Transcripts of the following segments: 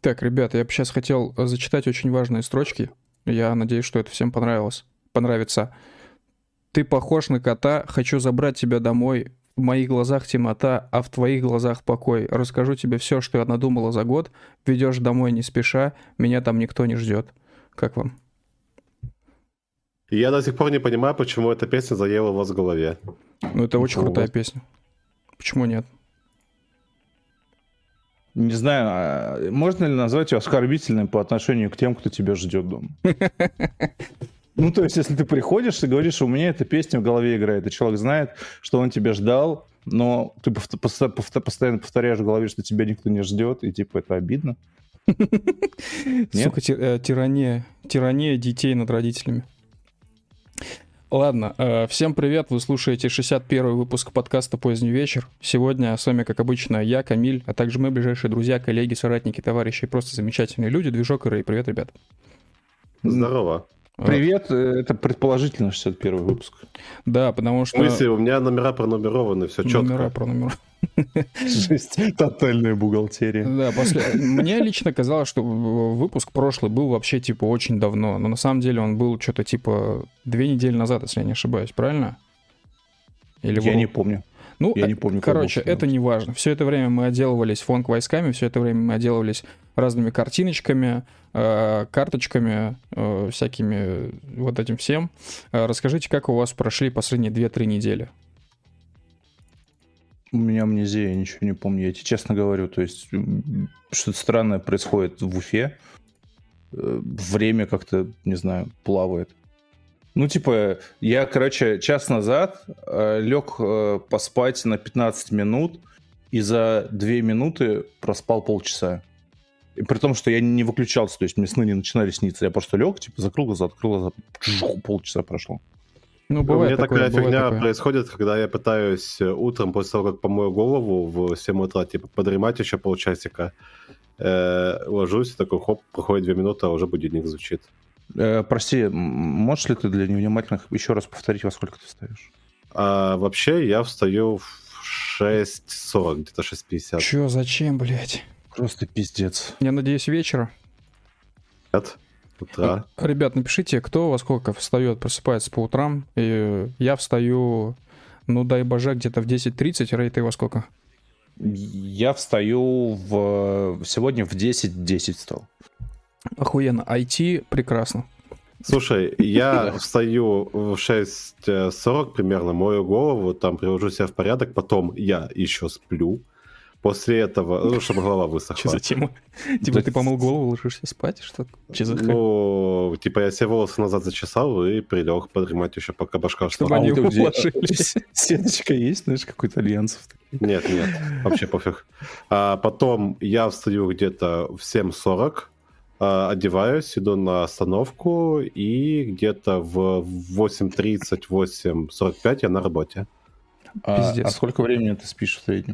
Так, ребята, я бы сейчас хотел зачитать очень важные строчки. Я надеюсь, что это всем понравится. Ты похож на кота, хочу забрать тебя домой. В моих глазах темнота, а в твоих глазах покой. Расскажу тебе все, что я надумала за год. Ведешь домой не спеша, меня там никто не ждет. Как вам? И я до сих пор не понимаю, почему эта песня заела у вас в голове. Ну, это очень крутая песня. Почему нет? Не знаю, можно ли назвать ее оскорбительной по отношению к тем, кто тебя ждет дома? Ну, то есть, если ты приходишь и говоришь, у меня эта песня в голове играет, и человек знает, что он тебя ждал, но ты постоянно повторяешь в голове, что тебя никто не ждет, и типа это обидно. Сука, тирания детей над родителями. Ладно, всем привет, вы слушаете 61-й выпуск подкаста «Поздний вечер». Сегодня с вами, как обычно, я, Камиль, а также мои ближайшие друзья, коллеги, соратники, товарищи, просто замечательные люди, Движок и Рэй. Привет, ребят. Здорово. Привет, это предположительно 61-й выпуск. Да, потому что... В смысле, у меня номера пронумерованы, все четко. Номера пронумерованы. Жесть, тотальная бухгалтерия. Да, мне лично казалось, что выпуск прошлый был вообще, типа, очень давно, но на самом деле он был что-то, типа, 2 недели назад, если я не ошибаюсь, правильно? Или я не помню. Ну, я не помню. Короче, это не важно. Все это время мы отделывались фонк-войсками, все это время мы отделывались разными картиночками, карточками, всякими вот этим всем. Расскажите, как у вас прошли последние 2-3 недели? У меня амнезия, я ничего не помню, я тебе честно говорю. То есть что-то странное происходит в Уфе. Время как-то, не знаю, плавает. Ну, типа, я, короче, час назад лег поспать на 15 минут и за 2 минуты проспал полчаса. И при том, что я не выключался, то есть мне сны не начинали сниться. Я просто лег, типа, закрыл глаза, открыл глаза, полчаса прошло. Ну, бывает. У меня такое, такая фигня такое. Происходит, когда я пытаюсь утром, после того, как помою голову в 7 утра, типа, подремать еще полчасика, ложусь, такой, хоп, проходит 2 минуты, а уже будильник звучит. Прости, можешь ли ты для невнимательных еще раз повторить, во сколько ты встаешь? Вообще, я встаю в 6:40, где-то 6:50. Чё, зачем, блядь? Просто пиздец. Я надеюсь, вечера. Нет, утра. Ребят, напишите, кто во сколько встает, просыпается по утрам. И я встаю, ну дай боже, где-то в 10:30. Рэй, ты во сколько? Я встаю сегодня в 10:10 встал. Охуенно. IT прекрасно. Слушай, я встаю в 6:40 примерно, мою голову, там привожу себя в порядок, потом я еще сплю. После этого, чтобы голова высохла. Что за тема? Типа ты помыл голову, ложишься спать? Что? Ну, типа я себе волосы назад зачесал и прилег подремать еще, пока башка шла. Чтобы они уложились. Сеточка есть, знаешь, какой-то альянсов? Нет, вообще пофиг. Потом я встаю где-то в 7:40, одеваюсь, иду на остановку, и где-то в 8:30, 8:45 я на работе. А сколько времени ты спишь в среднем?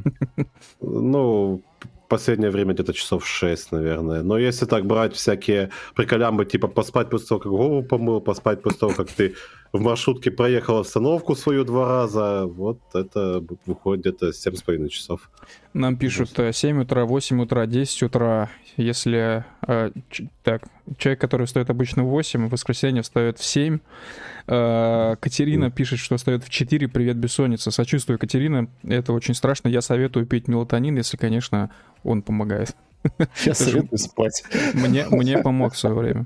Ну, последнее время где-то часов 6, наверное. Но если так брать всякие приколямбы, типа поспать после того, как голову помыл, поспать после того, как ты в маршрутке проехал остановку свою 2 раза, вот это выходит где-то 7,5 часов. Нам пишут 7 утра, 8 утра, 10 утра. Если человек, который встает обычно в 8, в воскресенье встает в 7. Катерина пишет, что встает в 4. Привет, бессонница. Сочувствую, Катерина. Это очень страшно. Я советую пить мелатонин, если, конечно, он помогает. Я советую спать. Мне помог в свое время.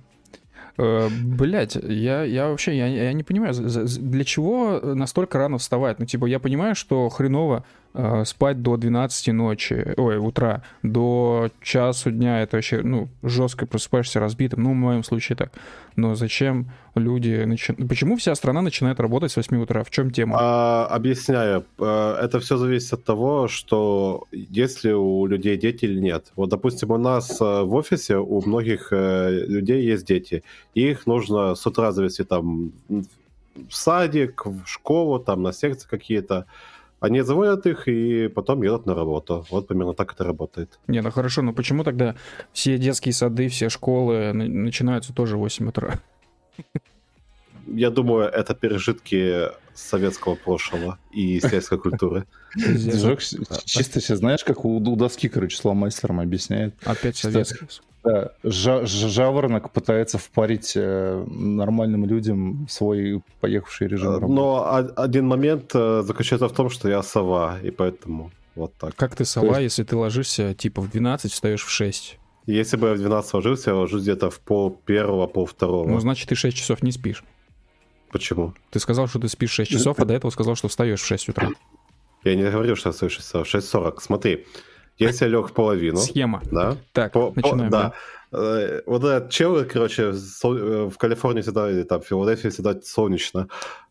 Блять, я вообще я не понимаю, для чего настолько рано вставать. Ну, типа, я понимаю, что хреново спать до 12 ночи, утра, до часу дня, это вообще, ну, жестко просыпаешься разбитым, ну, в моем случае так. Но зачем люди Почему вся страна начинает работать с 8 утра? В чем тема? Объясняю. Это все зависит от того, что если у людей дети или нет. Вот, допустим, у нас в офисе у многих людей есть дети. Их нужно с утра завести там в садик, в школу, там на секции какие-то. Они заводят их и потом едут на работу. Вот примерно так это работает. Не, ну хорошо, но почему тогда все детские сады, все школы начинаются тоже в 8 утра? я думаю, это пережитки советского прошлого и сельской культуры. Жок, чисто сейчас знаешь, как у доски, короче, с ломайстером объясняет. Опять советский. Да, жаворонок пытается впарить нормальным людям свой поехавший режим работы. Но один момент заключается в том, что я сова, и поэтому вот так. Как ты сова, если ты ложишься типа в 12, встаешь в 6? Если бы я в 12 ложился, я ложусь где-то в 1:30, 1:30. Ну, значит, ты 6 часов не спишь. Почему? Ты сказал, что ты спишь 6 часов, а до этого сказал, что встаешь в 6 утра. Я не говорил, что я встаю в 6 часов. 6:40. Смотри, если я лег в половину... Схема. Да? Так, начинаем. Да. Вот этот чел, короче, в Калифорнии всегда, или там в Филадельфии всегда солнечно.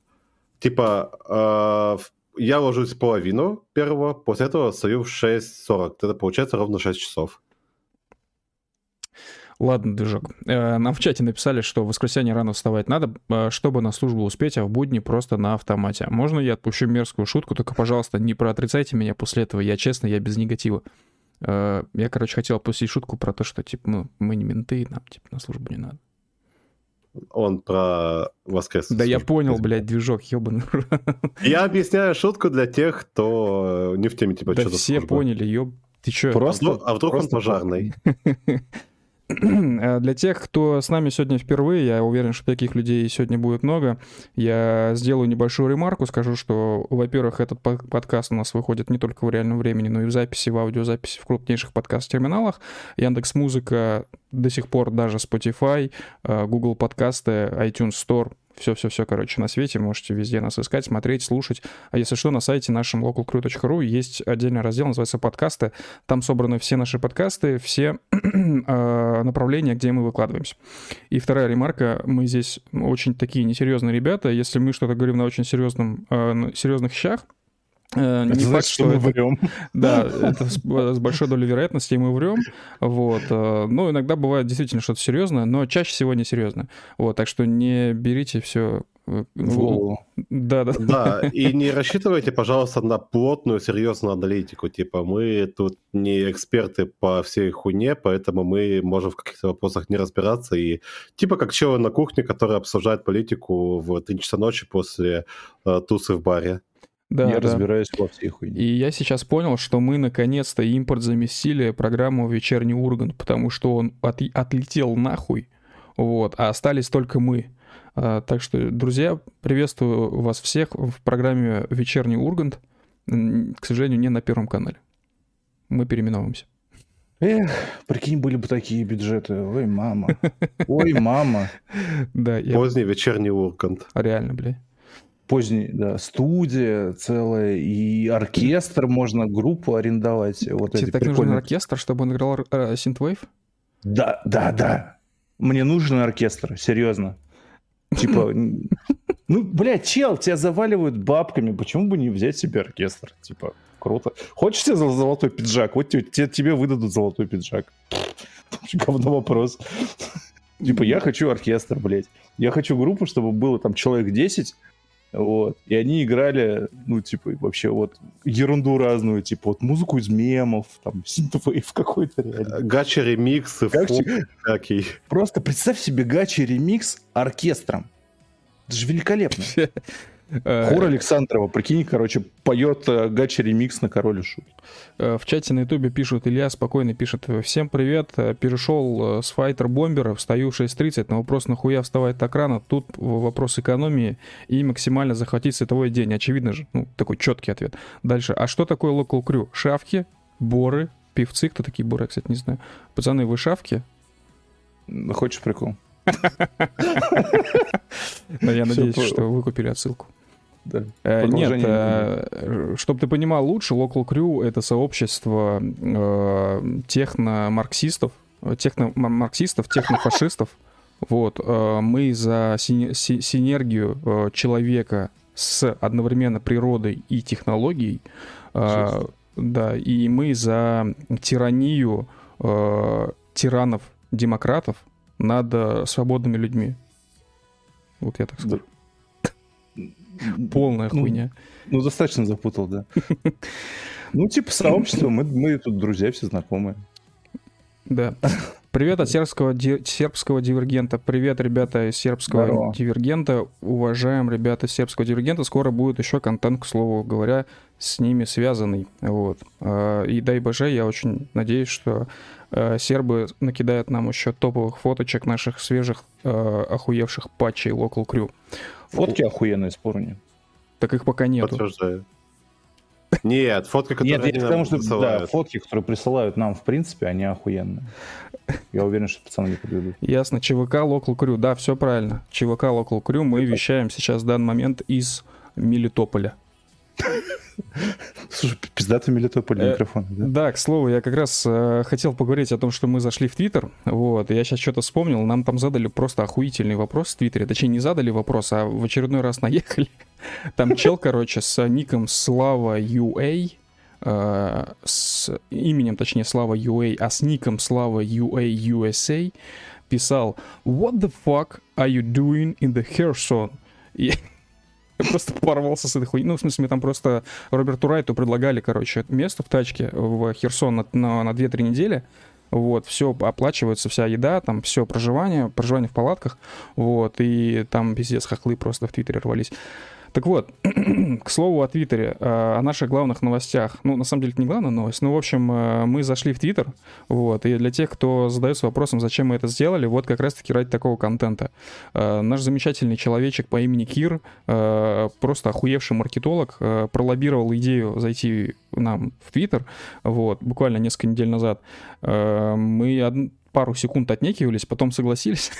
Типа, я ложусь в половину первого, после этого встаю в 6:40. Это получается ровно 6 часов. Ладно, движок. Нам в чате написали, что в воскресенье рано вставать надо, чтобы на службу успеть, а в будни просто на автомате. Можно я отпущу мерзкую шутку? Только, пожалуйста, не проотрицайте меня после этого. Я честно, я без негатива. Я, короче, хотел отпустить шутку про то, что, типа, мы не менты, нам, типа, на службу не надо. Он про воскресную Да службу. я понял, блядь, движок, ёбаный. Я объясняю шутку для тех, кто не в теме, типа, Да что-то все служба. поняли, ёб... Ты чё? А вдруг он пожарный? Для тех, кто с нами сегодня впервые, я уверен, что таких людей сегодня будет много, я сделаю небольшую ремарку, скажу, что, во-первых, этот подкаст у нас выходит не только в реальном времени, но и в записи, в аудиозаписи в крупнейших подкаст-терминалах. Яндекс.Музыка, до сих пор даже Spotify, Google подкасты, iTunes Store, все-все-все, короче, на свете. Можете везде нас искать, смотреть, слушать. А если что, на сайте нашем localcrew.ru есть отдельный раздел, называется «Подкасты». Там собраны все наши подкасты, все направления, где мы выкладываемся. И вторая ремарка. Мы здесь очень такие несерьезные ребята. Если мы что-то говорим на очень серьезных щах, не факт, что мы это... врем. Да, это с большой долей вероятности мы врем. Вот. Ну, иногда бывает действительно что-то серьезное, но чаще всего не серьезное. Вот, так что не берите все в голову. Да. Да, и не рассчитывайте, пожалуйста, на плотную, серьезную аналитику. Типа, мы тут не эксперты по всей хуйне, поэтому мы можем в каких-то вопросах не разбираться. И типа как челы на кухне, которые обсуждают политику в 3 часа ночи после тусы в баре. Да, я разбираюсь во всей хуйне. И я сейчас понял, что мы наконец-то импорт заместили программу «Вечерний Ургант», потому что он отлетел нахуй, вот, а остались только мы. Так что, друзья, приветствую вас всех в программе «Вечерний Ургант». К сожалению, не на Первом канале. Мы переименовываемся. Эх, прикинь, были бы такие бюджеты. Ой, мама. Ой, мама. Да, Поздний вечерний Ургант. Реально, бля. Поздний, да, студия целая, и оркестр, можно группу арендовать. Вот тебе так нужен оркестр, чтобы он играл синтвейв? Да. Мне нужен оркестр, серьезно. Типа, ну, блядь, чел, тебя заваливают бабками, почему бы не взять себе оркестр? Типа, круто. Хочешь себе золотой пиджак? Вот тебе выдадут золотой пиджак. Говно вопрос. Типа, я хочу оркестр, блядь. Я хочу группу, чтобы было там человек 10, вот, и они играли, ну, типа, вообще вот ерунду разную, типа, вот музыку из мемов, там, синтвейв какой-то реально. Гача-ремиксы, всякий. Просто представь себе гача-ремикс оркестром. Это же великолепно. Хор Александрова, прикинь, короче, поет гача-ремикс на Король и Шут. В чате на ютубе пишут, Илья спокойно пишет: всем привет, перешел с файтер-бомбера, встаю в 6:30, на вопрос, нахуя вставать так рано, тут вопрос экономии и максимально захватить световой день, очевидно же, ну, такой четкий ответ. Дальше, а что такое Local Crew? Шавки, боры, певцы, кто такие боры, я, кстати, не знаю. Пацаны, вы шавки? Хочешь прикол? Я надеюсь, что вы купили отсылку. Да. Нет, чтобы ты понимал лучше, Local Crew — это сообщество техномарксистов, технофашистов. Вот. Мы за синергию человека с одновременно природой и технологией. Да, и мы за тиранию тиранов-демократов над свободными людьми. Вот я так скажу. Полная хуйня. Ну, достаточно запутал, да. Ну, типа сообщество, мы тут друзья, все знакомые. Да. Привет от сербского дивергента. Привет, ребята из сербского Здорово. дивергента. Уважаем ребята из сербского дивергента. Скоро будет еще контент, к слову говоря, с ними связанный. Вот. И дай боже, я очень надеюсь, что сербы накидают нам еще топовых фоточек наших свежих охуевших патчей Local Crew. Фотки охуенные, спору нет. Так их пока нету. Подтверждаю. Нет, фотки, которые Нет, они потому нам что присылают. фотки, которые присылают нам, в принципе, они охуенные. Я уверен, что пацаны не подведут. Ясно. ЧВК Local Crew. Да, все правильно. ЧВК Local Crew. Мы вещаем сейчас в данный момент из Мелитополя. Слушай, пиздатый Мелитополь микрофон. Да? Да, к слову, я как раз хотел поговорить о том, что мы зашли в Твиттер. Вот, я сейчас что-то вспомнил. Нам там задали просто охуительный вопрос в Твиттере. Точнее, не задали вопрос, а в очередной раз наехали. Там чел, короче, с ником Слава UA, с именем, точнее, Слава UA, а с ником Слава UA USA писал «What the fuck are you doing in the Kherson?» Я просто порвался с этой хуйней. Ну, в смысле, мы там просто Роберту Райту предлагали, короче, место в тачке в Херсон на 2-3 недели. Вот, все оплачивается, вся еда, там все проживание в палатках. Вот, и там пиздец хохлы просто в Твиттере рвались. Так вот, к слову о Твиттере, о наших главных новостях. Ну, на самом деле, это не главная новость. Ну, в общем, мы зашли в Твиттер, вот, и для тех, кто задается вопросом, зачем мы это сделали, вот как раз-таки ради такого контента. Наш замечательный человечек по имени Кир, просто охуевший маркетолог, пролоббировал идею зайти нам в Твиттер, вот, буквально несколько недель назад. Мы пару секунд отнекивались, потом согласились.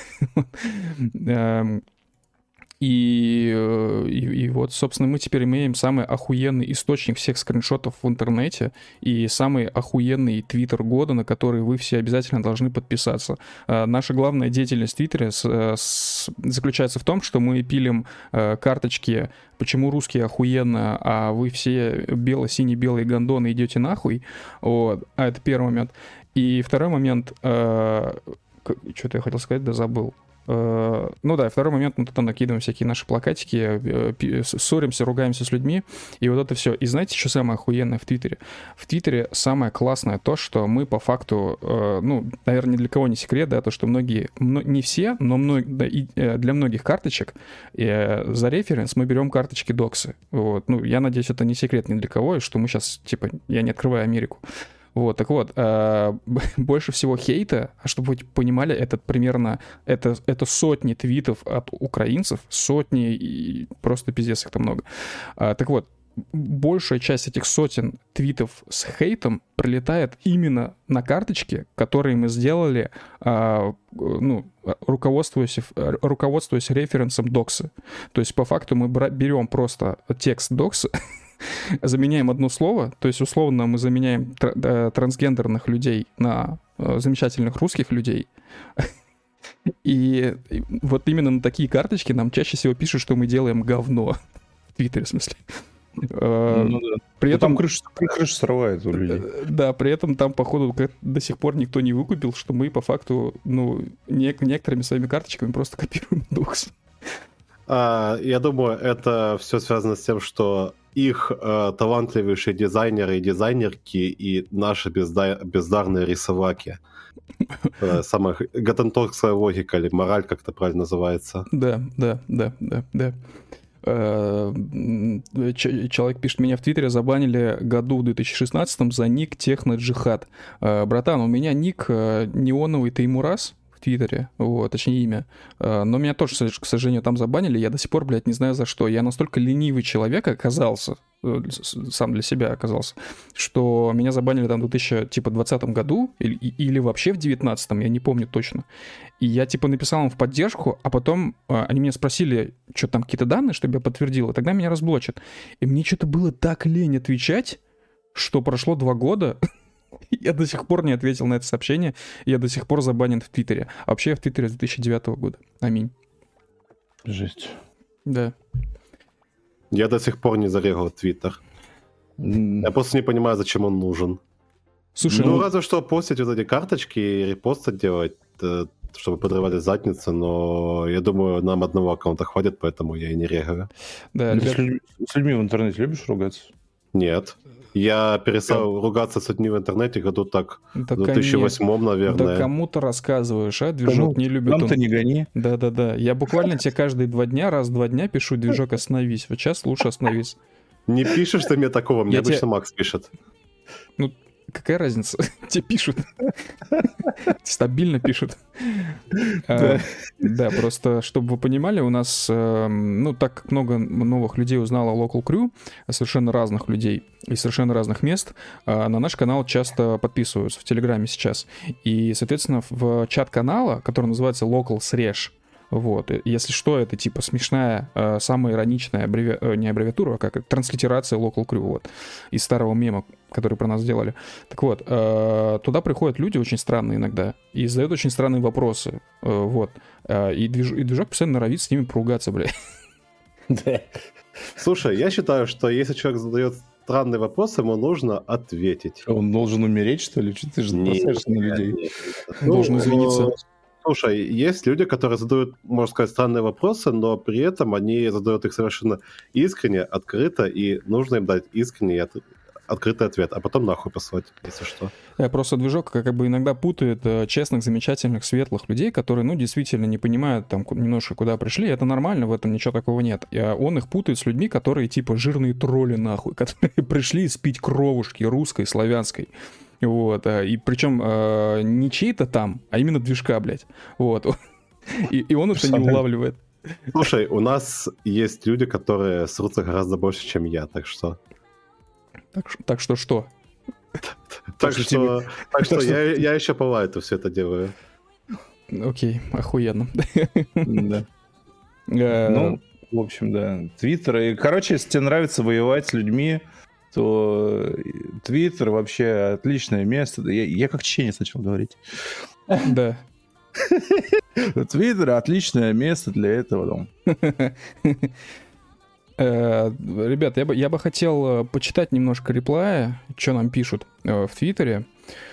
И вот, собственно, мы теперь имеем самый охуенный источник всех скриншотов в интернете и самый охуенный твиттер года, на который вы все обязательно должны подписаться. Наша главная деятельность в твиттере заключается в том, что мы пилим карточки «Почему русские охуенно, а вы все бело-сине-белые гондоны идете нахуй». Вот. А это первый момент. И второй момент... Что-то я хотел сказать, да забыл. Ну да, второй момент, мы туда накидываем всякие наши плакатики, ссоримся, ругаемся с людьми, и вот это все. И знаете, что самое охуенное в Твиттере? В Твиттере самое классное то, что мы по факту, ну, наверное, ни для кого не секрет, да, то, что многие, не все, но для многих карточек за референс мы берем карточки доксы. Вот. Ну, я надеюсь, это не секрет ни для кого, и что мы сейчас, типа, я не открываю Америку. Вот, так вот, больше всего хейта, чтобы вы понимали, это примерно, это сотни твитов от украинцев, сотни, и просто пиздец их там много. Так вот, большая часть этих сотен твитов с хейтом прилетает именно на карточки, которые мы сделали, ну, руководствуясь референсом доксы. То есть, по факту, мы берем просто текст доксы, заменяем одно слово, то есть условно мы заменяем трансгендерных людей на замечательных русских людей. И вот именно на такие карточки нам чаще всего пишут, что мы делаем говно. В Твиттере, в смысле. При этом крыша срывает у людей. Да, при этом там, походу, до сих пор никто не выкупил, что мы по факту, ну, некоторыми своими карточками просто копируем докс. Я думаю, это все связано с тем, что их талантливейшие дизайнеры и дизайнерки и наши бездарные рисоваки. Самая готентокская логика или мораль, как это правильно называется. Да. Человек пишет, меня в Твиттере забанили году в 2016 за ник Техноджихад. Братан, у меня ник неоновый Таймураз в Твиттере, вот, точнее имя. Но меня тоже, к сожалению, там забанили. Я до сих пор, блядь, не знаю за что. Я настолько ленивый человек оказался, сам для себя оказался, что меня забанили там в 2020 году или вообще в 2019, я не помню точно. И я типа написал им в поддержку, а потом они меня спросили, что там какие-то данные, чтобы я подтвердил, и тогда меня разблочат. И мне что-то было так лень отвечать, что прошло 2 года, я до сих пор не ответил на это сообщение, я до сих пор забанен в Твиттере. А вообще я в Твиттере с 2009 года. Аминь. Жесть. Да. Я до сих пор не зарегал Твиттер. Я просто не понимаю, зачем он нужен. Слушай, ну разве что постить вот эти карточки и репосты делать, чтобы подрывали задницы, но я думаю, нам одного аккаунта хватит, поэтому я и не регаю. Да, ребят... С людьми в интернете любишь ругаться? Нет. Я перестал ругаться с людьми в интернете году так, Да, в 2008, наверное. Да кому ты рассказываешь, а? Движок не любит Нам-то не гони. Да-да-да. Я буквально тебе каждые 2 дня, раз в 2 дня пишу, движок, остановись. Вот сейчас лучше остановись. Не пишешь ты мне такого, мне обычно Макс пишет. Ну, какая разница? Тебе пишут. Стабильно пишут. Да, просто, чтобы вы понимали, у нас, ну, так как много новых людей узнало о Local Crew, совершенно разных людей из совершенно разных мест, на наш канал часто подписываются в Телеграме сейчас. И, соответственно, в чат канала, который называется Local Sresh, вот, если что, это типа смешная, самая ироничная не аббревиатура, а как транслитерация Local Crew, вот, из старого мема, который про нас сделали. Так вот, туда приходят люди очень странные иногда и задают очень странные вопросы, вот, и движок постоянно норовит с ними поругаться, бля. Да. Слушай, я считаю, что если человек задает странный вопрос, ему нужно ответить. Он должен умереть, что ли? Что ты же бросаешься на людей? Он должен извиниться. Слушай, есть люди, которые задают, можно сказать, странные вопросы, но при этом они задают их совершенно искренне, открыто, и нужно им дать искренний и открытый ответ, а потом нахуй послать, если что. Просто движок как бы иногда путает честных, замечательных, светлых людей, которые, ну, действительно не понимают там немножко, куда пришли, это нормально, в этом ничего такого нет. И он их путает с людьми, которые типа жирные тролли нахуй, которые пришли спить кровушки русской, славянской. Вот, и причем не чей-то там, а именно движка, блядь. Вот. И он это не улавливает. Слушай, у нас есть люди, которые срутся гораздо больше, чем я, так что... Так что что? Так что я еще по лайту все это делаю. Окей, охуенно. Да. Ну, в общем, да. Твиттер. И, короче, если тебе нравится воевать с людьми, то Твиттер вообще отличное место. Я как чеченец начал говорить. Да. Твиттер отличное место для этого. Ребят, я бы хотел почитать немножко реплая, что нам пишут в Твиттере.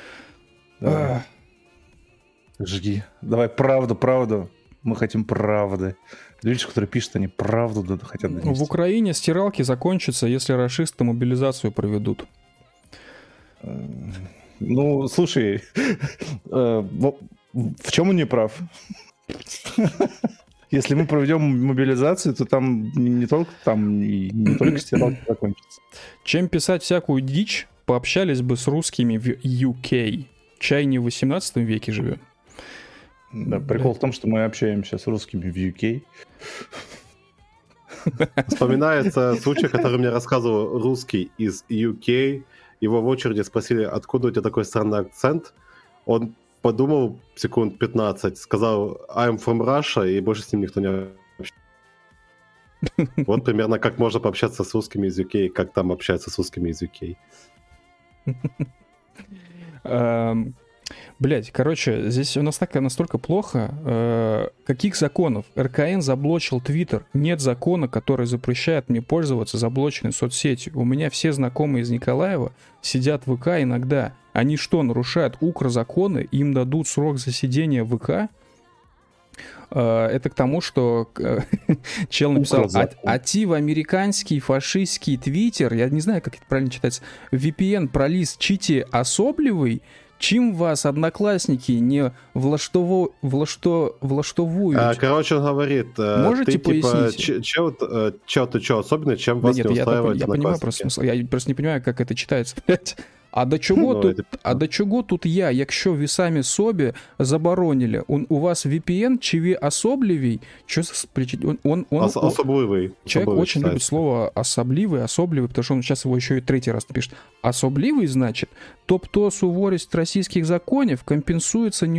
Жги. Давай правду. Мы хотим правды. Люди, которые пишут, они правду хотят донести. В Украине стиралки закончатся, если рашисты мобилизацию проведут. Ну, слушай, в чем он не прав? Если мы проведем мобилизацию, то там не только стиралки закончатся. Чем писать всякую дичь, пообщались бы с русскими в UK. Чай не в 18 веке живет. Да, прикол в том, что мы общаемся с русскими в UK. Вспоминается случай, который мне рассказывал русский из UK. Его в очереди спросили, откуда у тебя такой странный акцент. Он подумал секунд 15, сказал I'm from Russia, и больше с ним никто не общался. Вот примерно как можно пообщаться с русскими из UK, как там общаются с русскими из UK. Блять, короче, здесь у нас настолько плохо. Каких законов? РКН заблочил Твиттер. Нет закона, который запрещает мне пользоваться заблоченной соцсетью. У меня все знакомые из Николаева сидят в ВК иногда. Они что, нарушают укрзаконы? Им дадут срок засидения в ВК? Это к тому, что чел написал ативо-американский фашистский твиттер, я не знаю, как это правильно читается, VPN пролиз чити особливый, чим вас одноклассники не влаштовують? Короче, он говорит, можете ты пояснить? Чё ты особенный, чем вас не устраивает я понимаю просто смысл, я просто не понимаю, как это читается. А до чого тут я, якщо ви самі собі заборонили? У вас VPN, чи ви особливий? Особливый. Человек очень любит слово особливый, потому что он сейчас его еще и 3-й раз напишет. Особливый, значит, тобто суворість російських законів компенсуется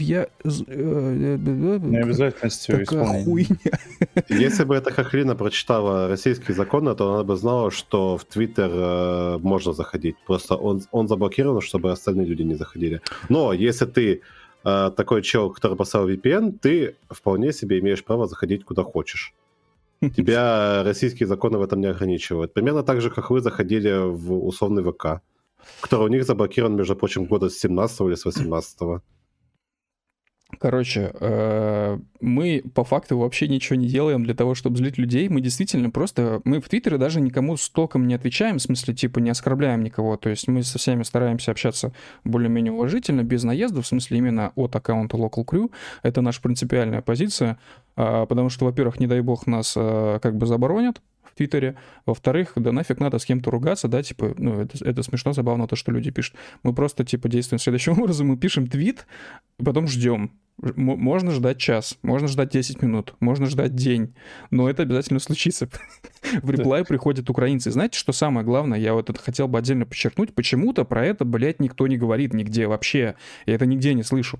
необязательностью исполнения. Если бы эта хохлина прочитала российские законы, то она бы знала, что в Твиттер можно заходить. Просто он заблокирован, чтобы остальные люди не заходили. Но если ты такой чел, который поставил VPN, ты вполне себе имеешь право заходить куда хочешь. Тебя российские законы в этом не ограничивают. Примерно так же, как вы заходили в условный ВК, который у них заблокирован, между прочим, года с 17 или с 18. Короче, мы по факту вообще ничего не делаем для того, чтобы злить людей. Мы действительно просто... Мы в Твиттере даже никому толком не отвечаем, в смысле, типа, не оскорбляем никого. То есть мы со всеми стараемся общаться более-менее уважительно, без наездов, в смысле, именно от аккаунта Local Crew. Это наша принципиальная позиция, потому что, во-первых, не дай бог нас как бы заборонят в Твиттере. Во-вторых, да нафиг надо с кем-то ругаться, да, типа, ну, это смешно, забавно то, что люди пишут. Мы просто, типа, действуем следующим образом, мы пишем твит, потом ждем. Можно ждать час, можно ждать 10 минут, можно ждать день, но это обязательно случится. В реплай приходят украинцы. Знаете, что самое главное? Я вот это хотел бы отдельно подчеркнуть. Почему-то про это, блядь, никто не говорит нигде вообще. Я это нигде не слышу.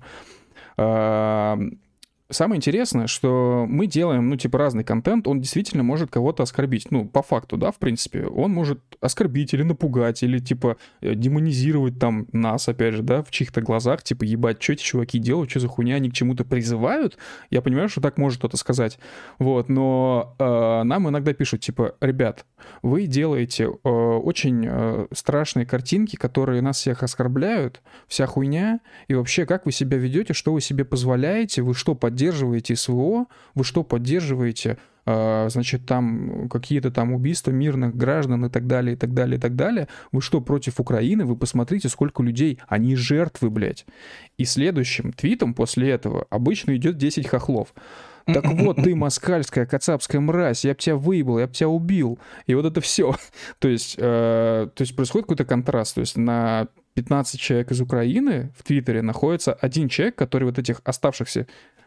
Самое интересное, что мы делаем, ну, типа, разный контент, он действительно может кого-то оскорбить. Ну, по факту, да, в принципе. Он может оскорбить или напугать, или, типа, демонизировать там нас, опять же, да, в чьих-то глазах. Типа, ебать, что эти чуваки делают, что за хуйня, они к чему-то призывают. Я понимаю, что так может кто-то сказать. Вот, но нам иногда пишут, типа, ребят, вы делаете очень страшные картинки, которые нас всех оскорбляют, вся хуйня, и вообще, как вы себя ведете, что вы себе позволяете, вы что, поддерживаете СВО, вы что, поддерживаете, значит, там какие-то там убийства мирных граждан и так далее, и так далее, и так далее. Вы что, против Украины? Вы посмотрите, сколько людей, они жертвы, блядь. И следующим твитом после этого обычно идет 10 хохлов. Так вот, ты москальская, кацапская мразь, я б тебя выебал, я б тебя убил. И вот это все. То есть происходит какой-то контраст. То есть на 15 человек из Украины в Твиттере находится один человек, который вот этих оставшихся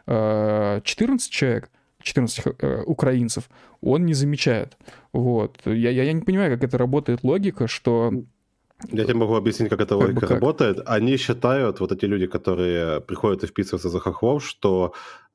14 человек, 14 украинцев, он не замечает. Вот. Я не понимаю, как это работает логика, что... Я тебе могу объяснить, как эта логика работает. Они считают, вот эти люди, которые приходят и вписываются за хохлов, что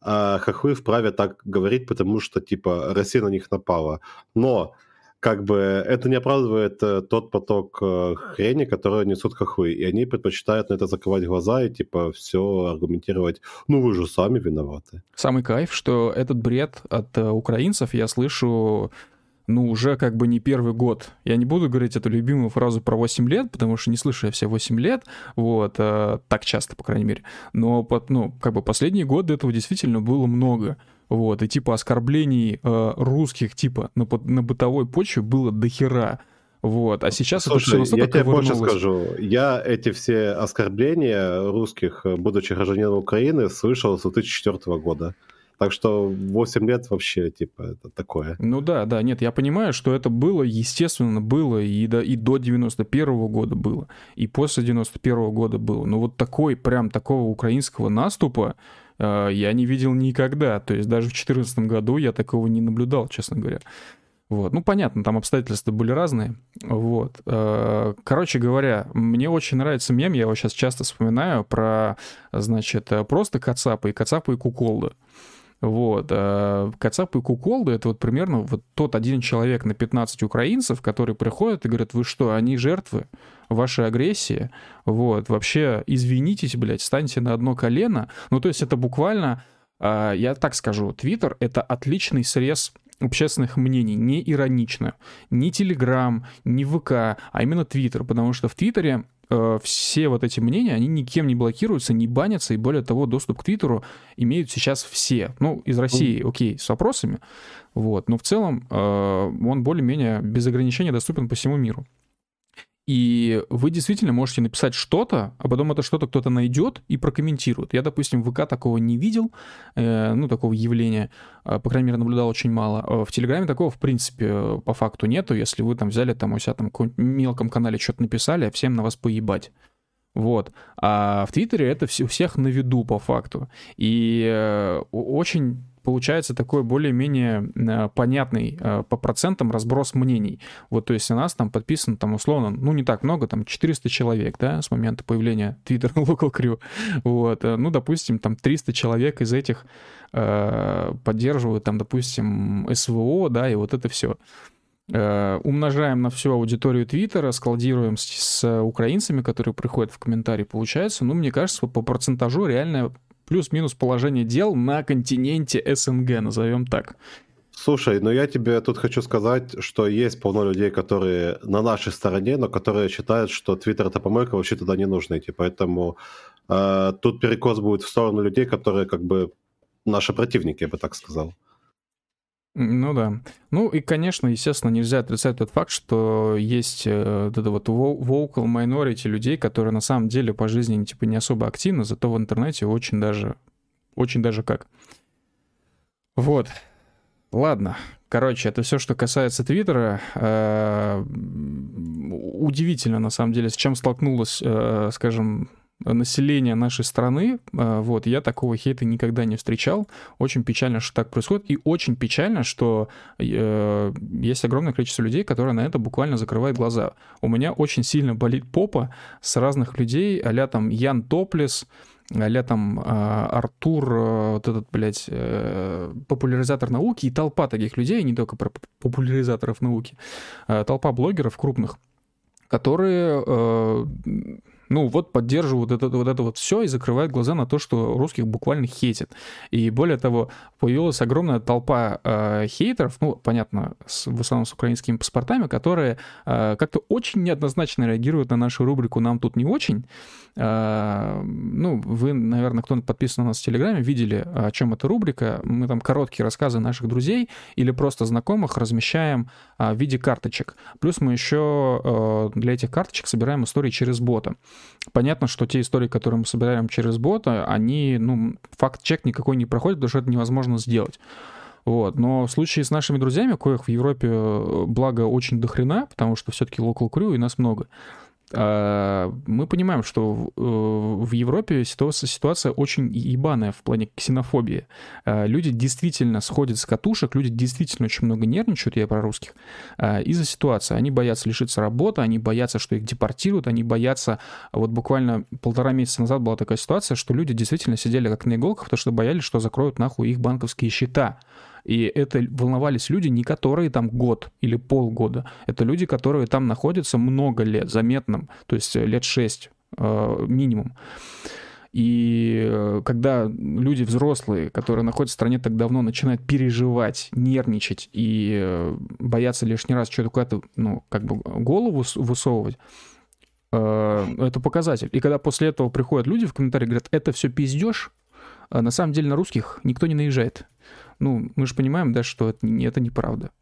хохлы вправе так говорить, потому что, типа, Россия на них напала. Но, как бы, это не оправдывает тот поток хрени, который несут хохлы. И они предпочитают на это закрывать глаза и, типа, все аргументировать. Ну, вы же сами виноваты. Самый кайф, что этот бред от украинцев я слышу... ну, уже как бы не первый год. Я не буду говорить эту любимую фразу про 8 лет, потому что не слышу я все 8 лет, вот, так часто, по крайней мере. Но, ну, как бы последние годы этого действительно было много. Вот, и типа оскорблений русских, типа, на бытовой почве было дохера. Вот, а сейчас слушай, это все настолько я тебе ковырнулось. больше скажу. Я эти все оскорбления русских, будучи гражданином Украины, слышал с 2004 года. Так что 8 лет вообще, типа, это такое. Ну да, нет, я понимаю, что это было, естественно, было, и до 91-го года было, и после 91-го года было. Но вот такого украинского наступа я не видел никогда. То есть даже в 2014 году я такого не наблюдал, честно говоря. Вот. Ну, понятно, там обстоятельства были разные. Вот. Короче говоря, мне очень нравится мем, я его сейчас часто вспоминаю, про, значит, просто Кацапа и Куколда. Вот. Кацапы и Куколды — это вот примерно вот тот один человек на 15 украинцев, которые приходят и говорят: вы что, они жертвы вашей агрессии? Вот. Вообще, извинитесь, блядь, встаньте на одно колено. Ну, то есть это буквально, я так скажу, Твиттер — это отличный срез общественных мнений, не иронично. Ни Телеграм, ни ВК, а именно Твиттер, потому что в Твиттере все вот эти мнения, они никем не блокируются, не банятся, и более того, доступ к Твиттеру имеют сейчас все. Ну, из России, окей, с вопросами, вот, но в целом он более-менее без ограничений доступен по всему миру. И вы действительно можете написать что-то, а потом это что-то кто-то найдет и прокомментирует. Я, допустим, в ВК такого не видел, ну, такого явления, по крайней мере, наблюдал очень мало. В Телеграме такого, в принципе, по факту нету. Если вы там взяли, там, у себя там в каком-нибудь мелком канале что-то написали, а всем на вас поебать. Вот. А в Твиттере это у всех на виду, по факту. И очень... получается такой более-менее понятный по процентам разброс мнений. Вот, то есть у нас там подписано, там, условно, ну, не так много, там, 400 человек, да, с момента появления Twitter Local Crew. Вот, ну, допустим, там, 300 человек из этих поддерживают, там, допустим, СВО, да, и вот это все. Умножаем на всю аудиторию Твиттера, складируем с украинцами, которые приходят в комментарии, получается, ну, мне кажется, по процентажу реально плюс-минус положение дел на континенте СНГ, назовем так. Слушай, ну я тебе тут хочу сказать, что есть полно людей, которые на нашей стороне, но которые считают, что Твиттер это помойка, вообще туда не нужно идти. Поэтому тут перекос будет в сторону людей, которые как бы наши противники, я бы так сказал. Ну да. Ну и, конечно, естественно, нельзя отрицать тот факт, что есть вот это вот vocal minority людей, которые на самом деле по жизни типа не особо активны, зато в интернете очень даже как. Вот. Ладно. Короче, это все, что касается Твиттера. Удивительно, на самом деле, с чем столкнулось, скажем, население нашей страны. Вот, я такого хейта никогда не встречал. Очень печально, что так происходит. И очень печально, что есть огромное количество людей, которые на это буквально закрывают глаза. У меня очень сильно болит попа с разных людей, а-ля там Ян Топлес, а-ля там Артур, вот этот, блядь, популяризатор науки, и толпа таких людей, не только про популяризаторов науки, толпа блогеров крупных, которые, ну вот, поддерживают вот это вот все и закрывают глаза на то, что русских буквально хейтят. И более того, появилась огромная толпа хейтеров, ну, понятно, в основном с украинскими паспортами, которые как-то очень неоднозначно реагируют на нашу рубрику «Нам тут не очень». Ну, вы, наверное, кто подписан на нас в Телеграме, видели, о чем эта рубрика. Мы там короткие рассказы наших друзей или просто знакомых размещаем в виде карточек. Плюс мы еще для этих карточек собираем истории через бота. Понятно, что те истории, которые мы собираем через бота, они, ну, факт-чек никакой не проходит, потому что это невозможно сделать. Вот. Но в случае с нашими друзьями, коих в Европе, благо, очень дохрена, потому что все-таки local crew и нас много, мы понимаем, что в Европе ситуация очень ебаная в плане ксенофобии. Люди действительно сходят с катушек, люди действительно очень много нервничают, я про русских, из-за ситуации. Они боятся лишиться работы, они боятся, что их депортируют, они боятся... Вот буквально 1,5 месяца назад была такая ситуация, что люди действительно сидели как на иголках, потому что боялись, что закроют нахуй их банковские счета. И это волновались люди, не которые там год или полгода. Это люди, которые там находятся много лет, заметным, то есть лет 6 минимум. И когда люди взрослые, которые находятся в стране так давно, начинают переживать, нервничать и боятся лишний раз что-то куда-то, ну, как бы голову высовывать, это показатель. И когда после этого приходят люди в комментарии и говорят, это все пиздеж, на самом деле на русских никто не наезжает. Ну, мы же понимаем, да, что это неправда.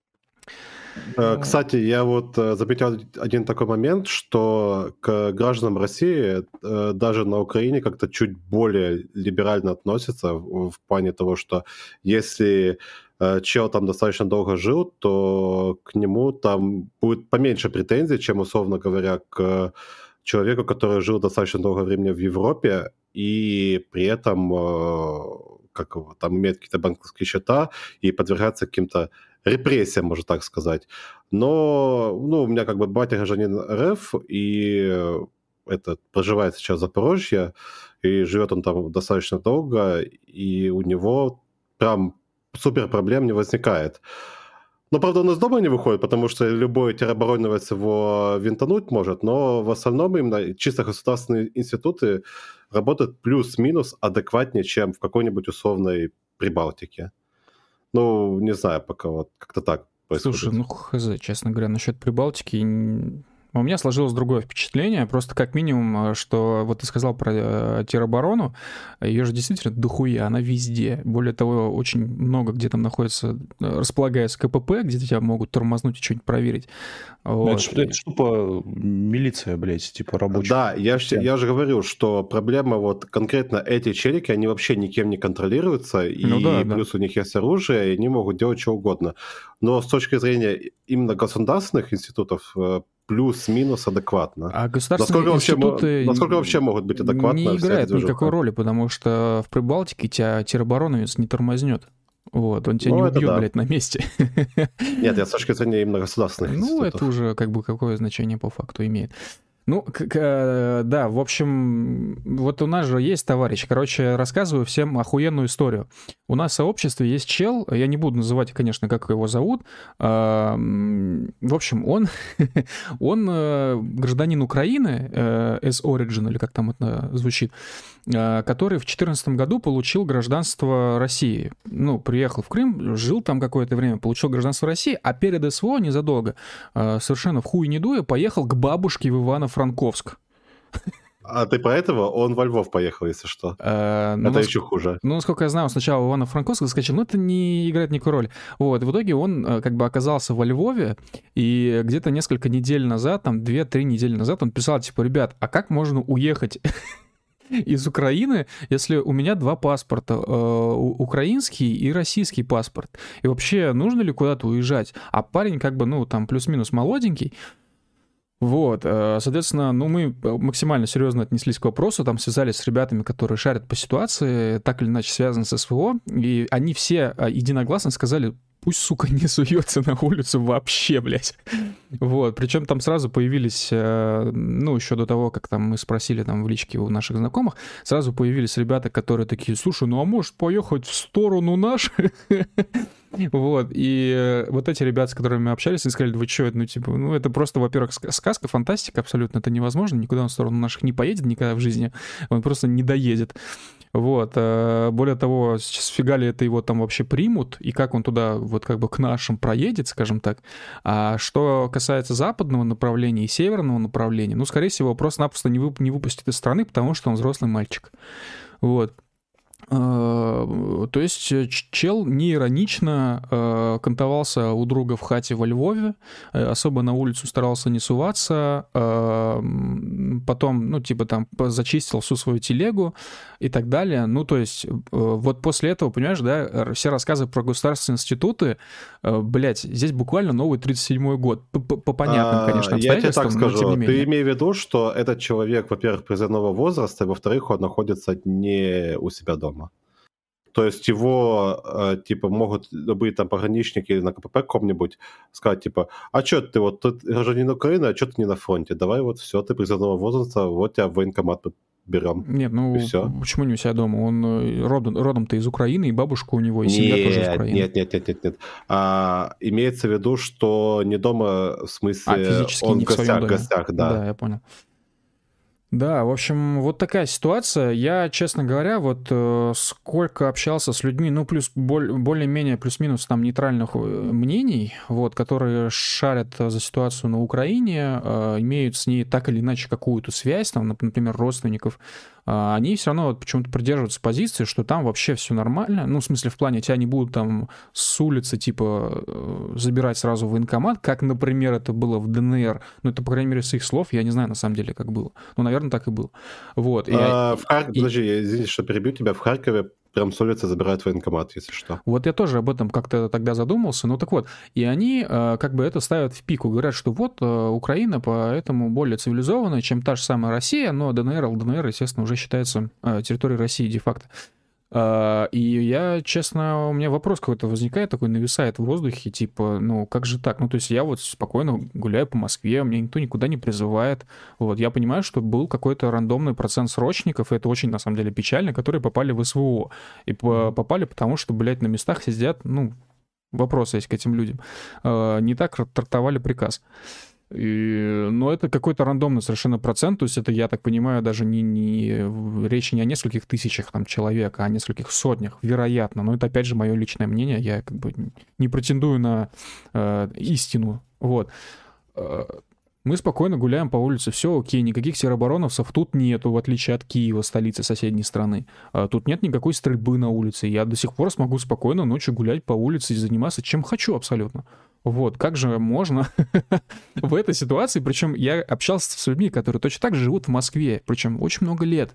Кстати, я вот заметил один такой момент, что к гражданам России даже на Украине как-то чуть более либерально относятся в плане того, что если чел там достаточно долго жил, то к нему там будет поменьше претензий, чем, условно говоря, к человеку, который жил достаточно долгое время в Европе и при этом там имеет какие-то банковские счета и подвергается каким-то репрессиям, можно так сказать. Но, ну, у меня как бы батя гражданин РФ, и проживает сейчас в Запорожье, и живет он там достаточно долго, и у него прям супер проблем не возникает. Но, правда, он из дома не выходит, потому что любой теробороновец его винтануть может, но в основном именно чисто государственные институты работают плюс-минус адекватнее, чем в какой-нибудь условной Прибалтике. Ну, не знаю, пока вот как-то так происходит. Слушай, ну хз, честно говоря, насчет Прибалтики... У меня сложилось другое впечатление, просто как минимум, что вот ты сказал про тероборону, ее же действительно дохуя, она везде. Более того, очень много где там находится, располагается КПП, где тебя могут тормознуть и что-нибудь проверить. Вот. Это тупо милиция, блядь, типа рабочая. Да, я же говорю, что проблема вот конкретно эти челики, они вообще никем не контролируются, и плюс у них есть оружие, и они могут делать что угодно. Но с точки зрения именно государственных институтов, плюс-минус адекватно. А государственные институты насколько вообще могут быть адекватны? Не играют никакой роли, потому что в Прибалтике тебя теробороновец не тормознет. Вот, он тебя не убьет, блядь, на месте. Нет, я с точки зрения именно государственных институтов. Ну, это уже как бы какое значение по факту имеет. Ну, да, в общем, вот у нас же есть товарищ, короче, рассказываю всем охуенную историю. У нас в сообществе есть чел, я не буду называть, конечно, как его зовут. В общем, он гражданин Украины, S-Origin, или как там это звучит, который в 2014 году получил гражданство России. Ну, приехал в Крым, жил там какое-то время, получил гражданство России, а перед СВО незадолго, совершенно в хуй не дуя, поехал к бабушке в Ивано-Франковск. А ты поэтому? Он во Львов поехал, если что. Это еще хуже. Ну, насколько я знаю, он сначала в Ивано-Франковск заскочил, но это не играет никакой роли. Вот, в итоге он как бы оказался во Львове, и где-то несколько недель назад, там 2-3 недели назад он писал, типа, ребят, а как можно уехать из Украины, если у меня 2 паспорта, украинский и российский паспорт? И вообще, нужно ли куда-то уезжать? А парень как бы, ну, там, плюс-минус молоденький. Вот, соответственно, ну, мы максимально серьезно отнеслись к вопросу, там связались с ребятами, которые шарят по ситуации, так или иначе связаны с СВО, и они все единогласно сказали: пусть, сука, не суется на улицу вообще, блядь. Вот, причем там сразу появились, ну, еще до того, как там мы спросили там в личке у наших знакомых, сразу появились ребята, которые такие: слушай, ну, а может поехать в сторону наших? Вот, и вот эти ребята, с которыми мы общались, они сказали: вы что, это, ну, типа, ну, это просто, во-первых, сказка, фантастика абсолютно, это невозможно, никуда он в сторону наших не поедет никогда в жизни, он просто не доедет. Вот, более того, сфига ли это его там вообще примут, и как он туда вот как бы к нашим проедет, скажем так. А что касается западного направления и северного направления, ну, скорее всего, просто-напросто не выпустят из страны, потому что он взрослый мальчик. Вот. То есть чел неиронично кантовался у друга в хате во Львове, особо на улицу старался не суваться, потом, ну, типа там зачистил всю свою телегу и так далее. Ну, то есть вот после этого, понимаешь, да, все рассказы про государственные институты, блядь, здесь буквально новый 37-й год. По понятным, конечно, обстоятельствам. Я тебе так скажу, ты имей в виду, что этот человек, во-первых, призывного возраста, во-вторых, он находится не у себя дома. То есть его, типа, могут любые там пограничники на КПП каком-нибудь сказать, типа: а что ты вот тут гражданин Украины, а что ты не на фронте? Давай вот все, ты призывного возраста, вот тебя в военкомат берем. Нет, ну почему не у себя дома? Он родом-то из Украины, и бабушка у него, и семья тоже из Украины. Нет. Имеется в виду, что не дома, в смысле, физически он не в гостях, да. Да, я понял. Да, в общем, вот такая ситуация. Я, честно говоря, вот сколько общался с людьми, ну, плюс более-менее плюс-минус там нейтральных мнений, вот, которые шарят за ситуацию на Украине, имеют с ней так или иначе какую-то связь, там, например, родственников, они все равно вот почему-то придерживаются позиции, что там вообще все нормально. Ну, в смысле, в плане, тебя не будут там с улицы, типа, забирать сразу в военкомат, как, например, это было в ДНР. Ну, это, по крайней мере, с их слов. Я не знаю, на самом деле, как было. Ну, наверное, так и было. Вот. Подожди, извини, что перебью тебя. В Харькове прям с улицы забирают военкомат, если что. Вот я тоже об этом как-то тогда задумался. Ну так вот, и они как бы это ставят в пику. Говорят, что вот Украина поэтому более цивилизованная, чем та же самая Россия, но ДНР, ЛДНР, естественно, уже считается территорией России де-факто. И я, честно, у меня вопрос какой-то возникает, такой нависает в воздухе, типа, ну, как же так? Ну, то есть я вот спокойно гуляю по Москве, меня никто никуда не призывает. Вот, я понимаю, что был какой-то рандомный процент срочников, и это очень, на самом деле, печально, которые попали в СВО. И попали потому, что, блядь, на местах сидят, ну, вопросы есть к этим людям. Не так трактовали приказ. Но это какой-то рандомный совершенно процент, то есть это, я так понимаю, даже речь не о нескольких тысячах там человек, а о нескольких сотнях, вероятно. Но это, опять же, мое личное мнение, я как бы не претендую на истину. Вот. Мы спокойно гуляем по улице, все окей, никаких теробороновцев тут нету, в отличие от Киева, столицы соседней страны. Тут нет никакой стрельбы на улице. Я до сих пор смогу спокойно ночью гулять по улице и заниматься чем хочу абсолютно. Вот, как же можно в этой ситуации, причем я общался с людьми, которые точно так же живут в Москве, причем очень много лет.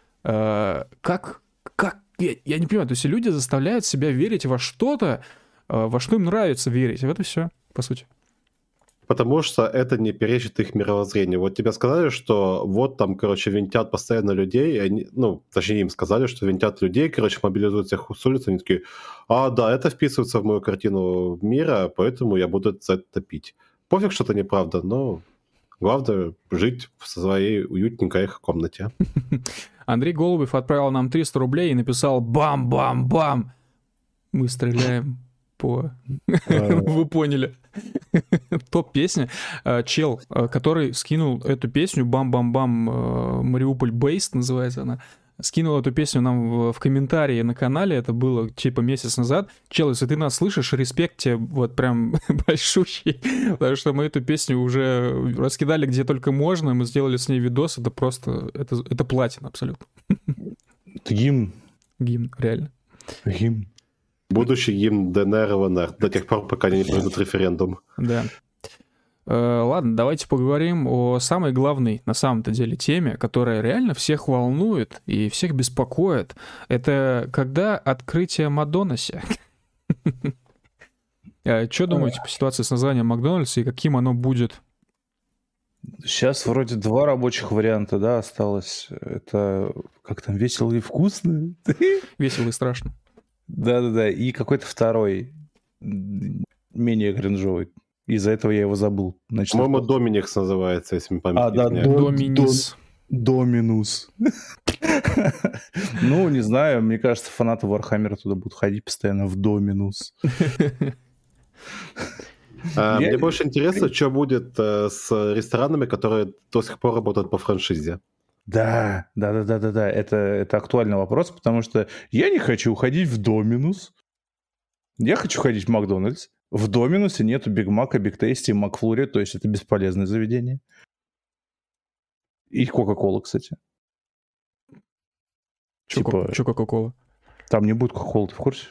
Как? Я не понимаю, то есть люди заставляют себя верить во что-то, во что им нравится верить, вот и все, по сути. Потому что это не перечит их мировоззрению. Вот тебе сказали, что вот там, короче, винтят постоянно людей, и они, ну, точнее, им сказали, что винтят людей, короче, мобилизуют всех с улицы, они такие: а, да, это вписывается в мою картину мира, поэтому я буду за это топить. Пофиг, что это неправда, но Главное жить в своей уютненькой их комнате. Андрей Голубев отправил нам 300 рублей и написал «Бам-бам-бам». Мы стреляем по... Вы поняли. Топ-песня. Чел, который скинул эту песню «Бам-бам-бам», «Мариуполь Бейст» называется она, скинул эту песню нам в комментарии на канале, это было типа месяц назад. Чел, если ты нас слышишь, респект тебе вот прям большущий, потому что мы эту песню уже раскидали где только можно, мы сделали с ней видос, это просто, это платина абсолютно. Это гимн. Гимн, реально. Гимн. Будущий гимн ДНР и ЛНР до тех пор, пока не проведут референдум. Да. Ладно, давайте поговорим о самой главной, на самом-то деле, теме, которая реально всех волнует и всех беспокоит. Это когда открытие Макдональдса. Что думаете по ситуации с названием Макдональдса и каким оно будет? Сейчас вроде 2 рабочих варианта, да, осталось. Это как там, весело и вкусно? Весело и страшно. Да-да-да, и какой-то второй, менее кринжовый. Из-за этого я его забыл. По-моему, Доминикс называется, если мне память не изменяет. Доминис. Доминус. Ну, не знаю, мне кажется, фанаты Вархаммера туда будут ходить постоянно в Доминус. Мне больше интересно, что будет с ресторанами, которые до сих пор работают по франшизе. Да. Это актуальный вопрос, потому что я не хочу ходить в Доминус. Я хочу ходить в Макдональдс. В Доминусе нету Биг Мака, Биг Тейсти и Макфлури, то есть это бесполезное заведение. И Кока-Кола, кстати. Чё Кока-Кола? Там не будет Кока-Колы, ты в курсе?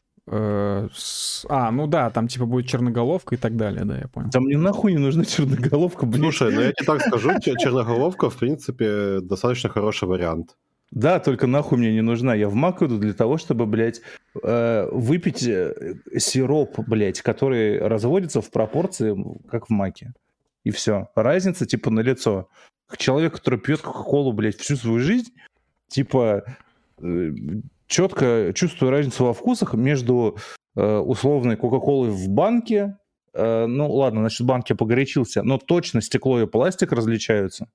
Ну да, там типа будет черноголовка и так далее, да, я понял. Там мне нахуй не нужна черноголовка, блин. Слушай, ну я тебе так скажу, черноголовка, в принципе, достаточно хороший вариант. Да, только нахуй мне не нужна. Я в Мак иду для того, чтобы, блядь, выпить сироп, блядь, который разводится в пропорции, как в Маке. И все. Разница, типа, налицо. Человек, который пьет Кока-Колу, блядь, всю свою жизнь, типа, четко чувствую разницу во вкусах между условной Кока-Колой в банке. Ну, ладно, насчет банки я погорячился, но точно стекло и пластик различаются.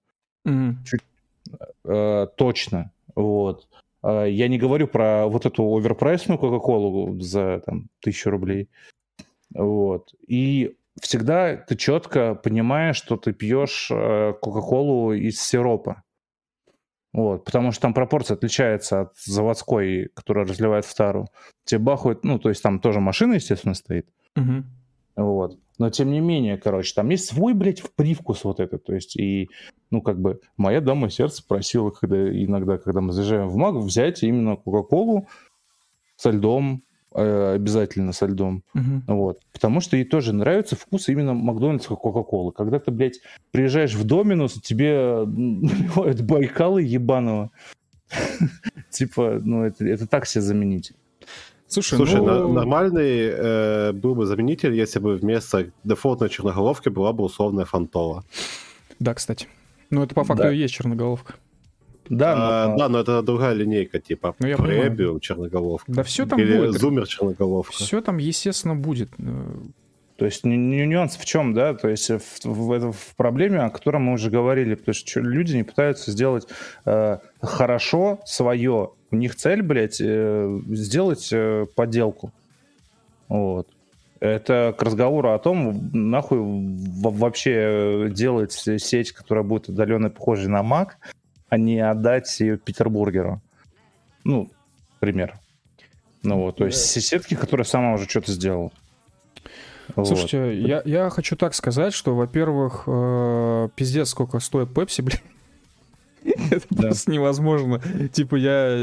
Точно. Вот. Я не говорю про вот эту оверпрайсную Кока-Колу за там 1000 рублей. Вот. И всегда ты четко понимаешь, что ты пьешь Кока-Колу из сиропа. Вот. Потому что там пропорция отличается от заводской, которая разливает в тару. Тебе бахают, ну, то есть там тоже машина, естественно, стоит. Угу. Вот. Но тем не менее, короче, там есть свой, блядь, привкус вот этот. То есть, и, ну, как бы, моя дама сердце просила, иногда, когда мы заезжаем в Мак, взять именно Кока-Колу со льдом, обязательно со льдом. Вот. Потому что ей тоже нравится вкус именно Макдональдса Кока-Колы. Когда ты, блядь, приезжаешь в Доминус, тебе наливают Байкалы ебаного. Типа, ну, это так себе заменить. Слушай, нормальный был бы заменитель, если бы вместо дефолтной черноголовки была бы условная фантола. Да, кстати. Ну, это по факту и есть черноголовка. Да, но это другая линейка, типа премиум черноголовка. Да все там или будет. Зумер черноголовка. Все там, естественно, будет. То есть нюанс в чем, да? То есть в проблеме, о которой мы уже говорили, потому что люди не пытаются сделать хорошо свое. У них цель, блядь, сделать подделку. Вот. Это к разговору о том, нахуй вообще делать сеть, которая будет отдаленно похожей на Mac, а не отдать ее Петербургеру. Ну, пример. Ну вот, то есть сетки, которая сама уже что-то сделала. Слушайте, вот. я хочу так сказать, что, во-первых, пиздец, сколько стоит Пепси, блин. Это просто невозможно. Типа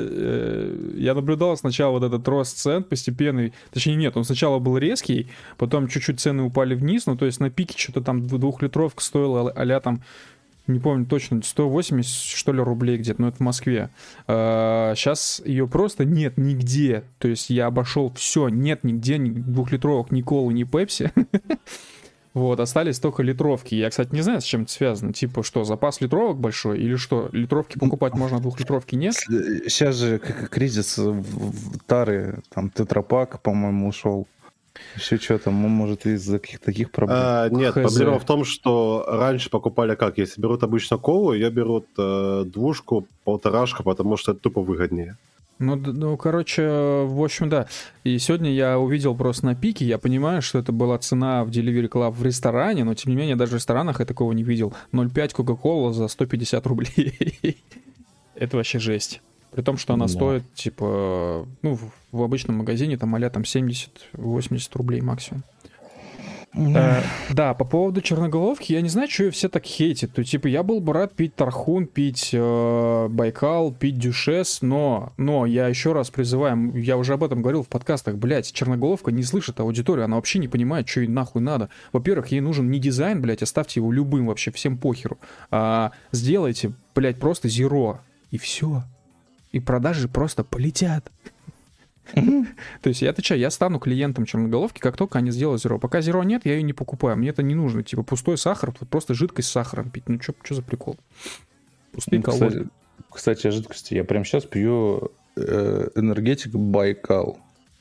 я наблюдал сначала вот этот рост цен постепенный. Точнее, нет, он сначала был резкий, потом чуть-чуть цены упали вниз. Ну, то есть на пике что-то там 2-литровка стоила а-ля там, не помню точно, 180, что ли, рублей где-то. Но это в Москве. Сейчас ее просто нет нигде. То есть я обошел все, нет нигде ни 2-литровок, ни колы, ни пепси. Вот, остались только литровки. Я, кстати, не знаю, с чем это связано. Типа, что, запас литровок большой? Или что, литровки покупать можно, а 2-литровки нет? Сейчас же кризис в тары, там, тетрапак, по-моему, ушел. Еще что там, может, из-за каких-то таких проблем? Нет, Хз. проблема в том, что раньше покупали как? Если берут обычно колу, ее берут двушку, полторашку, потому что это тупо выгоднее. Ну, короче, в общем, да. И сегодня я увидел просто на пике, я понимаю, что это была цена в Delivery Club в ресторане, но, тем не менее, даже в ресторанах я такого не видел. 0,5 Coca-Cola за 150 рублей. Это вообще жесть. При том, что она стоит, типа, ну, в обычном магазине там а-ля там 70-80 рублей максимум. Да, по поводу черноголовки, я не знаю, что ее все так хейтят. То, типа, я был бы рад пить Тархун, пить Байкал, пить Дюшес, но я еще раз призываю, я уже об этом говорил в подкастах, блядь, черноголовка не слышит аудиторию, она вообще не понимает, что ей нахуй надо. Во-первых, ей нужен не дизайн, блядь, оставьте его любым вообще, всем похеру. Сделайте, блядь, просто зеро, и все. И продажи просто полетят. То есть я отвечаю, я стану клиентом черноголовки, как только они сделают зеро. Пока зеро нет, я ее не покупаю. Мне это не нужно. Типа пустой сахар, просто жидкость с сахаром пить. Ну что за прикол? Пустые калории. Кстати, о жидкости. Я прямо сейчас пью энергетик Байкал.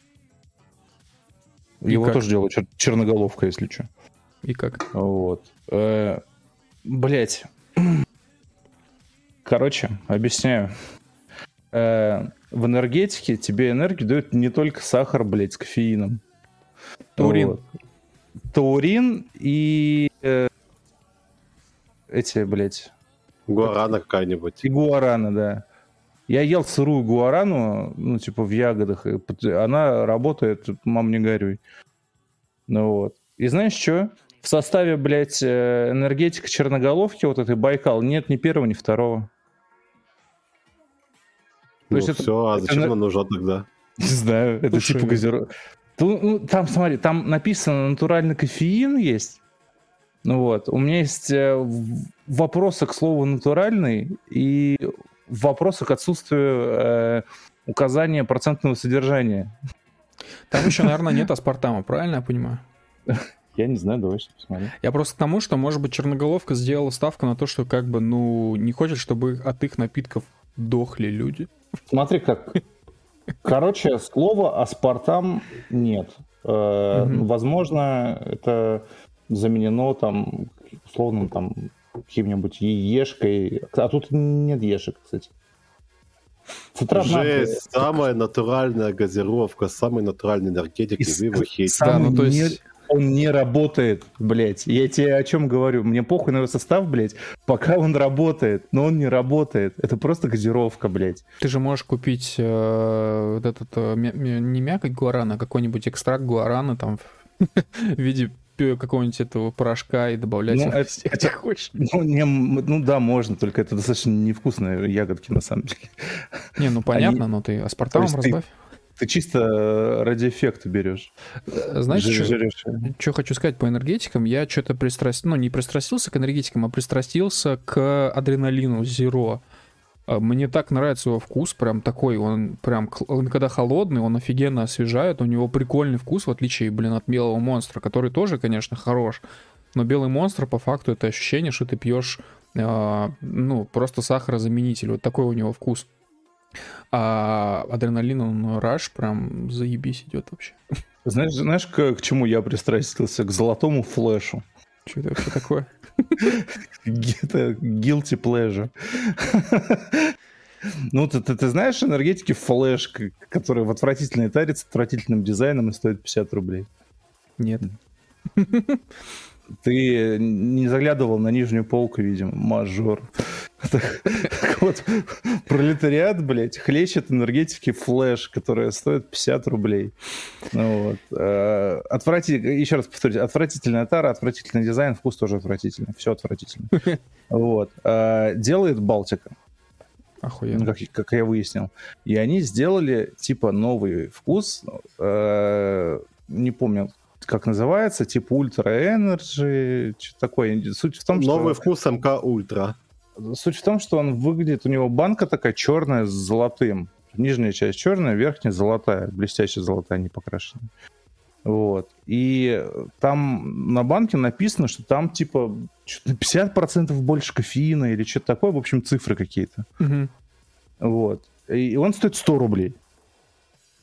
Его тоже делаю черноголовка, если что. И как? Вот. Блять. Короче, объясняю. В энергетике тебе энергию дают не только сахар, блядь, с кофеином. Таурин. Вот. Таурин и эти, блядь... Гуарана какая-нибудь. И гуарана, да. Я ел сырую гуарану, ну, типа, в ягодах. И она работает, мам, не горюй. Ну вот. И знаешь что? В составе, блядь, энергетика черноголовки, вот этой Байкал, нет ни первого, ни второго. То есть все, а зачем она нужна тогда? Не знаю, это типа газировка. Ну, там, смотри, там написано натуральный кофеин есть. Ну вот, у меня есть вопросы к слову натуральный и вопросы к отсутствию указания процентного содержания. Там еще, наверное, нет аспартама, правильно я понимаю? Я не знаю, давай что посмотрим. Я просто к тому, что, может быть, черноголовка сделала ставку на то, что как бы, ну, не хочет, чтобы от их напитков дохли люди. Смотри как. Короче, слова аспартам нет. Возможно, это заменено там, условно, там, каким-нибудь ешкой. А тут нет ешек, кстати. Жесть, самая натуральная газировка, самый натуральный энергетик, и вы его хейтите. Да, ну то есть... Он не работает, блядь. Я тебе о чем говорю? Мне похуй на его состав, блядь, пока он работает. Но он не работает. Это просто газировка, блядь. Ты же можешь купить вот этот, не мякоть гуарана, а какой-нибудь экстракт гуарана там в виде какого-нибудь этого порошка и добавлять. Ну, это хочешь. Ну да, можно, только это достаточно невкусные ягодки, на самом деле. Не, ну понятно, но ты аспартамом разбавь. Ты чисто ради эффекта берешь. Знаете, что хочу сказать по энергетикам? Я что-то не пристрастился к энергетикам, а пристрастился к адреналину Zero. Мне так нравится его вкус, прям такой, он когда холодный, он офигенно освежает, у него прикольный вкус, в отличие, от белого монстра, который тоже, конечно, хорош, но белый монстр, по факту, это ощущение, что ты пьешь, просто сахарозаменитель, вот такой у него вкус. А адреналин, он раш, прям заебись идет вообще. Знаешь, к чему я пристрастился? К золотому флешу. Что это вообще такое? Это guilty pleasure. Ну, ты знаешь энергетики флэш, которые в отвратительной таре с отвратительным дизайном и стоят 50 рублей? Нет. Ты не заглядывал на нижнюю полку, видимо, мажор. Так вот, пролетариат, блядь, хлещет энергетики флэш, которые стоят 50 рублей. Ну, вот. Еще раз повторюсь, отвратительная тара, отвратительный дизайн, вкус тоже отвратительный. Все отвратительно. Вот. Делает Балтика. Охуенно. Как я выяснил. И они сделали, типа, новый вкус. Не помню, как называется, типа Ультра Энерджи, что-то такое. Суть в том, новый вкус МК Ультра. Суть в том, что он выглядит, у него банка такая черная с золотым. Нижняя часть черная, верхняя золотая, блестящая золотая, не покрашенная. Вот. И там на банке написано, что там типа 50% больше кофеина или что-то такое, в общем, цифры какие-то. Угу. Вот. И он стоит 100 рублей.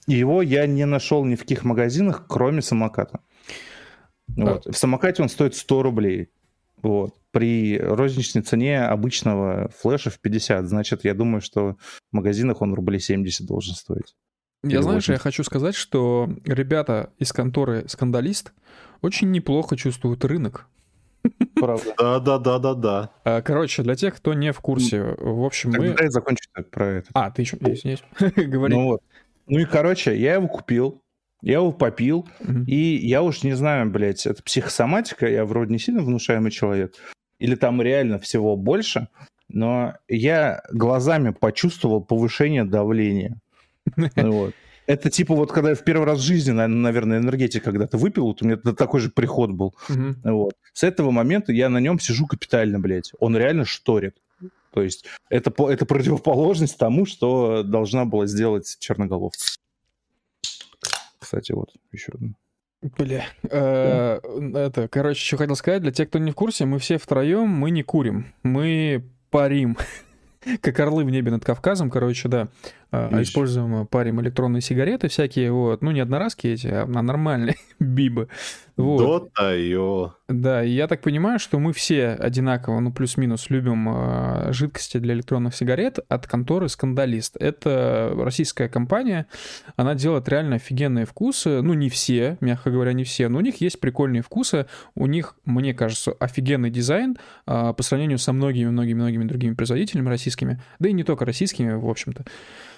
И его я не нашел ни в каких магазинах, кроме самоката. Вот. В самокате он стоит 100 рублей. Вот. При розничной цене обычного флеша в 50. Значит, я думаю, что в магазинах он рублей 70 должен стоить. Я, знаешь, я хочу сказать, что ребята из конторы «Скандалист» очень неплохо чувствуют рынок. Правда. Да. Короче, для тех, кто не в курсе, в общем, Тогда я закончу про это. ты еще есть? Говори. Ну и, короче, я его купил, я его попил, и я уж не знаю, блядь, это психосоматика, я вроде не сильно внушаемый человек, или там реально всего больше, но я глазами почувствовал повышение давления. Вот. Это типа вот когда я в первый раз в жизни, наверное, энергетик когда-то выпил, вот у меня такой же приход был. Вот. С этого момента я на нем сижу капитально, блядь. Он реально шторит. То есть это противоположность тому, что должна была сделать черноголовка. Кстати, вот еще одно. Бля, короче, что хотел сказать, для тех, кто не в курсе, мы все втроем, мы не курим, мы парим. Как орлы в небе над Кавказом, короче, да. Используем, парим электронные сигареты всякие, вот. Ну, не одноразки эти, а нормальные бибы. Вот. Да, и я так понимаю, что мы все одинаково, ну, плюс-минус, любим жидкости для электронных сигарет от конторы «Скандалист». Это российская компания, она делает реально офигенные вкусы. Ну, не все, мягко говоря, не все, но у них есть прикольные вкусы. У них, мне кажется, офигенный дизайн по сравнению со многими другими производителями российскими, да и не только российскими, в общем-то.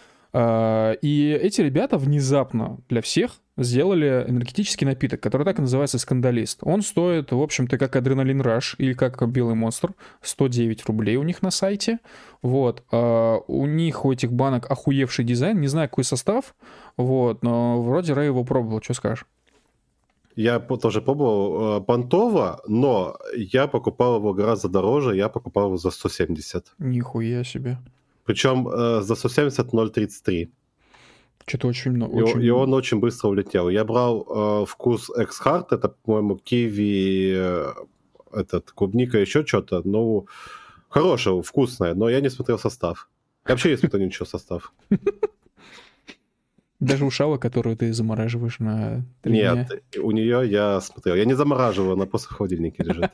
И эти ребята внезапно для всех сделали энергетический напиток, который так и называется «Скандалист». Он стоит, в общем-то, как «Адреналин Раш» или как «Белый монстр», 109 рублей у них на сайте. Вот. У них, у этих банок охуевший дизайн, не знаю, какой состав, вот, но вроде Рэй его пробовал, что скажешь? Я тоже пробовал понтово, но я покупал его гораздо дороже, я покупал его за 170. Нихуя себе. Причем за 170 0,33. Что-то очень много. И он очень быстро улетел. Я брал вкус X-Hard, это, по-моему, киви, клубника, еще что-то. Ну, хорошее, вкусное, но я не смотрел состав. Я вообще не смотрел ничего состав. Даже у Шавы, которую ты замораживаешь на 3 дня? Нет, у нее я смотрел. Я не замораживаю, она просто в холодильнике лежит.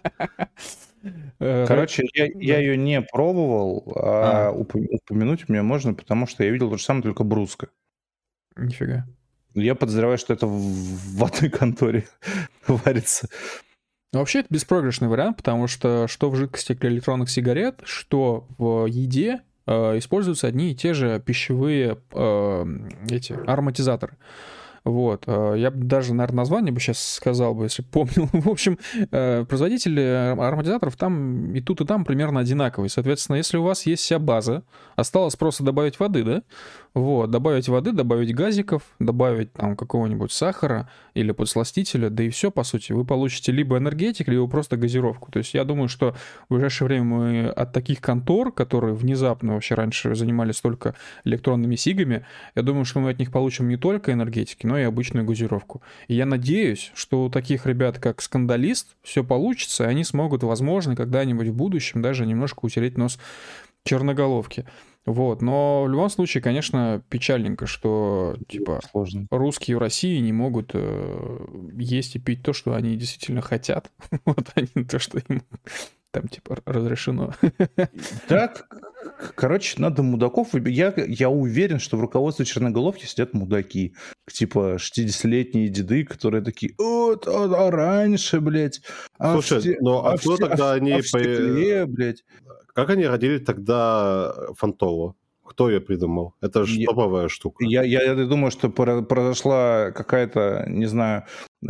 Короче, я ее не пробовал, а упомянуть мне можно, потому что я видел то же самое, только бруска. Нифига. Я подозреваю, что это в одной конторе варится. Но вообще это беспроигрышный вариант, потому что в жидкости для электронных сигарет, что в еде используются одни и те же пищевые ароматизаторы. Вот. Я бы даже, наверное, название бы сейчас сказал бы, если помнил. В общем, производители ароматизаторов там и тут, и там примерно одинаковые. Соответственно, если у вас есть вся база, осталось просто добавить воды, да? Вот, добавить воды, добавить газиков, добавить там какого-нибудь сахара или подсластителя, да и все, по сути. Вы получите либо энергетик, либо просто газировку. То есть я думаю, что в ближайшее время мы от таких контор, которые внезапно вообще раньше занимались только электронными сигами, я думаю, что мы от них получим не только энергетики, но и обычную газировку. И я надеюсь, что у таких ребят, как «Скандалист», все получится, и они смогут, возможно, когда-нибудь в будущем даже немножко утереть нос черноголовки. Вот, но в любом случае, конечно, печальненько, что типа сложно. Русские в России не могут есть и пить то, что они действительно хотят, вот, а не то, что им там типа разрешено. Так, короче, надо мудаков. Я уверен, что в руководстве черноголовки сидят мудаки, типа 60-летние деды, которые такие: вот, а раньше, блядь. Слушай, ну а кто тогда они... блядь. Как они родили тогда Фантову? Кто ее придумал? Это же топовая штука. Я думаю, что произошла какая-то, не знаю,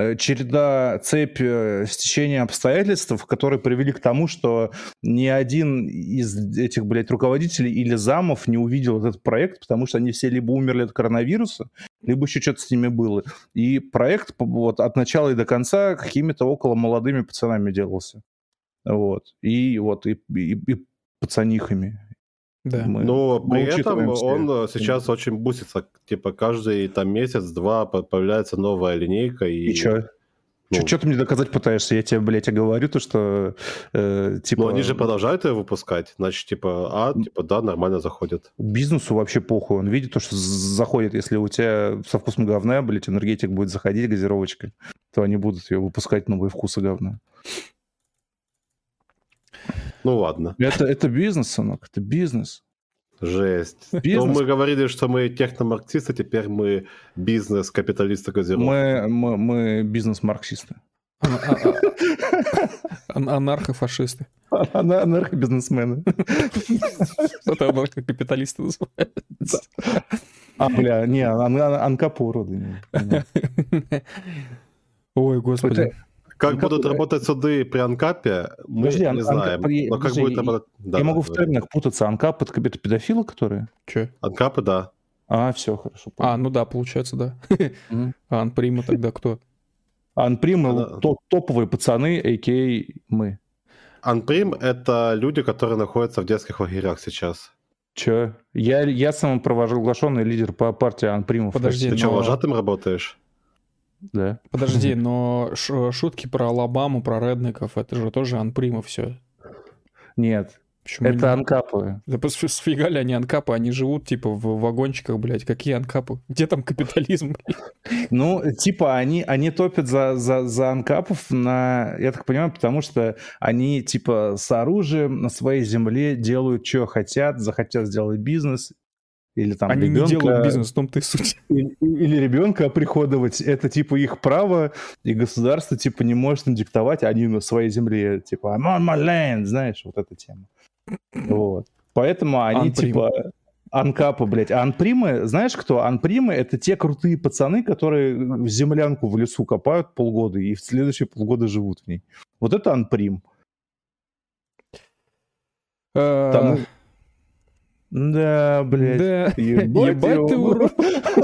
цепь стечения обстоятельств, которые привели к тому, что ни один из этих, блядь, руководителей или замов не увидел этот проект, потому что они все либо умерли от коронавируса, либо еще что-то с ними было. И проект вот от начала и до конца какими-то около молодыми пацанами делался. Вот. И пацанихами. Да. Но при этом он сейчас очень бусится. Типа каждый там месяц-два появляется новая линейка. И что? Что ты мне доказать пытаешься? Я тебе, блядь, говорю то, что типа... Ну, они же продолжают ее выпускать, значит, типа, да, нормально заходит. Бизнесу вообще похуй. Он видит то, что заходит. Если у тебя со вкусом говна, блядь, энергетик будет заходить, газировочка, то они будут ее выпускать новые вкусы говна. Ну, ладно. Это бизнес, сынок, это бизнес. Жесть. Бизнес. Ну, мы говорили, что мы техномарксисты, теперь мы бизнес-капиталисты газировки. Мы бизнес-марксисты. Анархофашисты. Анархобизнесмены. Это анархокапиталисты называются. Бля, не, анкапы уроды. Ой, господи. Как будут работать суды при анкапе, мы не знаем. Но как будет работать... Я могу в терминах путаться. Анкап — это педофилы, которые? Че? Анкапы, да. Все, хорошо. Ну да, получается, да. А анприма тогда кто? Анприм — топовые пацаны, а.к.а. мы. Анприм — это люди, которые находятся в детских лагерях сейчас. Че? Я самопровозглашенный лидер по партии Анпримов. Подожди, Ты что, вожатым работаешь? Да. Подожди, но шутки про Алабаму, про редников, это же тоже анприма все. Нет. Почему это нет? анкапы. Да просто сфига ли они анкапы? Они живут, типа, в вагончиках, блядь. Какие анкапы? Где там капитализм? Ну, типа, они топят за анкапов я так понимаю, потому что они, типа, с оружием на своей земле делают, что хотят, захотят сделать бизнес. Или там они ребенка, не делают бизнес, в том-то и суть. Или ребенка оприходовать, это типа их право, и государство типа не может им диктовать, они на своей земле, типа I'm on my land, знаешь, вот эта тема. Вот. Поэтому они типа анкапы, блядь. А анпримы, знаешь кто? Анпримы — это те крутые пацаны, которые землянку в лесу копают полгода и в следующие полгода живут в ней. Вот это анприм. Да, блядь. Да. Ебать ты урод.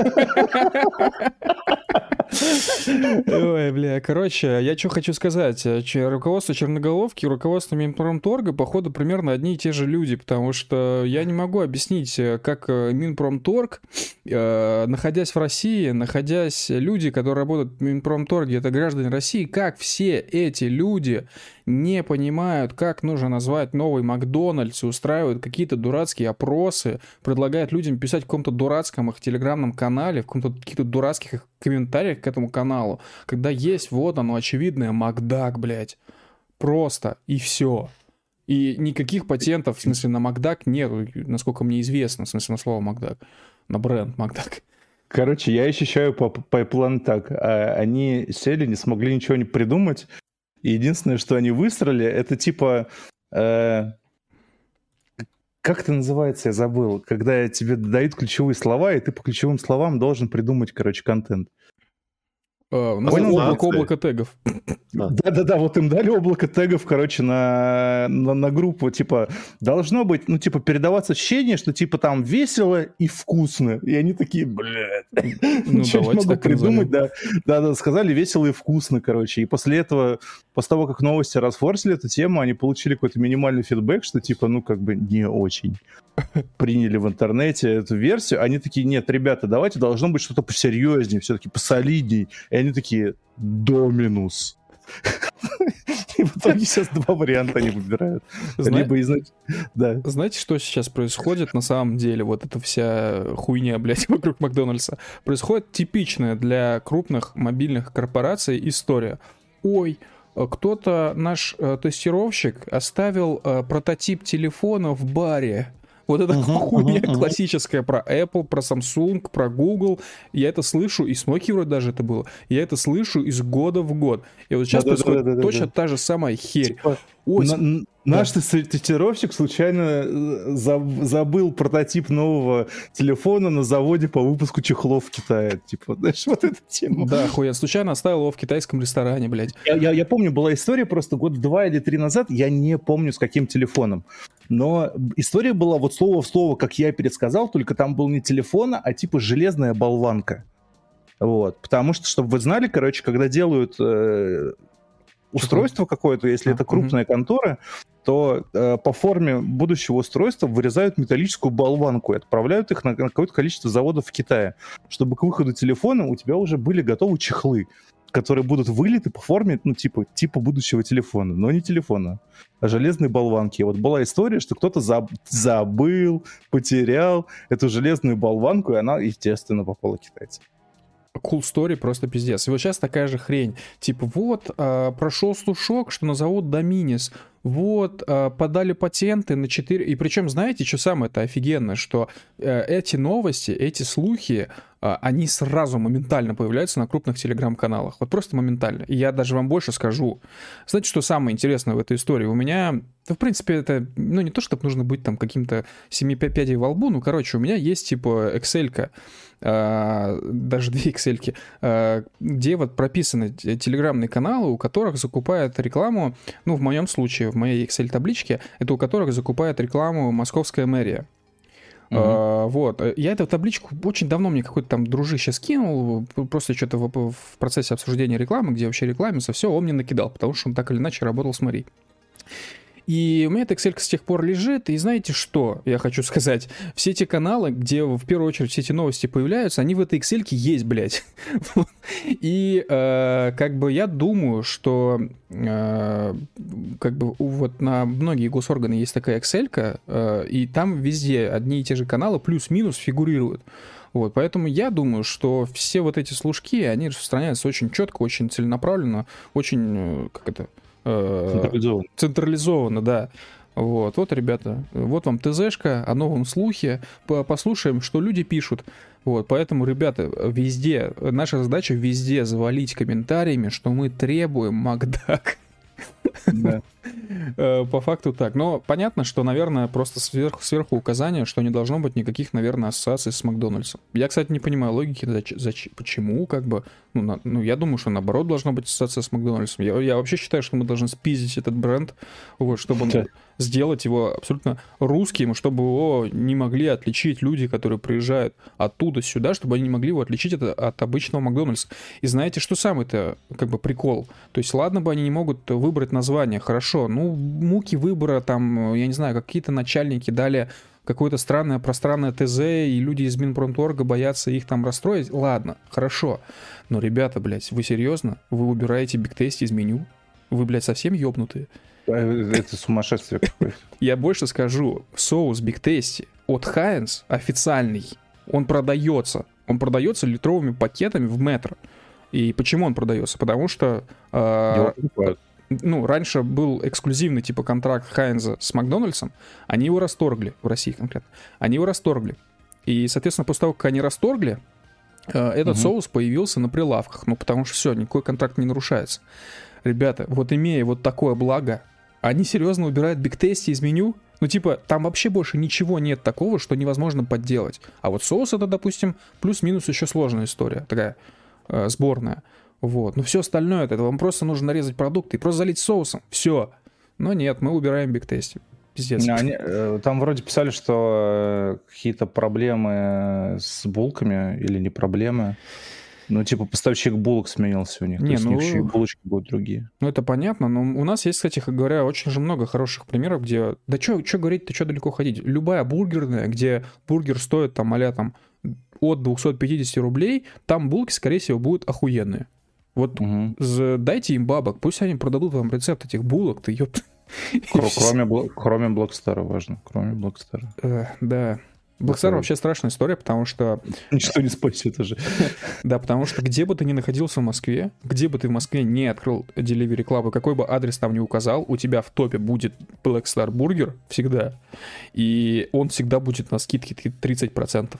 Ой, бля, короче, я что хочу сказать. Руководство Черноголовки и руководство Минпромторга, походу, примерно одни и те же люди, потому что я не могу объяснить, как Минпромторг, находясь в России, люди, которые работают в Минпромторге, это граждане России, как все эти люди не понимают, как нужно назвать новый Макдональдс, устраивают какие-то дурацкие опросы, предлагают людям писать в каком-то дурацком их телеграм-ном канале, в каких-то дурацких их комментариях к этому каналу, когда есть вот оно очевидное Макдак, блядь. Просто, и все. И никаких патентов, в смысле, на Макдак нет, насколько мне известно, в смысле, на слово Макдак, на бренд Макдак. Короче, я ощущаю пайплан так. Они сели, не смогли ничего не придумать. И единственное, что они выстроили, это типа... как это называется, я забыл. Когда тебе дают ключевые слова, и ты по ключевым словам должен придумать, короче, контент. Облако тегов. Да-да-да, вот им дали облако тегов, короче, на группу, типа, должно быть, ну, типа, передаваться ощущение, что, типа, там весело и вкусно. И они такие, блядь, ничего не могу придумать, да, сказали весело и вкусно, короче. И после этого, после того, как новости расфорсили эту тему, они получили какой-то минимальный фидбэк, что, типа, ну, как бы не очень приняли в интернете эту версию. Они такие, нет, ребята, давайте, должно быть что-то посерьезнее, все-таки посолидней. И они такие, Доминус. И в итоге сейчас два варианта они выбирают. Знаете, что сейчас происходит на самом деле? Вот эта вся хуйня, блядь, вокруг Макдональдса. Происходит типичная для крупных мобильных корпораций история. Ой, кто-то, наш тестировщик, оставил прототип телефона в баре. Вот эта хуйня классическая про Apple, про Samsung, про Google. Я это слышу, и с Nokia вроде даже это было. Я это слышу из года в год. И вот сейчас происходит точно та же самая херь. Типа, наш тестировщик случайно забыл прототип нового телефона на заводе по выпуску чехлов в Китае. Типа, знаешь, вот эта тема. Да, хуя, случайно оставил его в китайском ресторане, блядь. Я помню, была история просто год 2 или 3 назад, я не помню, с каким телефоном. Но история была вот слово в слово, как я пересказал, только там был не телефон, а типа железная болванка. Вот. Потому что, чтобы вы знали, короче, когда делают устройство какое-то, если это крупная контора, то по форме будущего устройства вырезают металлическую болванку и отправляют их на какое-то количество заводов в Китае, чтобы к выходу телефона у тебя уже были готовы чехлы. которые будут вылиты по форме, ну, типа будущего телефона, но не телефона, а железной болванки. Вот была история, что кто-то забыл, потерял эту железную болванку, и она, естественно, попала китайцам. Cool story просто пиздец. И вот сейчас такая же хрень. Типа вот, прошел слушок, что назовут Доминис. Вот, подали патенты на 4... И причем, знаете, что самое-то офигенное, что эти новости, эти слухи, они сразу моментально появляются на крупных телеграм-каналах. Вот просто моментально. И я даже вам больше скажу. Знаете, что самое интересное в этой истории? У меня, в принципе, это, ну, не то, чтобы нужно быть там каким-то 7 пядей во лбу, ну, короче, у меня есть, типа, Excel-ка, даже 2 Excel-ки, где вот прописаны телеграмные каналы, у которых закупают рекламу, ну, в моем случае, в моей Excel-табличке, это у которых закупает рекламу московская мэрия. Вот. Я эту табличку очень давно мне какой-то там дружище скинул, просто что-то в процессе обсуждения рекламы, где вообще рекламится, все, он мне накидал, потому что он так или иначе работал с мэрией. И у меня эта Excel с тех пор лежит, и знаете что, я хочу сказать, все эти каналы, где в первую очередь все эти новости появляются, они в этой Excel есть, блядь. И как бы я думаю, что как бы вот на многие госорганы есть такая Excel-ка, и там везде одни и те же каналы плюс-минус фигурируют. Вот, поэтому я думаю, что все вот эти служки, они распространяются очень четко, очень целенаправленно, очень, как это... Централизованно, да. Вот, ребята, вот вам ТЗшка о новом слухе. Послушаем, что люди пишут. Вот, поэтому, ребята, везде, наша задача везде завалить комментариями, что мы требуем Макдак. Да. По факту так. Но понятно, что, наверное, просто сверху указание, что не должно быть никаких, наверное, ассоциаций с Макдональдсом. Я, кстати, не понимаю логики, почему, как бы. Ну, я думаю, что наоборот должна быть ассоциация с Макдональдсом. Я вообще считаю, что мы должны спиздить этот бренд, вот, чтобы сделать его абсолютно русским, чтобы его не могли отличить люди, которые приезжают оттуда сюда, чтобы они не могли его отличить от обычного Макдональдса. И знаете, что самый-то, как бы, прикол? То есть, ладно бы они не могут выбрать название, хорошо, ну, муки выбора, там, я не знаю, какие-то начальники дали какое-то странное пространное ТЗ, и люди из Минпромторга боятся их там расстроить, ладно, хорошо. Но, ребята, блядь, вы серьезно? Вы убираете Big Tasty из меню? Вы, блядь, совсем ёбнутые? Это сумасшествие какое-то. Я больше скажу, соус Big Tasty от Heinz официальный, он продается литровыми пакетами в метро. И почему он продается? Потому что раньше был эксклюзивный типа контракт Хайнза с Макдональдсом, они его расторгли, в России конкретно. Они его расторгли. И, соответственно, после того, как они расторгли, этот соус появился на прилавках. Ну, потому что все, никакой контракт не нарушается. Ребята, вот имея вот такое благо, они серьезно убирают Big Tasty из меню? Ну, типа, там вообще больше ничего нет такого, что невозможно подделать. А вот соус это, допустим, плюс-минус еще сложная история, такая сборная. Вот. Но все остальное, это вам просто нужно нарезать продукты и просто залить соусом. Все. Но нет, мы убираем Big Tasty. Пиздец. Там вроде писали, что какие-то проблемы с булками или не проблемы. Ну, типа, поставщик булок сменился у них. То есть у них еще и булочки будут другие. Ну, это понятно, но у нас есть, кстати говоря, очень же много хороших примеров, где... Да что говорить-то, что далеко ходить? Любая бургерная, где бургер стоит там а-ля там от 250 рублей, там булки, скорее всего, будут охуенные. Вот дайте им бабок, пусть они продадут вам рецепт этих булок, ты ёпт. Кроме Блэкстара важно, кроме Блэкстара. Да. Блэкстар вообще страшная история, потому что... Ничто не спасет уже. Да, потому что где бы ты ни находился в Москве, где бы ты в Москве не открыл Delivery Club, какой бы адрес там ни указал, у тебя в топе будет Black Star Burger всегда, и он всегда будет на скидке 30%.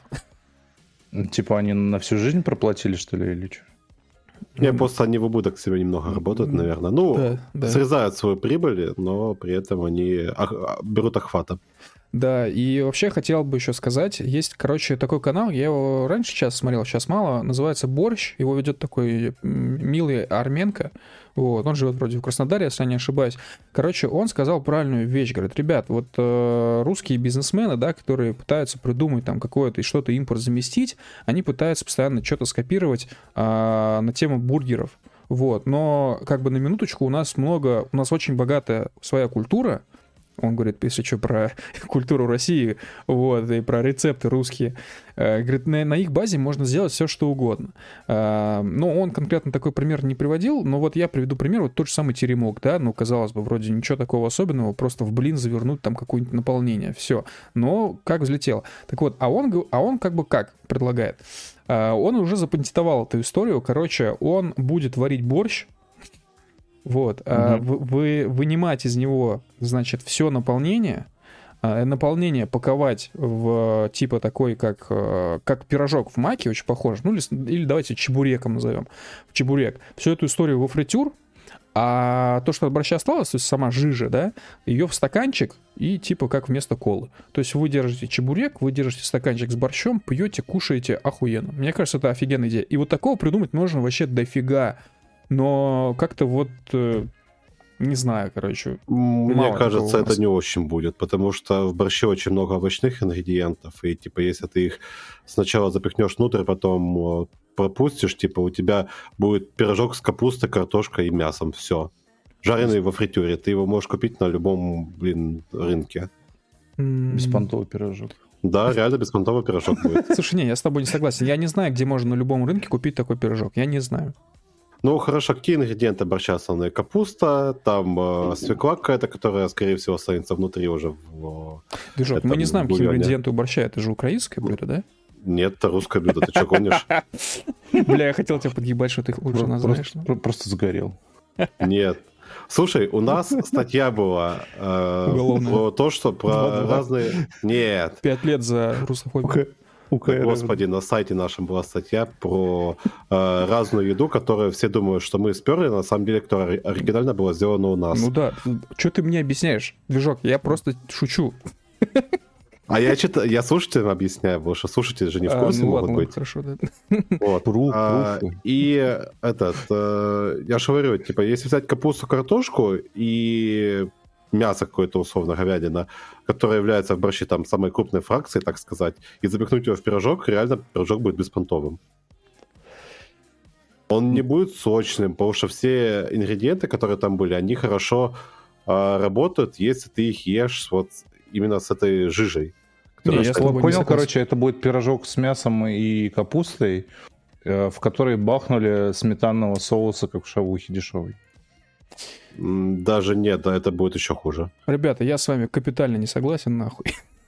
Типа они на всю жизнь проплатили, что ли, или что? Не, просто они в убыток себе немного работают, наверное. Ну, срезают свою прибыль, но при этом они берут охвата. Да, и вообще хотел бы еще сказать, есть, короче, такой канал, я его раньше сейчас смотрел, сейчас мало, называется «Борщ», его ведет такой милый армянка, вот, он живет вроде в Краснодаре, если я не ошибаюсь. Короче, он сказал правильную вещь, говорит, ребят, вот русские бизнесмены, да, которые пытаются придумать там какое-то и что-то импорт заместить, они пытаются постоянно что-то скопировать на тему бургеров, вот, но как бы на минуточку у нас очень богатая своя культура, Он говорит, если что, про культуру России, вот, и про рецепты русские. Говорит, на их базе можно сделать все, что угодно. Но он конкретно такой пример не приводил, но вот я приведу пример, вот тот же самый теремок, да, ну, казалось бы, вроде ничего такого особенного, просто в блин завернуть там какое-нибудь наполнение, все. Но как взлетело. Так вот, а он как бы как предлагает? Он уже запатентовал эту историю, короче, он будет варить борщ, вот, вынимать из него, значит, все наполнение паковать в типа такой, как пирожок в маке, очень похож, ну или давайте чебуреком назовем, в чебурек. Всю эту историю во фритюр, а то, что от борща осталось, то есть сама жижа, да, ее в стаканчик и типа как вместо колы. То есть вы держите чебурек, вы держите стаканчик с борщом, пьете, кушаете, охуенно. Мне кажется, это офигенная идея. И вот такого придумать можно вообще дофига. Но как-то вот, не знаю, короче. Мне кажется, это не очень будет, потому что в борще очень много овощных ингредиентов, и типа если ты их сначала запихнешь внутрь, потом пропустишь, типа у тебя будет пирожок с капустой, картошкой и мясом, все. Жареный во фритюре, ты его можешь купить на любом, рынке. Беспонтовый пирожок. Да, реально беспонтовый пирожок будет. Слушай, не, я с тобой не согласен. Я не знаю, где можно на любом рынке купить такой пирожок. Я не знаю. Ну, хорошо, какие ингредиенты борща основные? Капуста, там свекла какая-то, которая, скорее всего, останется внутри уже в... Движок, мы не знаем, какие ингредиенты у борща. Это же украинское блюдо, да? Нет, это русское блюдо, ты что, гонишь? Бля, я хотел тебя подъебать, что ты лучше нас знаешь. Просто сгорел. Нет. Слушай, у нас статья была про то, что про разные... Нет. 5 лет за русофобию. Господи, на сайте нашем была статья про разную еду, которую все думают, что мы сперли, на самом деле, которая оригинально была сделана у нас. Ну да, что ты мне объясняешь, Движок? Я просто шучу. А я слушателям объясняю, потому что слушатели же не в курсе могут быть. Хорошо, да. Вот. И я же говорю, типа, если взять капусту, картошку и мясо какое-то, условно, говядина, которое является в борще там самой крупной фракцией, так сказать, и запихнуть его в пирожок, реально пирожок будет беспонтовым. Он не будет сочным, потому что все ингредиенты, которые там были, они хорошо работают, если ты их ешь вот именно с этой жижей. Я понял, короче, это будет пирожок с мясом и капустой, в который бахнули сметанного соуса, как в шавухе дешевой. Даже нет, да, это будет еще хуже. Ребята, я с вами капитально не согласен, нахуй.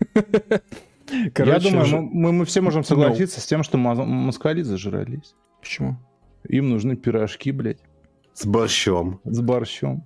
Я думаю, мы все можем согласиться с тем, что москали зажрались. Почему? Им нужны пирожки, блядь. С борщом. С борщом.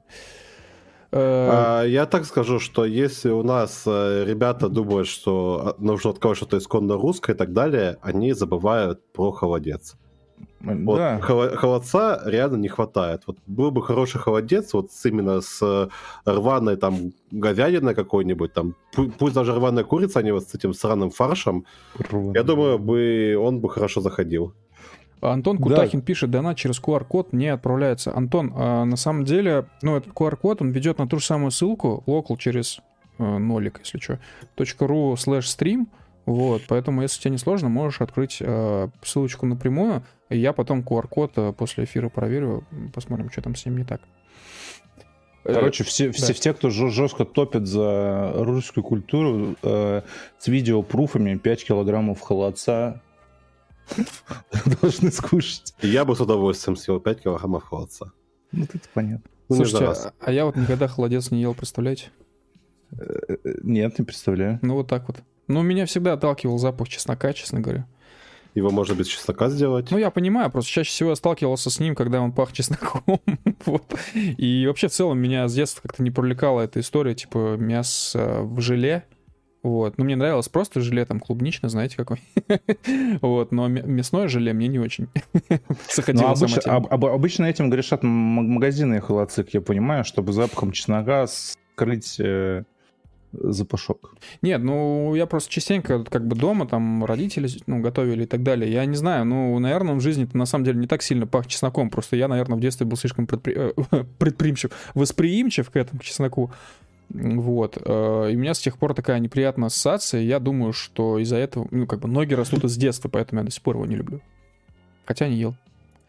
Я так скажу, что если у нас ребята думают, что нужно открыть что-то исконно русское и так далее, они забывают про холодец. Вот, да. Холодца реально не хватает. Вот был бы хороший холодец, вот именно с рваной там говядиной какой-нибудь, там, пусть даже рваная курица, а не вот с этим сраным фаршем, я думаю, он бы хорошо заходил. Антон Кутахин пишет, донат через QR-код не отправляется. Антон, на самом деле, ну, этот QR-код, он ведет на ту же самую ссылку, local через нолик, если что, .ru/stream, вот, поэтому, если тебе не сложно, можешь открыть ссылочку напрямую, и я потом QR-код после эфира проверю, посмотрим, что там с ним не так. Короче, все, кто жестко топит за русскую культуру, с видеопруфами 5 килограммов холодца должны скушать. Я бы с удовольствием съел 5 килограммов холодца. Ну, это понятно. Слушайте, а я вот никогда холодец не ел, представляете? Нет, не представляю. Ну, вот так вот. Ну, меня всегда отталкивал запах чеснока, честно говоря. Его можно без чеснока сделать? Ну, я понимаю, просто чаще всего я сталкивался с ним, когда он пах чесноком. Вот. И вообще, в целом, меня с детства как-то не привлекала эта история, типа, мясо в желе. Вот. Ну, мне нравилось просто желе, там, клубничное, знаете, какой. Вот. Но мясное желе мне не очень заходило. Обычно этим грешат магазинные холодцы, я понимаю, чтобы запахом чеснока скрыть запашок. Нет, ну, я просто частенько как бы дома, там, родители, ну, готовили и так далее. Я не знаю, ну, наверное, в жизни-то на самом деле не так сильно пах чесноком. Просто я, наверное, в детстве был слишком восприимчив к этому чесноку. Вот. И у меня с тех пор такая неприятная ассоциация. Я думаю, что из-за этого, ну, как бы ноги растут с детства, поэтому я до сих пор его не люблю. Хотя не ел.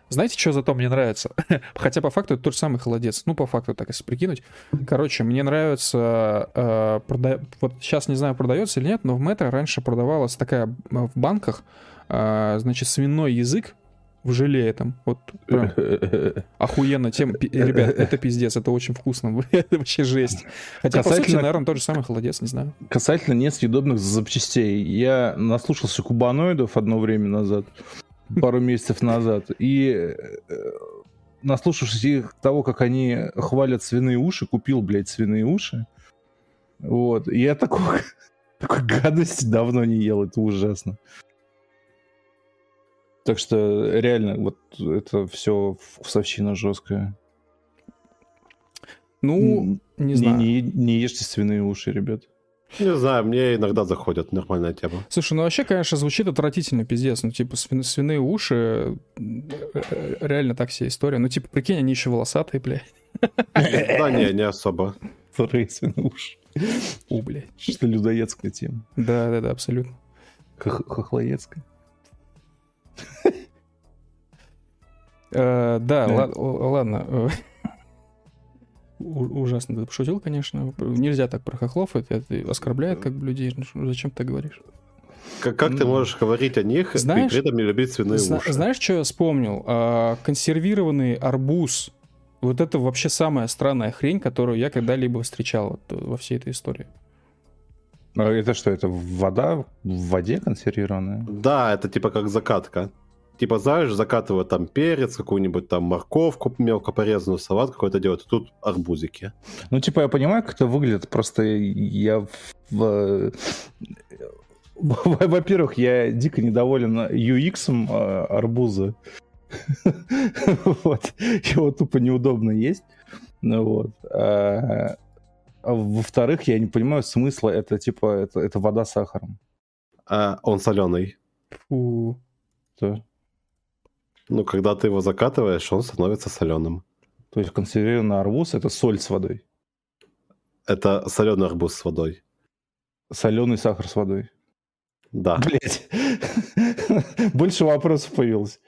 Знаете, что зато мне нравится? Хотя по факту это тот же самый холодец. Ну, по факту, так если прикинуть. Короче, мне нравится... Вот сейчас не знаю, продается или нет, но в Метро раньше продавалась такая в банках, значит, свиной язык в желе этом. Вот прям охуенно тема. Ребят, это пиздец, это очень вкусно. Это вообще жесть. Хотя, по сути, наверное, тот же самый холодец, не знаю. Касательно несъедобных запчастей. Я наслушался кубаноидов одно время назад. Пару месяцев назад, и наслушавшись их того, как они хвалят свиные уши, купил, блядь, свиные уши. Вот. И я такой гадости давно не ел, это ужасно. Так что реально, вот это все вкусовщина жесткая. Ну, не знаю. Не ешьте свиные уши, ребят. Не знаю, мне иногда заходят, нормальная тема. Слушай, ну вообще, конечно, звучит отвратительно, пиздец. Ну, типа, свиные уши, реально так себе история. Ну, типа, прикинь, они еще волосатые, бля. Да не особо. Вторые свиные уши. О, блядь. Что людоедская тема. Да, абсолютно. Хохлоедская. Да, ладно. Ужасно ты пошутил, конечно. Нельзя так про хохлов, это оскорбляет как бы людей. Зачем ты так говоришь? Как ты можешь говорить о них, знаешь, и при этом не любить свиные уши? Знаешь, что я вспомнил? Консервированный арбуз. Вот это вообще самая странная хрень, которую я когда-либо встречал во всей этой истории. Это что, это вода в воде консервированная? Да, это типа как закатка. Типа, знаешь, закатывают там перец, какую-нибудь там морковку мелко порезанную, салат какой-то делают, и тут арбузики. Ну, типа, я понимаю, как это выглядит, просто я... Во-первых, я дико недоволен UX арбуза. Вот. Его тупо неудобно есть. Вот. А во-вторых, я не понимаю смысла, это типа, это вода с сахаром. Он соленый. Фу. Что? Ну, когда ты его закатываешь, он становится соленым. То есть консервированный арбуз — это соль с водой? Это соленый арбуз с водой. Соленый сахар с водой? Да. Блять. Больше вопросов появилось.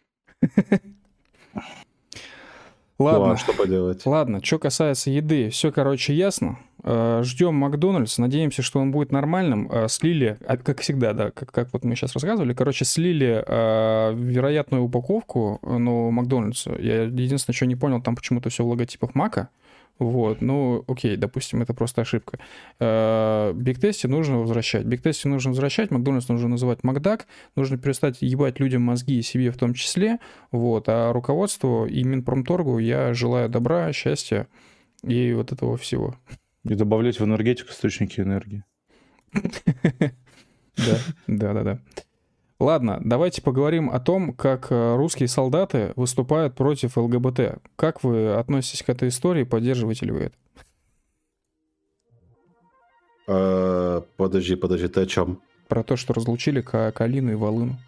Ладно, ну, а что поделать? Ладно, что касается еды, все, короче, ясно. Ждем Макдональдс, надеемся, что он будет нормальным. Слили, как всегда, да, как вот мы сейчас рассказывали, короче, слили вероятную упаковку, но Макдональдсу. Я единственное, что не понял, там почему-то все в логотипах Мака. Вот, ну, окей, допустим, это просто ошибка. Биг Тести нужно возвращать. Макдональдс нужно называть Макдак. Нужно перестать ебать людям мозги и себе в том числе. Вот, а руководству и Минпромторгу я желаю добра, счастья и вот этого всего. И добавлять в энергетику источники энергии. Да. Ладно, давайте поговорим о том, как русские солдаты выступают против ЛГБТ. Как вы относитесь к этой истории? Поддерживаете ли вы это? Подожди, ты о чем? Про то, что разлучили Калину и Волыну.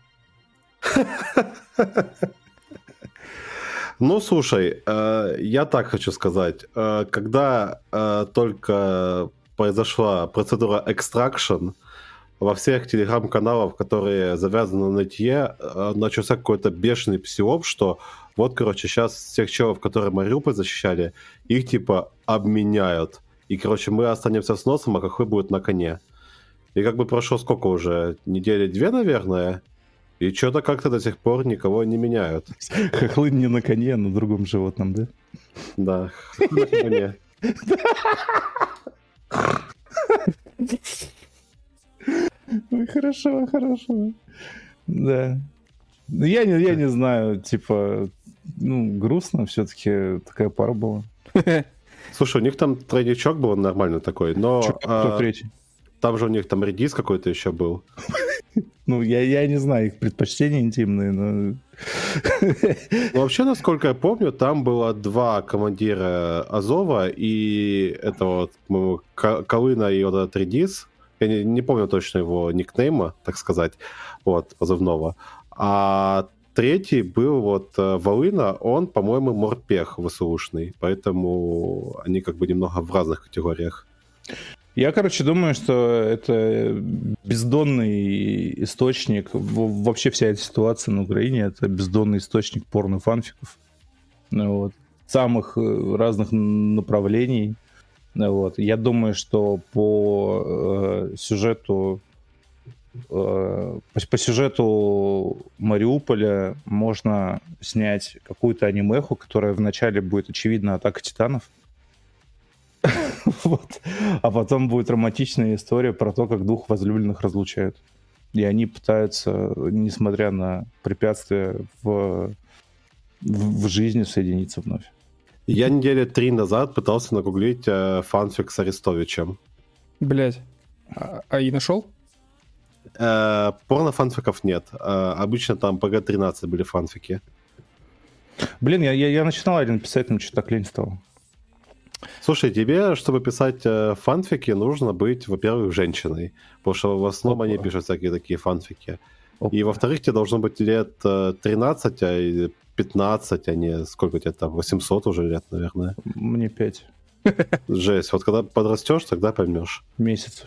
Ну, слушай, я так хочу сказать. Когда только произошла процедура extraction, во всех телеграм-каналах, которые завязаны на нытье, начался какой-то бешеный псиоп, что вот, короче, сейчас всех челов, которые Мариуполь защищали, их, типа, обменяют. И, короче, мы останемся с носом, а Хохлы будут на коне. И как бы прошло сколько уже? Недели 2, наверное? И что-то как-то до сих пор никого не меняют. Хохлы не на коне, а на другом животном, да? Да, на коне. Ой, хорошо. Да. Я не знаю, типа, грустно все-таки такая пара была. Слушай, у них там тройничок был нормальный такой, но... Кто третий? Там же у них там редис какой-то еще был. Ну, я не знаю их предпочтения интимные, но... Ну, вообще, насколько я помню, там было 2 командира Азова, и это вот, по-моему, Колына и вот этот редис. Я не помню точно его никнейма, так сказать, вот, позывного. А третий был вот Волына, он, по-моему, морпех ВСУшный, поэтому они как бы немного в разных категориях. Я, короче, думаю, что это бездонный источник, вообще вся эта ситуация на Украине, это бездонный источник порно-фанфиков. Вот. Самых разных направлений. Вот. Я думаю, что по сюжету Мариуполя можно снять какую-то анимеху, которая вначале будет, очевидно, «Атака титанов». Вот. А потом будет романтичная история про то, как двух возлюбленных разлучают. И они пытаются, несмотря на препятствия в жизни, соединиться вновь. Я недели 3 назад пытался нагуглить фанфик с Арестовичем. Блять. И нашел? Порно-фанфиков нет. Обычно там ПГ-13 были фанфики. Блин, я начинал один писать, но что-то так лень стало. Слушай, тебе, чтобы писать фанфики, нужно быть, во-первых, женщиной. Потому что в основном они пишут всякие такие фанфики. И, во-вторых, тебе должно быть лет 13, а 15, а не сколько тебе там, 800 уже лет, наверное. Мне 5. Жесть. Вот когда подрастешь, тогда поймешь. Месяцев.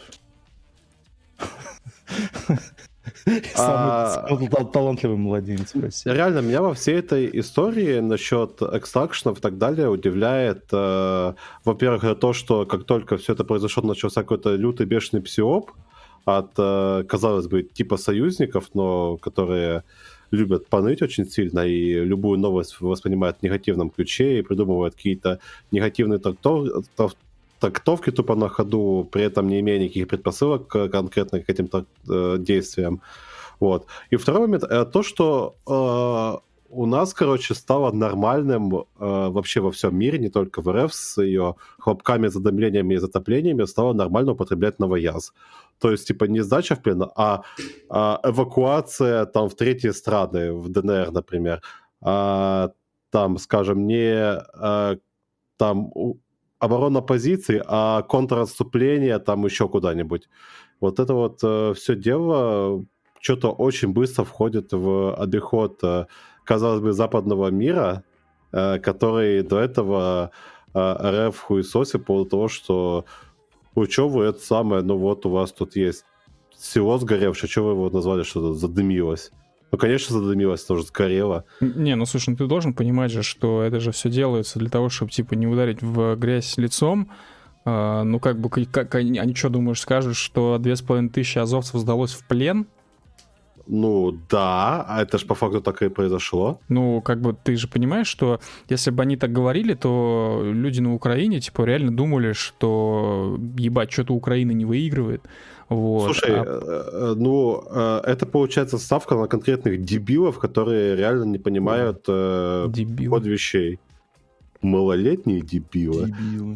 Самый талантливый младенец в России. Реально, меня во всей этой истории насчет экстракшенов и так далее удивляет, во-первых, то, что как только все это произошло, начался какой-то лютый бешеный псиоп от, казалось бы, типа союзников, но которые любят поныть очень сильно и любую новость воспринимают в негативном ключе и придумывают какие-то негативные трактовки тупо на ходу, при этом не имея никаких предпосылок конкретно к этим действиям. Вот. И второй момент, то, что у нас, короче, стало нормальным вообще во всем мире, не только в РФ, с ее хлопками, задымлениями и затоплениями, стало нормально употреблять новояз. То есть, типа, не сдача в плен, а эвакуация там в третьи страны, в ДНР, например. Там, скажем, не там оборона позиций, а контротступление там еще куда-нибудь. Вот это вот все дело что-то очень быстро входит в обиход, казалось бы, западного мира, который до этого РФ хуесосил по поводу того, что что вы это самое, ну вот у вас тут есть село сгоревшее, что вы его назвали, что-то задымилось? Ну, конечно, задымилось, тоже сгорело. Не, ну слушай, ну ты должен понимать же, что это же все делается для того, чтобы, типа, не ударить в грязь лицом. Ну, как бы, они что, думаешь, скажут, что 2500 азовцев сдалось в плен? Ну, да, а это же по факту так и произошло. Ну, как бы, ты же понимаешь, что если бы они так говорили, то люди на Украине, типа, реально думали, что, ебать, что-то Украина не выигрывает. Вот. Слушай, это получается ставка на конкретных дебилов, которые реально не понимают ход вещей. Малолетние дебилы.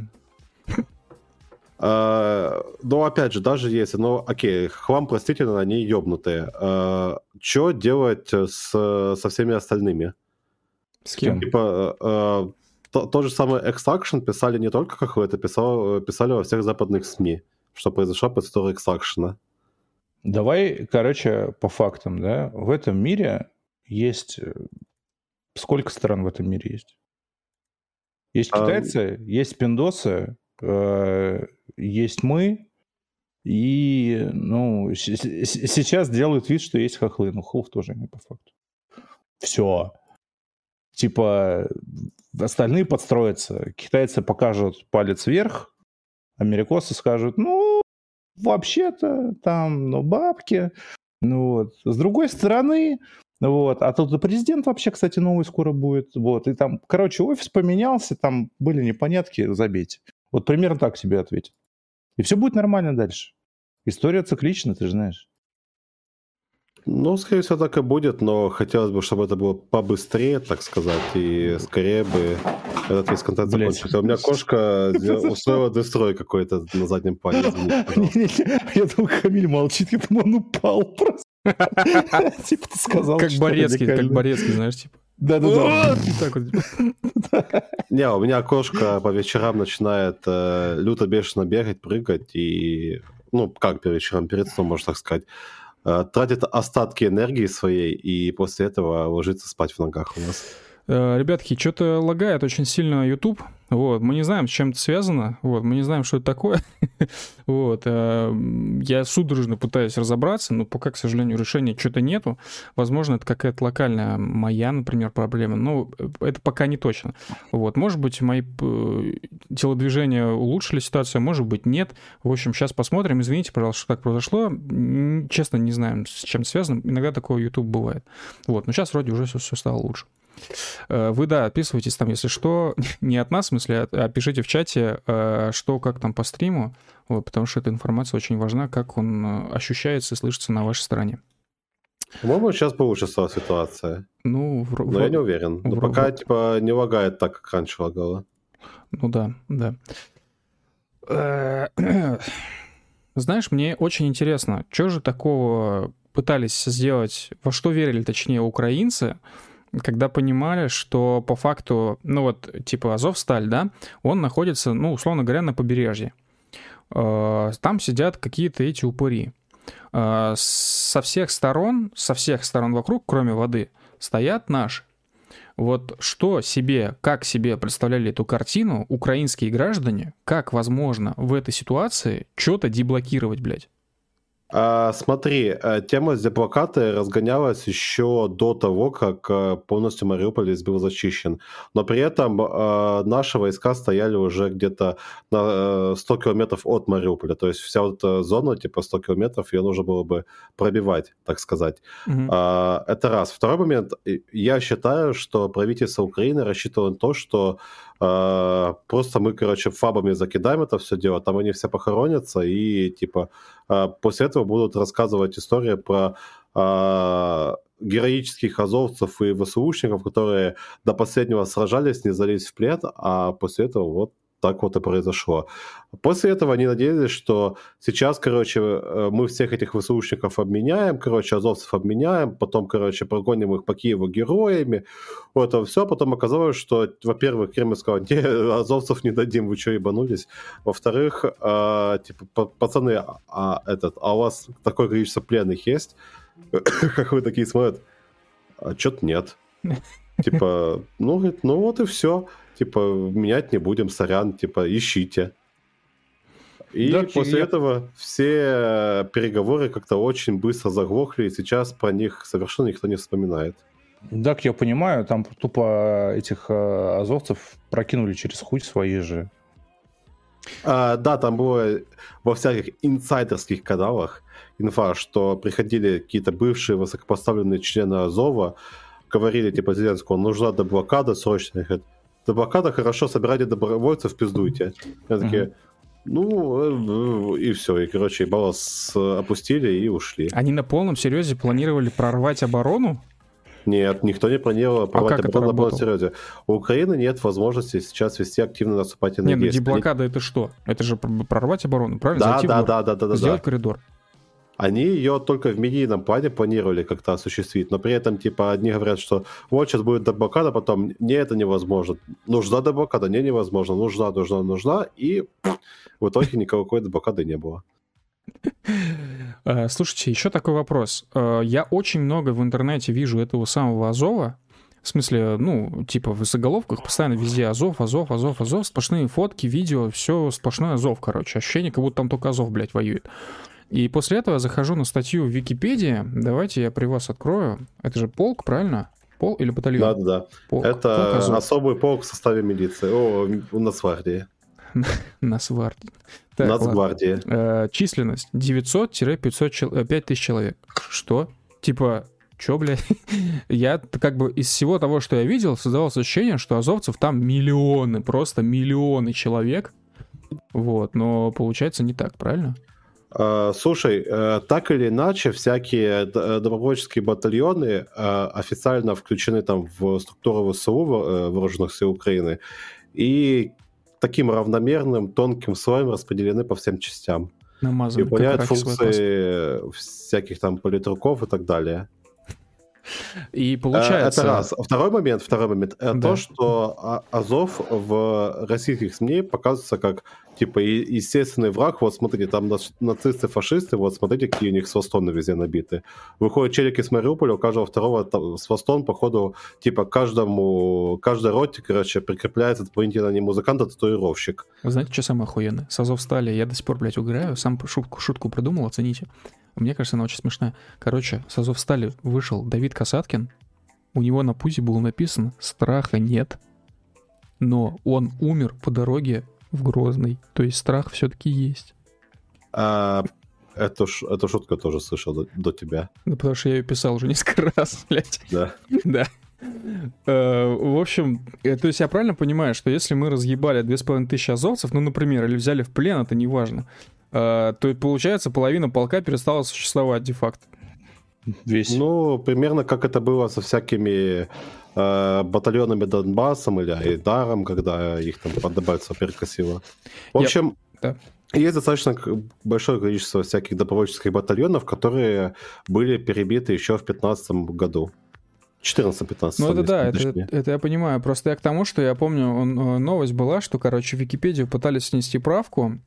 Но опять же, даже если, окей, хлам простительно, они ёбнутые. Что делать со всеми остальными? С кем? Типа, тот же самый Extraction писали не только как вы, это писали во всех западных СМИ, что произошло после этого Extraction. Давай, короче, по фактам, да. В этом мире есть... Сколько стран в этом мире есть? Есть китайцы, есть пиндосы, есть мы, и, ну, сейчас делают вид, что есть хохлы, но хохлов тоже не по факту. Все. Типа, остальные подстроятся. Китайцы покажут палец вверх, америкосы скажут, ну, вообще-то, там, ну, бабки. Ну, вот. С другой стороны, вот, а тут президент вообще, кстати, новый скоро будет. Вот, и там, короче, офис поменялся, там были непонятки, забейте. Вот примерно так себе ответит. И все будет нормально дальше. История циклична, ты же знаешь. Ну, скорее всего, так и будет, но хотелось бы, чтобы это было побыстрее, так сказать, и скорее бы этот весь контент закончился. У меня кошка устроила дестрой какой-то на заднем плане. Я думал, Камиль молчит, я думаю, он упал просто. Типа ты сказал, как Борецкий, знаешь, типа. Да-да-да. Не, у меня кошка по вечерам начинает люто бешено бегать, прыгать и, ну, как по вечерам, перед сном, можно так сказать, тратит остатки энергии своей и после этого ложится спать в ногах у нас. Ребятки, что-то лагает очень сильно YouTube. Вот, мы не знаем, с чем это связано. Вот, мы не знаем, что это такое. Вот, я судорожно пытаюсь разобраться, но пока, к сожалению, решения что-то нету. Возможно, это какая-то локальная моя, например, проблема. Но это пока не точно. Вот, может быть, мои телодвижения улучшили ситуацию, может быть, нет. В общем, сейчас посмотрим. Извините, пожалуйста, что так произошло. Честно, не знаем, с чем это связано. Иногда такое YouTube бывает. Вот, но сейчас вроде уже все стало лучше. Вы, да, отписывайтесь там, если что, не от нас, в смысле, а пишите в чате, что, как там по стриму, вот, потому что эта информация очень важна, как он ощущается и слышится на вашей стороне. По-моему, сейчас получше стала ситуация. Ну, но я не уверен. Но пока, типа, не лагает так, как раньше лагало. Ну да, да. Знаешь, мне очень интересно, что же такого пытались сделать, во что верили, точнее, украинцы, когда понимали, что по факту, ну вот, типа Азовсталь, да, он находится, ну, условно говоря, на побережье. Там сидят какие-то эти упыри. Со всех сторон вокруг, кроме воды, стоят наши. Вот что себе, как себе представляли эту картину украинские граждане, как возможно в этой ситуации что-то деблокировать, блядь? Смотри, тема с деблокадой разгонялась еще до того, как полностью Мариуполь весь был зачищен. Но при этом наши войска стояли уже где-то на 100 километров от Мариуполя. То есть вся вот эта зона, типа 100 километров, ее нужно было бы пробивать, так сказать. Это раз. Второй момент. Я считаю, что правительство Украины рассчитывало на то, что просто мы, короче, фабами закидаем это все дело, там они все похоронятся, и, типа, после этого будут рассказывать истории про героических азовцев и ВСУшников, которые до последнего сражались, не сдались в плен, а после этого вот так вот и произошло. После этого они надеялись, что сейчас, короче, мы всех этих ВСУшников обменяем, короче, азовцев обменяем, потом, короче, прогоним их по Киеву героями. Вот это все. Потом оказалось, что, во-первых, Кремль сказал, не, азовцев не дадим, вы что, ебанулись? Во-вторых, типа, пацаны, а у вас такое количество пленных есть? Как вы такие смотрят? А что-то нет. Типа, ну вот и все. Типа, менять не будем, сорян, типа, ищите. И да, после этого все переговоры как-то очень быстро заглохли, и сейчас про них совершенно никто не вспоминает. Так, я понимаю, там тупо этих азовцев прокинули через хуй свои же. Да, там было во всяких инсайдерских каналах инфа, что приходили какие-то бывшие высокопоставленные члены Азова, говорили, типа, Зеленскому, нужна деблокада срочно. Говорят, деблокада, хорошо, собирайте добровольцев, пиздуйте. Я такие, ну, и все. И, короче, баллас опустили и ушли. Они на полном серьезе планировали прорвать оборону? Нет, никто не планировал прорвать оборону на полном серьезе. У Украины нет возможности сейчас вести активно наступательные действия. Нет, деблокада это что? Это же прорвать оборону, правильно? Да. Сделать коридор. Они ее только в медийном плане планировали как-то осуществить, но при этом, типа, одни говорят, что вот сейчас будет деблокада, потом, не, это невозможно. Нужна деблокада, не, невозможно. Нужна, и в итоге никакой деблокады не было. Слушайте, еще такой вопрос. Я очень много в интернете вижу этого самого Азова, в смысле, ну, типа в заголовках постоянно везде Азов, сплошные фотки, видео, все сплошной Азов, короче. Ощущение, как будто там только Азов, блядь, воюет. И после этого я захожу на статью в Википедии. Давайте я при вас открою. Это же полк, правильно? Полк или батальон? Да. Полк. Это полк особый полк в составе милиции. У Нацгвардии. Нацгвардии. Нацгвардии. Численность 900-5 тысяч человек. Что? Типа, чё, блядь? Я как бы из всего того, что я видел, создавалось ощущение, что азовцев там миллионы, просто миллионы человек. Вот, но получается не так, правильно? Слушай, так или иначе, всякие добровольческие батальоны официально включены там в структуру ВСУ, Вооруженных сил Украины, и таким равномерным, тонким слоем распределены по всем частям. Намазаны, и выполняют функции всяких там политруков и так далее. И получается... Это раз. Второй момент, это то, что Азов в российских СМИ показывается как, типа, естественный враг. Вот смотрите, там нацисты, фашисты, вот смотрите, какие у них свастоны везде набиты. Выходят челики с Мариуполя, у каждого второго свастон, походу, типа, каждой роте, короче, прикрепляется дополнительно не музыкант, а татуировщик. Вы знаете, что самое охуенное? С Азовстали я до сих пор, блядь, угораю. Сам шутку придумал, оцените. Мне кажется, она очень смешная. Короче, с Азовстали вышел Давид Касаткин. У него на пузе было написано «Страха нет». Но он умер по дороге в Грозный. То есть страх все-таки есть. Эту шутку я тоже слышал до тебя. Ну, потому что я ее писал уже несколько раз, блядь. Да. Да. В общем, то есть я правильно понимаю, что если мы разъебали 2500 азовцев, ну, например, или взяли в плен, это не важно, то получается половина полка перестала существовать де-факто. Весь. Ну, примерно как это было со всякими батальонами Донбассом или Айдаром, когда их там подобрать супер красиво. В общем, есть достаточно большое количество всяких добровольческих батальонов, которые были перебиты еще в 2015 году. 14-15. Ну это да, это я понимаю. Просто я к тому, что я помню, новость была, что, короче, в Википедию пытались внести правку,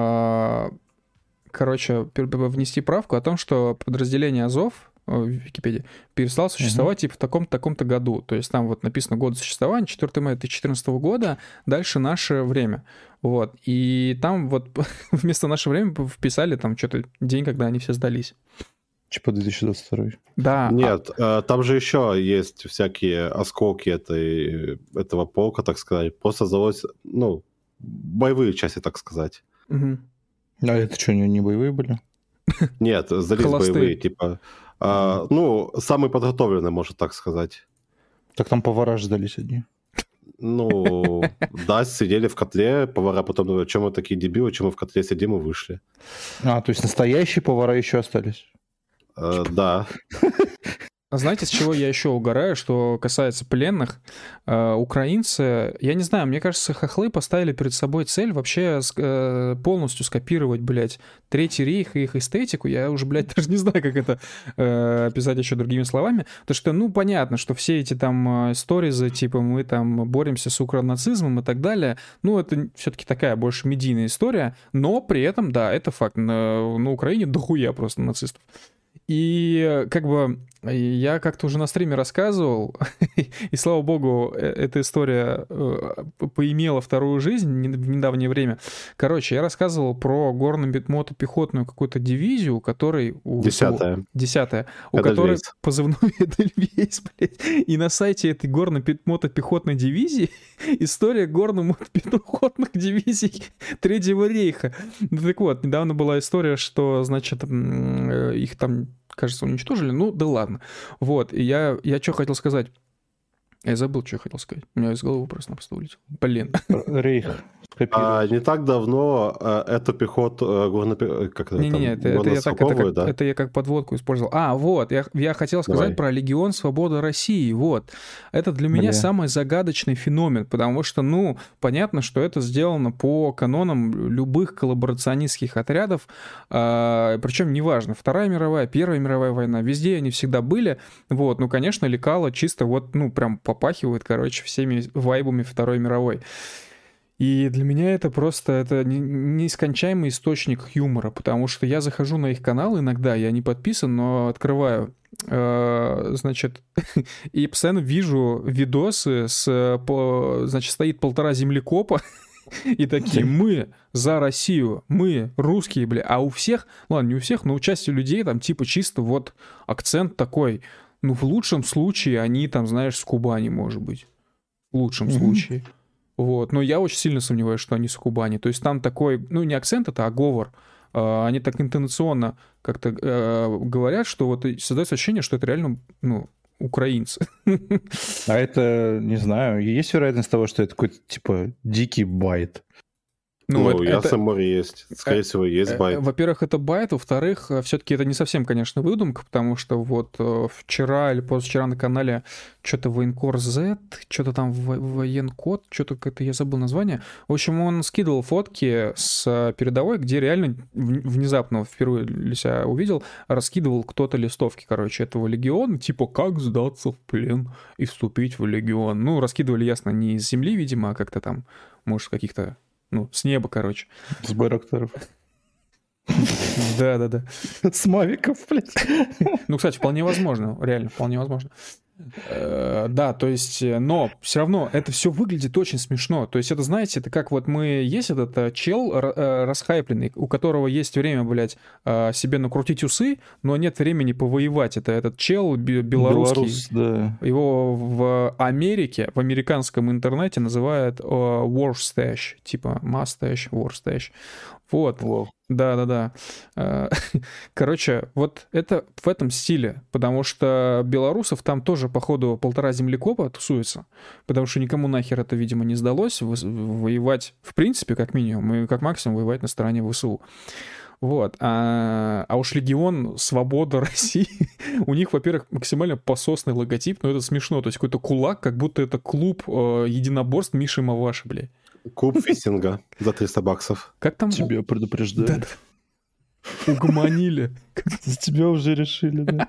внести правку о том, что подразделение Азов в Википедии перестало существовать типа в таком-то году. То есть там вот написано год существования, 4 мая 2014 года, дальше наше время. Вот. И там вот вместо наше время вписали там что-то день, когда они все сдались. Типа 2022. Да. Нет, там же еще есть всякие осколки этого полка, так сказать. Просто сдалось, ну, боевые части, так сказать. Угу. А это что, не боевые были? Нет, сдались боевые, типа... ну, самые подготовленные, можно так сказать. Так там повара сдались одни. Ну, да, сидели в котле, повара потом говорят, чем мы такие дебилы, чем мы в котле сидим и вышли. То есть настоящие повара еще остались? Да. А знаете, с чего я еще угораю, что касается пленных? Украинцы, я не знаю, мне кажется, хохлы поставили перед собой цель вообще полностью скопировать, блядь, Третий рейх и их эстетику. Я уже, блядь, даже не знаю, как это описать еще другими словами. Потому что, ну, понятно, что все эти там сторизы, типа, мы там боремся с укронацизмом и так далее, ну, это все-таки такая больше медийная история, но при этом, да, это факт. На Украине дохуя просто нацистов. И как бы я как-то уже на стриме рассказывал, и слава богу, эта история поимела вторую жизнь в недавнее время. Короче, я рассказывал про горно-мотопехотную какую-то дивизию, у которой... 10-я. У которой позывной Эдельвейс, блядь. И на сайте этой горно-мотопехотной дивизии история горно-мотопехотных дивизий Третьего рейха. Ну так вот, недавно была история, что, значит, их там, кажется, уничтожили. Ну, да ладно. Вот, и я что хотел сказать. Я забыл, что я хотел сказать. У меня из головы просто-напросто вылетел. Блин. Рейх. Не так давно эту пехоту... Это я как подводку использовал. Вот, я хотел сказать про Легион Свободы России. Вот. Это для меня самый загадочный феномен, потому что, ну, понятно, что это сделано по канонам любых коллаборационистских отрядов, причем неважно, Вторая мировая, Первая мировая война, везде они всегда были. Вот, ну, конечно, лекало чисто вот, ну, прям попахивает, короче, всеми вайбами Второй мировой. И для меня это просто нескончаемый источник юмора, потому что я захожу на их канал иногда, я не подписан, но открываю, значит, и постоянно вижу видосы значит, стоит 1,5 землекопа, и такие, мы за Россию, мы русские, бля, а у всех, ладно, не у всех, но у части людей там типа чисто вот акцент такой, ну, в лучшем случае они там, знаешь, с Кубани, может быть, в лучшем случае. Вот, но я очень сильно сомневаюсь, что они с Кубани. То есть там такой, ну, не акцент это, а говор. Они так интонационно как-то говорят, что вот создается ощущение, что это реально, ну, украинцы. А это, не знаю, есть вероятность того, что это какой-то, типа, дикий байт? Ну, Ясное море есть. Скорее всего, есть байт. Во-первых, это байт. Во-вторых, все-таки это не совсем, конечно, выдумка, потому что вот вчера или позавчера на канале что-то Военкор Z, что-то там Военкод, что-то как-то я забыл название. В общем, он скидывал фотки с передовой, где реально внезапно, впервые для себя увидел, раскидывал кто-то листовки, короче, этого легиона, типа «Как сдаться в плен и вступить в легион». Ну, раскидывали, ясно, не из земли, видимо, а как-то там, может, каких-то, ну, с неба, короче. С байрактаров. Да. С мавиков, блядь. Ну, кстати, вполне возможно, реально, вполне возможно. Да, то есть, но все равно это все выглядит очень смешно. То есть это, знаете, это как вот есть этот чел расхайпленный, у которого есть время, блядь, себе накрутить усы, но нет времени повоевать. Это этот чел белорусский. Белорус, да. Его в Америке, в американском интернете называют war stash, типа mustache, war stash. Вот. Wow. Да. Короче, вот это в этом стиле, потому что белорусов там тоже, походу, 1,5 землекопа тусуется, потому что никому нахер это, видимо, не сдалось воевать, в принципе, как минимум, и как максимум воевать на стороне ВСУ. Вот. А уж Легион Свобода России, у них, во-первых, максимально пососный логотип, но это смешно, то есть какой-то кулак, как будто это клуб единоборств Миши Маваши, блядь. Куб фистинга за $300. Как там? Тебя предупреждали. Да. Угомонили. За тебя уже решили, да.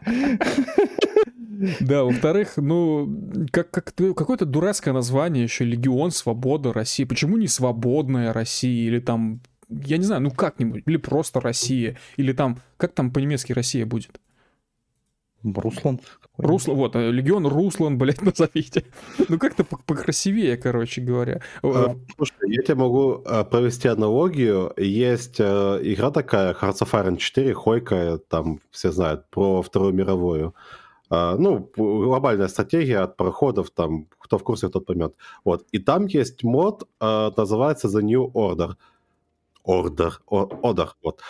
Да, во-вторых, ну, какое-то дурацкое название еще, Легион Свобода России. Почему не Свободная Россия? Или там, я не знаю, ну как-нибудь. Или просто Россия. Или там, как там по-немецки Россия будет? Русланд. Руслан, вот, Легион Руслан, блядь, назовите. Ну, как-то покрасивее, короче говоря. Слушай, я тебе могу провести аналогию. Есть игра такая, Hearts of Iron 4, Хойка, там все знают, про Вторую мировую. Ну, глобальная стратегия от пароходов, там, кто в курсе, тот поймет. Вот. И там есть мод, называется The New Order. Order, вот.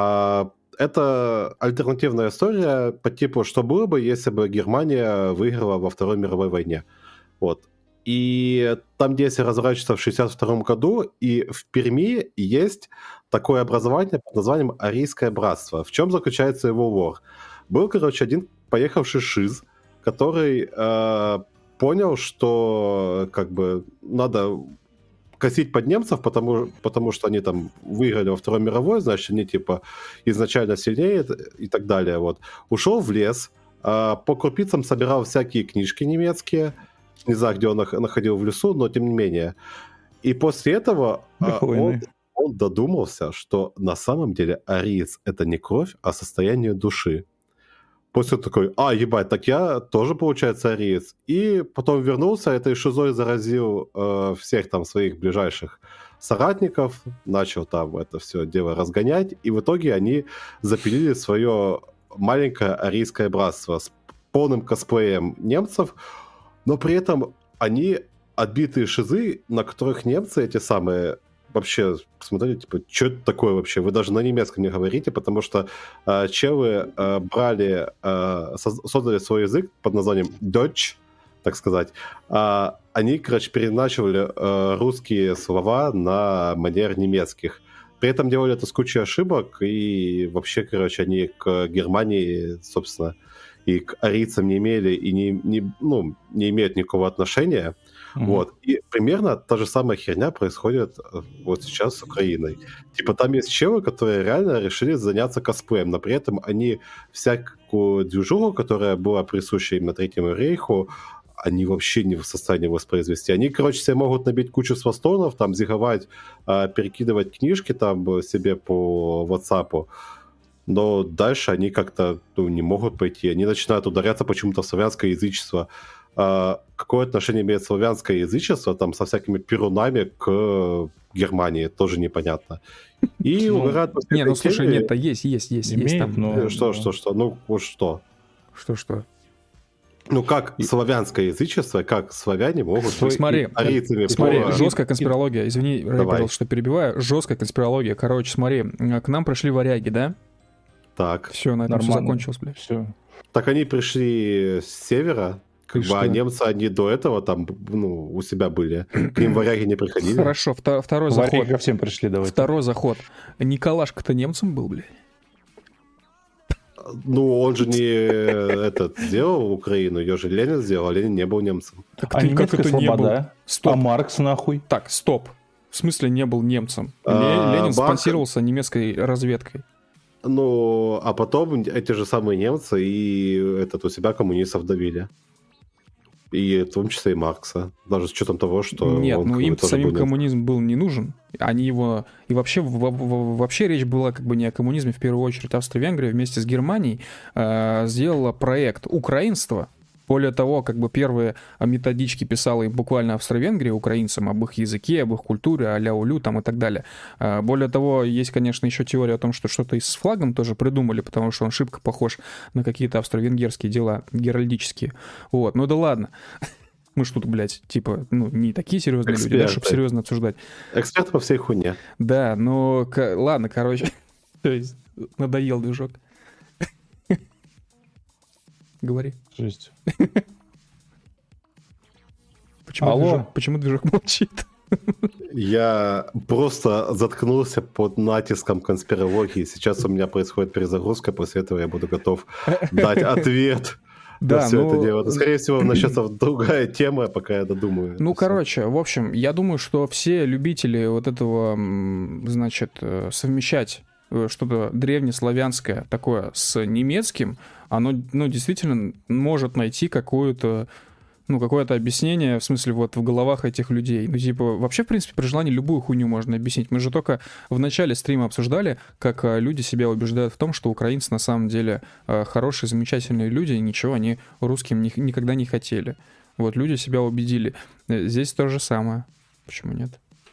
Это альтернативная история по типу, что было бы, если бы Германия выиграла во Второй мировой войне. Вот. И там действие разворачивается в 1962 году, и в Перми есть такое образование под названием Арийское братство. В чем заключается его лор? Был, короче, один поехавший шиз, который понял, что как бы надо косить под немцев, потому что они там выиграли во Второй мировой, значит, они типа изначально сильнее и так далее. Вот. Ушел в лес, по крупицам собирал всякие книжки немецкие, не знаю, где он находил в лесу, но тем не менее. И после этого он додумался, что на самом деле ариец — это не кровь, а состояние души. После такой, ебать, так я тоже, получается, ариец. И потом вернулся, этой шизой заразил всех там своих ближайших соратников, начал там это все дело разгонять, и в итоге они запилили свое маленькое арийское братство с полным косплеем немцев, но при этом они отбитые шизы, на которых немцы эти самые вообще смотрели, типа, что это такое вообще? Вы даже на немецком не говорите, потому что челы создали свой язык под названием Deutsch, так сказать. Они, короче, переначивали русские слова на манер немецких. При этом делали это с кучей ошибок, и вообще, короче, они к Германии, собственно, и к арийцам не имели и не имеют никакого отношения. Mm-hmm. Вот. И примерно та же самая херня происходит вот сейчас с Украиной. Типа там есть челы, которые реально решили заняться косплеем, но при этом они всякую движуху, которая была присуща именно Третьему рейху, они вообще не в состоянии воспроизвести. Они, короче, себе могут набить кучу свастонов, там, зиговать, перекидывать книжки там себе по WhatsApp, но дальше они как-то не могут пойти. Они начинают ударяться почему-то в славянское язычество. Какое отношение имеет славянское язычество там со всякими перунами к Германии, тоже непонятно. И угорают... Не, ну слушай, нет, есть там. Что? Ну, вот что? Что? Ну, как славянское язычество, как славяне могут быть арийцами. Смотри, жесткая конспирология. Извини, пожалуйста, что перебиваю. Жесткая конспирология. Короче, смотри, к нам пришли варяги, да? Так. Все, на этом все закончилось, блядь. Все. Так они пришли с севера, А немцы, они до этого там, у себя были. К ним варяги не приходили. Хорошо, второй заход. Варяги ко всем пришли, давай. Второй заход. Николашка-то немцем был, блядь? Он же не сделал Украину, ее же Ленин сделал, а Ленин не был немцем. А немецкая слобода? Стоп. А Маркс нахуй? Так, стоп. В смысле не был немцем? Ленин спонсировался немецкой разведкой. А потом эти же самые немцы и у себя коммунистов давили. И в том числе и Маркса. Даже с учетом того, что... Нет, им-то самим коммунизм был не нужен. Они его... И вообще речь была как бы не о коммунизме в первую очередь. Австро-Венгрия вместе с Германией сделала проект украинства. Более того, как бы первые методички писала им буквально Австро-Венгрия украинцам об их языке, об их культуре, аля-улю там и так далее. Более того, есть, конечно, еще теория о том, что что-то и с флагом тоже придумали, потому что он шибко похож на какие-то австро-венгерские дела геральдические. Вот, да ладно. Мы ж тут, блядь, типа, не такие серьезные люди, да, чтобы серьезно обсуждать. Эксперт по всей хуйне. Да, ладно, короче. То есть, надоел движок. Говори. Жесть. Почему движок молчит? Я просто заткнулся под натиском конспирологии. Сейчас у меня происходит перезагрузка, после этого я буду готов дать ответ на все это дело. Скорее всего, начнется другая тема, пока я додумаю. Короче, в общем, я думаю, что все любители вот этого, значит, совмещать что-то древнеславянское такое с немецким, оно, действительно может найти какое-то объяснение, в смысле, вот в головах этих людей. Вообще, в принципе, при желании любую хуйню можно объяснить. Мы же только в начале стрима обсуждали, как люди себя убеждают в том, что украинцы на самом деле хорошие, замечательные люди, и ничего они русским никогда не хотели. Вот, люди себя убедили. Здесь то же самое. Почему нет?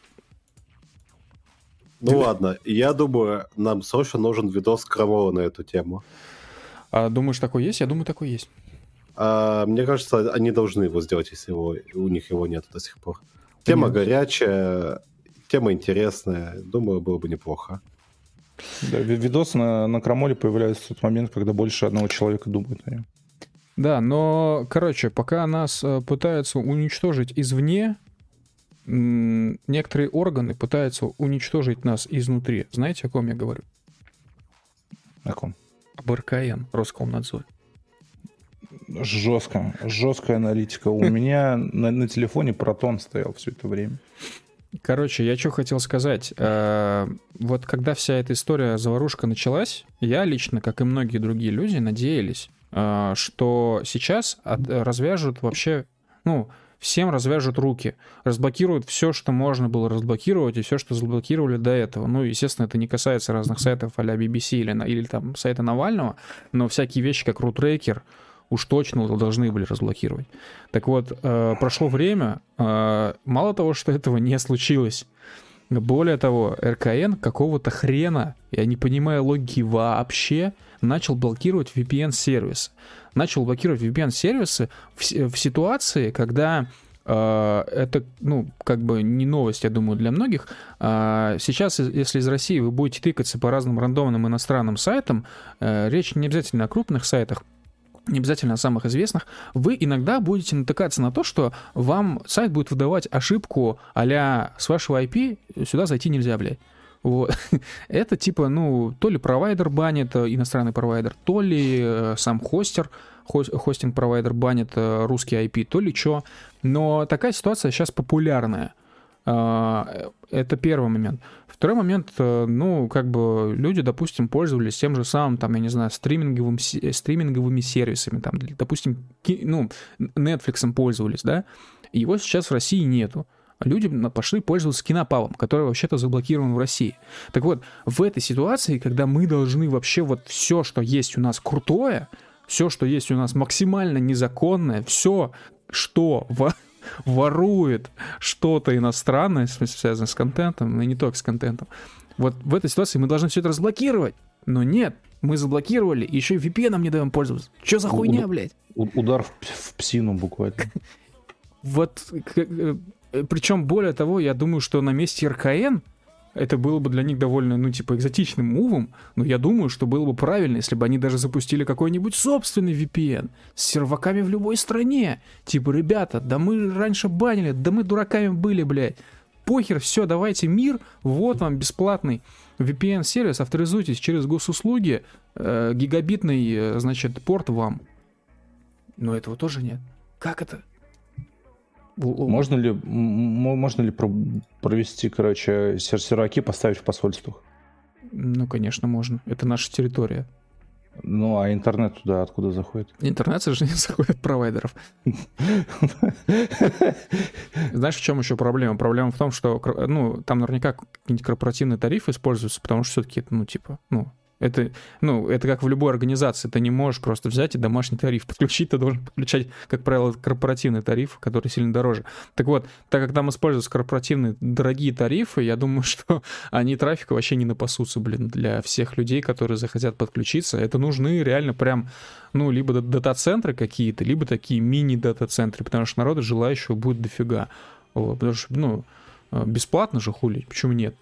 Ладно, я думаю, нам срочно нужен видос Крамола на эту тему. А думаешь, такой есть? Я думаю, такой есть. Мне кажется, они должны его сделать, если у них его нет до сих пор. Тема горячая, тема интересная. Думаю, было бы неплохо. Да, видосы на Крамоле появляются в тот момент, когда больше одного человека думает о нем. Да, но, короче, пока нас пытаются уничтожить извне, некоторые органы пытаются уничтожить нас изнутри. Знаете, о ком я говорю? О ком? Об РКН, Роскомнадзоре. Жесткая аналитика. У меня на телефоне Протон стоял все это время. Короче, я что хотел сказать. Вот когда вся эта история, заварушка началась, я лично, как и многие другие люди, надеялись, что сейчас развяжут вообще, всем развяжут руки, разблокируют все, что можно было разблокировать, и все, что заблокировали до этого. Естественно, это не касается разных сайтов а-ля BBC или там сайта Навального, но всякие вещи, как RootRaker, уж точно должны были разблокировать. Так вот, прошло время, мало того, что этого не случилось, более того, РКН какого-то хрена, я не понимаю логики вообще, начал блокировать VPN-сервисы. Начал блокировать VPN-сервисы в ситуации, когда это, не новость, я думаю, для многих. Сейчас, если из России вы будете тыкаться по разным рандомным иностранным сайтам, речь не обязательно о крупных сайтах, не обязательно о самых известных, вы иногда будете натыкаться на то, что вам сайт будет выдавать ошибку а-ля с вашего IP сюда зайти нельзя, блядь. Вот. Это типа, то ли провайдер банит, иностранный провайдер, то ли сам хостинг-провайдер банит русский IP, то ли что. Но такая ситуация сейчас популярная. Это первый момент. Второй момент, люди, допустим, пользовались тем же самым, там, я не знаю, стриминговыми сервисами, там, допустим, Netflix'ом пользовались, да, его сейчас в России нету. Люди пошли пользоваться Кинопабом, который вообще-то заблокирован в России. Так вот, в этой ситуации, когда мы должны вообще вот все, что есть у нас крутое, все, что есть у нас максимально незаконное, все, что ворует что-то иностранное, в смысле, связанное с контентом, и не только с контентом. Вот в этой ситуации мы должны все это разблокировать. Но нет, мы заблокировали, и еще и VPN-ом не даем пользоваться. Что за хуйня, блядь? Удар в псину буквально. Вот, причем, более того, я думаю, что на месте РКН это было бы для них довольно, ну, типа, экзотичным мувом, но я думаю, что было бы правильно, если бы они даже запустили какой-нибудь собственный VPN с серваками в любой стране. Типа, ребята, да мы раньше банили, да мы дураками были, блядь. Похер, все, давайте мир, вот вам бесплатный VPN-сервис, авторизуйтесь через госуслуги, гигабитный, значит, порт вам. Но этого тоже нет. Как это? Можно ли провести, короче, серваки поставить в посольствах? Ну, конечно, можно. Это наша территория. Ну, а интернет туда откуда заходит? Интернет, к сожалению, заходит от провайдеров. Знаешь, в чем еще проблема? Проблема в том, что, ну, там наверняка какие-нибудь корпоративные тарифы используются, потому что все-таки это, ну, типа, это как в любой организации. Ты не можешь просто взять и домашний тариф подключить. Ты должен подключать, как правило, корпоративный тариф, который сильно дороже. Так вот, так как там используются корпоративные дорогие тарифы, я думаю, что они трафика вообще не напасутся, для всех людей, которые захотят подключиться. Это нужны реально прям, либо дата-центры какие-то, либо такие мини-дата-центры, потому что народа желающего будет дофига. Вот, потому что, бесплатно же хули, почему нет?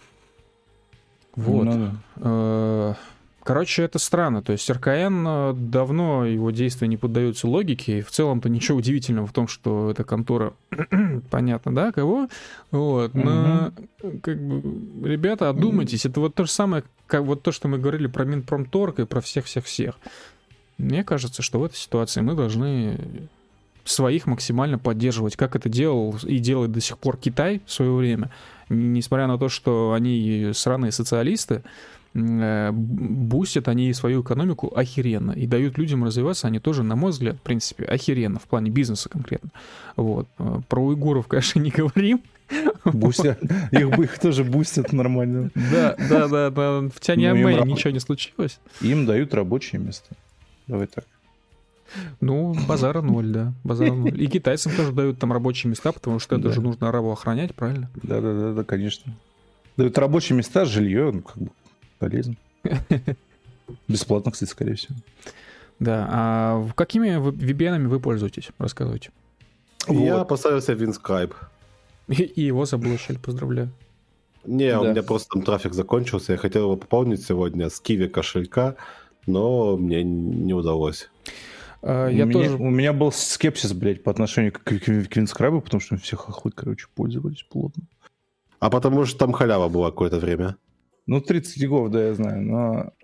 Вот. Короче, это странно. То есть РКН давно его действия не поддаются логике, и в целом-то ничего удивительного в том, что эта контора, понятно, да, кого? Вот. Но, ребята, одумайтесь. Это вот то же самое, как вот то, что мы говорили про Минпромторг и про всех-всех-всех. Мне кажется, что в этой ситуации мы должны своих максимально поддерживать, как это делал и делает до сих пор Китай в свое время. Несмотря на то, что они сраные социалисты, бустят они свою экономику охеренно и дают людям развиваться они тоже, на мой взгляд, в принципе, охеренно, в плане бизнеса конкретно. Вот. Про уйгуров, конечно, не говорим. Бустят. Их тоже бустят нормально. Да. В Тяньаньмэне ничего не случилось. Им дают рабочие места. Давай так. Базара ноль, да. Базара ноль. И китайцам тоже дают там рабочие места, потому что это же нужно арабу охранять, правильно? Да, конечно. Дают рабочие места, жилье, полезно. Бесплатно, кстати, скорее всего. Да. А какими VPN-ами вы пользуетесь? Рассказывайте. Я поставил себе WinScribe. И его заблочили, поздравляю. Не, у меня просто там трафик закончился. Я хотел его пополнить сегодня с Kiwi кошелька, но мне не удалось. У меня был скепсис, блядь, по отношению к WinScribe, потому что все хохлы, пользовались плотно. А потому что там халява была какое-то время. 30 гигов, да, я знаю, но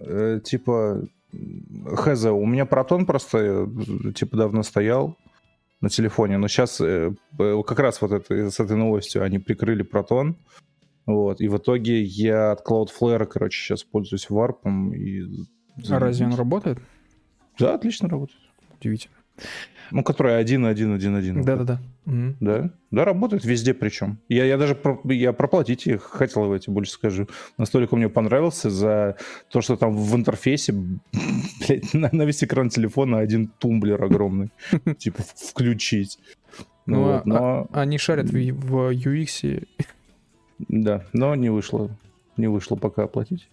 хз, у меня Proton просто, давно стоял на телефоне, но сейчас как раз вот с этой новостью они прикрыли Proton, вот, и в итоге я от Cloudflare, сейчас пользуюсь варпом. А разве он работает? Да, отлично работает. Удивительно. Который 1.1.1.1. Да. Угу. Да, работает везде причем. Я даже проплатить их хотел, я тебе больше скажу. Настолько мне понравился за то, что там в интерфейсе, блядь, на весь экран телефона один тумблер огромный. Включить. Но они шарят в UX. Да, но не вышло пока оплатить.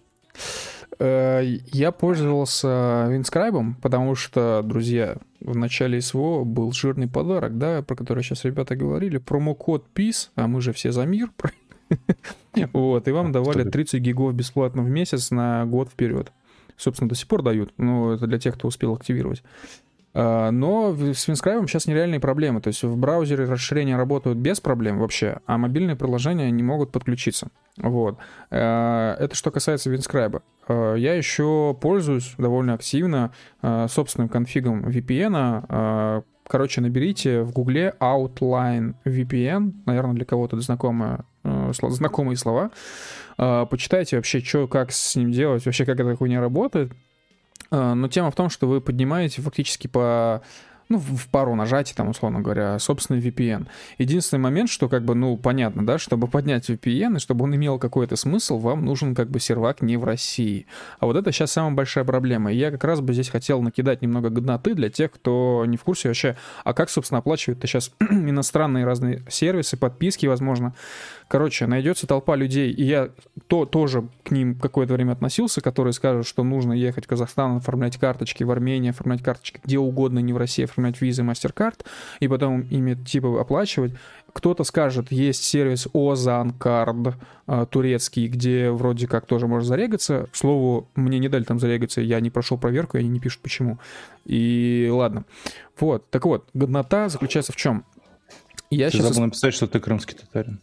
Я пользовался WinScribe, потому что, друзья, в начале СВО был жирный подарок, да, про который сейчас ребята говорили, промокод PEACE, а мы же все за мир, вот, и вам давали 30 гигов бесплатно в месяц на год вперед. Собственно, до сих пор дают, но это для тех, кто успел активировать. Но с WinScribe сейчас нереальные проблемы. То есть в браузере расширения работают без проблем вообще, а мобильные приложения не могут подключиться. Вот. Это что касается WinScribe. Я еще пользуюсь довольно активно собственным конфигом VPN. Наберите в Гугле Outline VPN. Наверное, для кого-то знакомые слова. Почитайте вообще, что, как с ним делать, вообще, как эта хуйня работает. Но тема в том, что вы поднимаете фактически в пару нажатий, условно говоря, собственный VPN. Единственный момент, что понятно, да, чтобы поднять VPN, и чтобы он имел какой-то смысл, вам нужен сервак не в России. А вот это сейчас самая большая проблема. И я как раз бы здесь хотел накидать немного годноты для тех, кто не в курсе вообще, а как, собственно, оплачивают-то сейчас иностранные разные сервисы, подписки, возможно. Найдется толпа людей, и я тоже к ним какое-то время относился, которые скажут, что нужно ехать в Казахстан, оформлять карточки, в Армении оформлять карточки, где угодно, не в России, оформлять визы, MasterCard, и потом ими оплачивать. Кто-то скажет, есть сервис Ozan турецкий, где вроде как тоже можно зарегаться. К слову, мне не дали там зарегаться, я не прошел проверку, и они не пишут почему. И ладно. Вот, так вот, годнота заключается в чем? Ты забыл написать, что ты крымский татарин.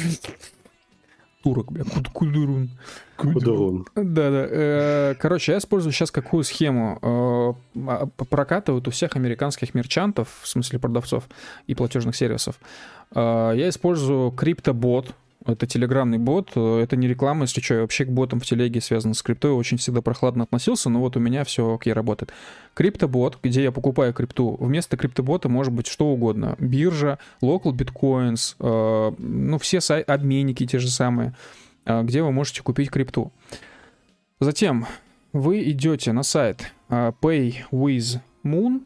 Турок, бля, кудурун. Кудурун. Да. Короче, я использую сейчас какую схему? Прокатывают у всех американских мерчантов, в смысле продавцов и платежных сервисов. Я использую криптобот. Это телеграмный бот, это не реклама, если что, я вообще к ботам в телеге связан с криптой, очень всегда прохладно относился, но вот у меня все окей работает. Криптобот, где я покупаю крипту, вместо криптобота может быть что угодно. Биржа, local bitcoins, ну все обменники те же самые, где вы можете купить крипту. Затем вы идете на сайт Pay with Moon,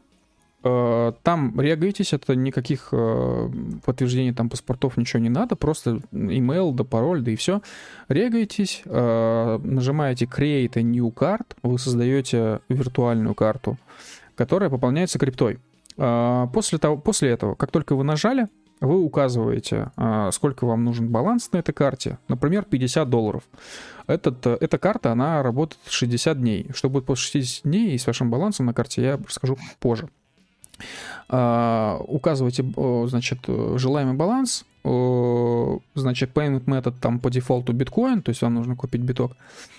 там регаетесь, это никаких подтверждений там паспортов, ничего не надо, просто email, да пароль, да и все. Регаетесь, нажимаете Create a new card, вы создаете виртуальную карту, которая пополняется криптой. После этого, как только вы нажали, вы указываете, сколько вам нужен баланс на этой карте, например, $50. Эта карта, она работает 60 дней. Что будет после 60 дней и с вашим балансом на карте, я расскажу позже. Указываете, значит, желаемый баланс, значит, payment method там по дефолту биткоин, то есть вам нужно купить биток.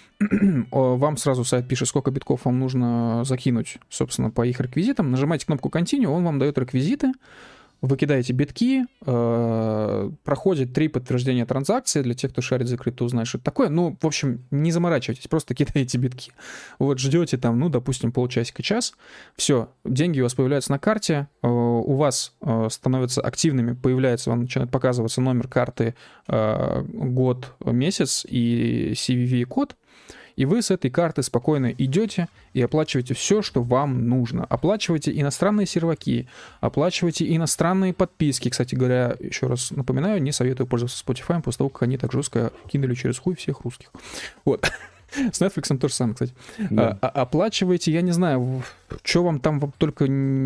Вам сразу сайт пишет, сколько битков вам нужно закинуть, собственно, по их реквизитам. Нажимаете кнопку Continue, он вам дает реквизиты. Вы кидаете битки, проходит 3 подтверждения транзакции. Для тех, кто шарит за крипту, узнает, что это такое. Ну, в общем, не заморачивайтесь, просто кидаете битки. Вот, ждете там, ну, допустим, полчасика-час. Все, деньги у вас появляются на карте, у вас становятся активными, появляется, вам начинает показываться номер карты, год, месяц и CVV-код. И вы с этой карты спокойно идете и оплачиваете все, что вам нужно. Оплачивайте иностранные серваки, оплачивайте иностранные подписки. Кстати говоря, еще раз напоминаю, не советую пользоваться Spotify после того, как они так жестко кинули через хуй всех русских. Вот. С Netflix то же самое, кстати. Да. Оплачивайте, я не знаю, что вам там только...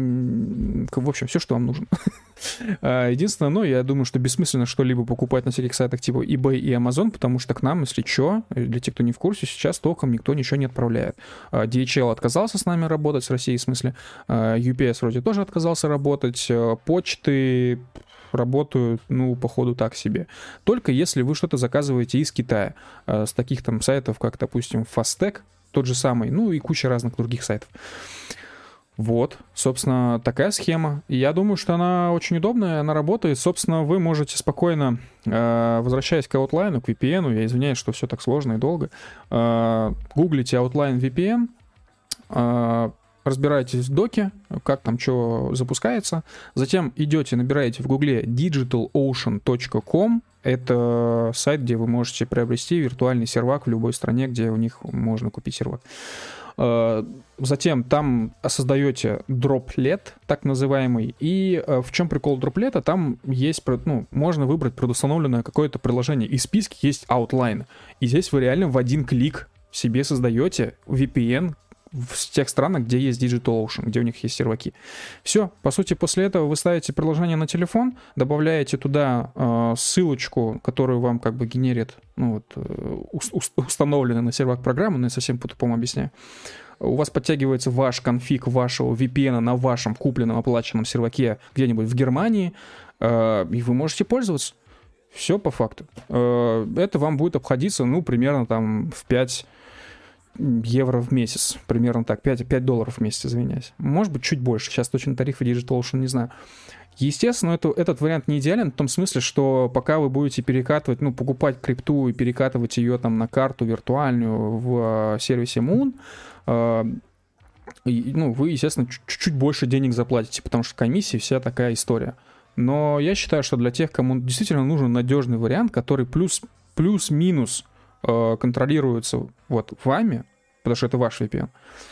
В общем, все, что вам нужно. Единственное, но я думаю, что бессмысленно что-либо покупать на всяких сайтах типа eBay и Amazon, потому что к нам, если что, для тех, кто не в курсе, сейчас толком никто ничего не отправляет. DHL отказался с нами работать, с Россией в смысле. UPS вроде тоже отказался работать. Почты работают, ну, походу, так себе. Только если вы что-то заказываете из Китая, с таких там сайтов, как, допустим, Fastech, тот же самый, ну, и куча разных других сайтов. Вот, собственно, такая схема. И я думаю, что она очень удобная, она работает. Собственно, вы можете спокойно, возвращаясь к Outline, к VPN, я извиняюсь, что все так сложно и долго, гуглите Outline VPN, разбираетесь в доке, как там что запускается, затем идете, набираете в гугле digitalocean.com, это сайт, где вы можете приобрести виртуальный сервак в любой стране, где у них можно купить сервак. Затем там создаете дроплет, так называемый, и в чем прикол дроплета? Там есть, ну, можно выбрать предустановленное какое-то приложение, и в списке есть Outline, и здесь вы реально в один клик себе создаете VPN в тех странах, где есть DigitalOcean, где у них есть серваки. Все, по сути, после этого вы ставите приложение на телефон, добавляете туда ссылочку, которую вам как бы генерит, ну вот, установленная на сервак программа, но я совсем по-тупому объясняю. У вас подтягивается ваш конфиг вашего VPN на вашем купленном, оплаченном серваке где-нибудь в Германии, и вы можете пользоваться. Все по факту. Это вам будет обходиться, ну, примерно там в 5 евро в месяц, примерно так, $5 в месяц, извиняюсь. Может быть, чуть больше. Сейчас точно тарифы DigitalOcean не знаю. Естественно, этот вариант не идеален в том смысле, что пока вы будете перекатывать, ну, покупать крипту и перекатывать ее там на карту виртуальную в сервисе Moon, ну, вы, естественно, чуть-чуть больше денег заплатите, потому что комиссия вся такая история. Но я считаю, что для тех, кому действительно нужен надежный вариант, который плюс-минус контролируется вот вами, потому что это ваш VPN,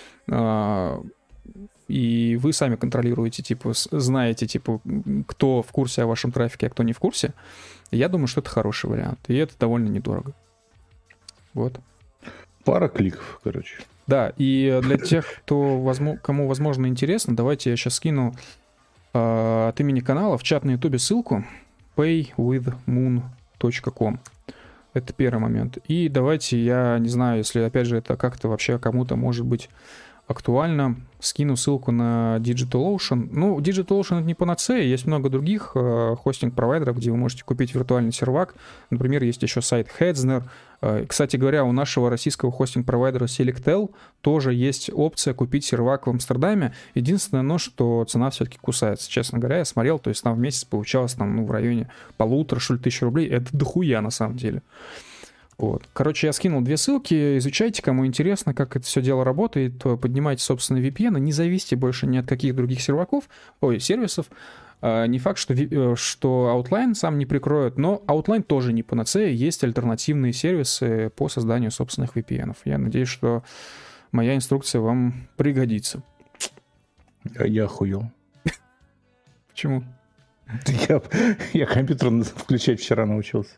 и вы сами контролируете, типа, знаете, типа, кто в курсе о вашем трафике, а кто не в курсе, я думаю, что это хороший вариант, и это довольно недорого. Вот. Пара кликов, короче. Да, и для тех, кому, возможно, интересно, давайте я сейчас скину от имени канала в чат на Ютубе ссылку. paywithmoon.com. Это первый момент. И давайте, я не знаю, если, опять же, это как-то вообще кому-то может быть актуально, скину ссылку на DigitalOcean. Ну, DigitalOcean — это не панацея, есть много других хостинг-провайдеров, где вы можете купить виртуальный сервак. Например, есть еще сайт Hetzner. Кстати говоря, у нашего российского хостинг-провайдера Selectel тоже есть опция купить сервак в Амстердаме. Единственное, что цена все-таки кусается. Честно говоря, я смотрел, то есть там в месяц получалось там, в районе 1,5, что ли, тысяч рублей. Это дохуя на самом деле. Вот. Короче, я скинул 2 ссылки, изучайте, кому интересно, как это все дело работает, поднимайте собственные VPN, не зависите больше ни от каких других сервисов. Не факт, что Outline сам не прикроет, но Outline тоже не панацея, есть альтернативные сервисы по созданию собственных VPN. Я надеюсь, что моя инструкция вам пригодится. Я охуел. Почему? Я компьютер включать вчера научился.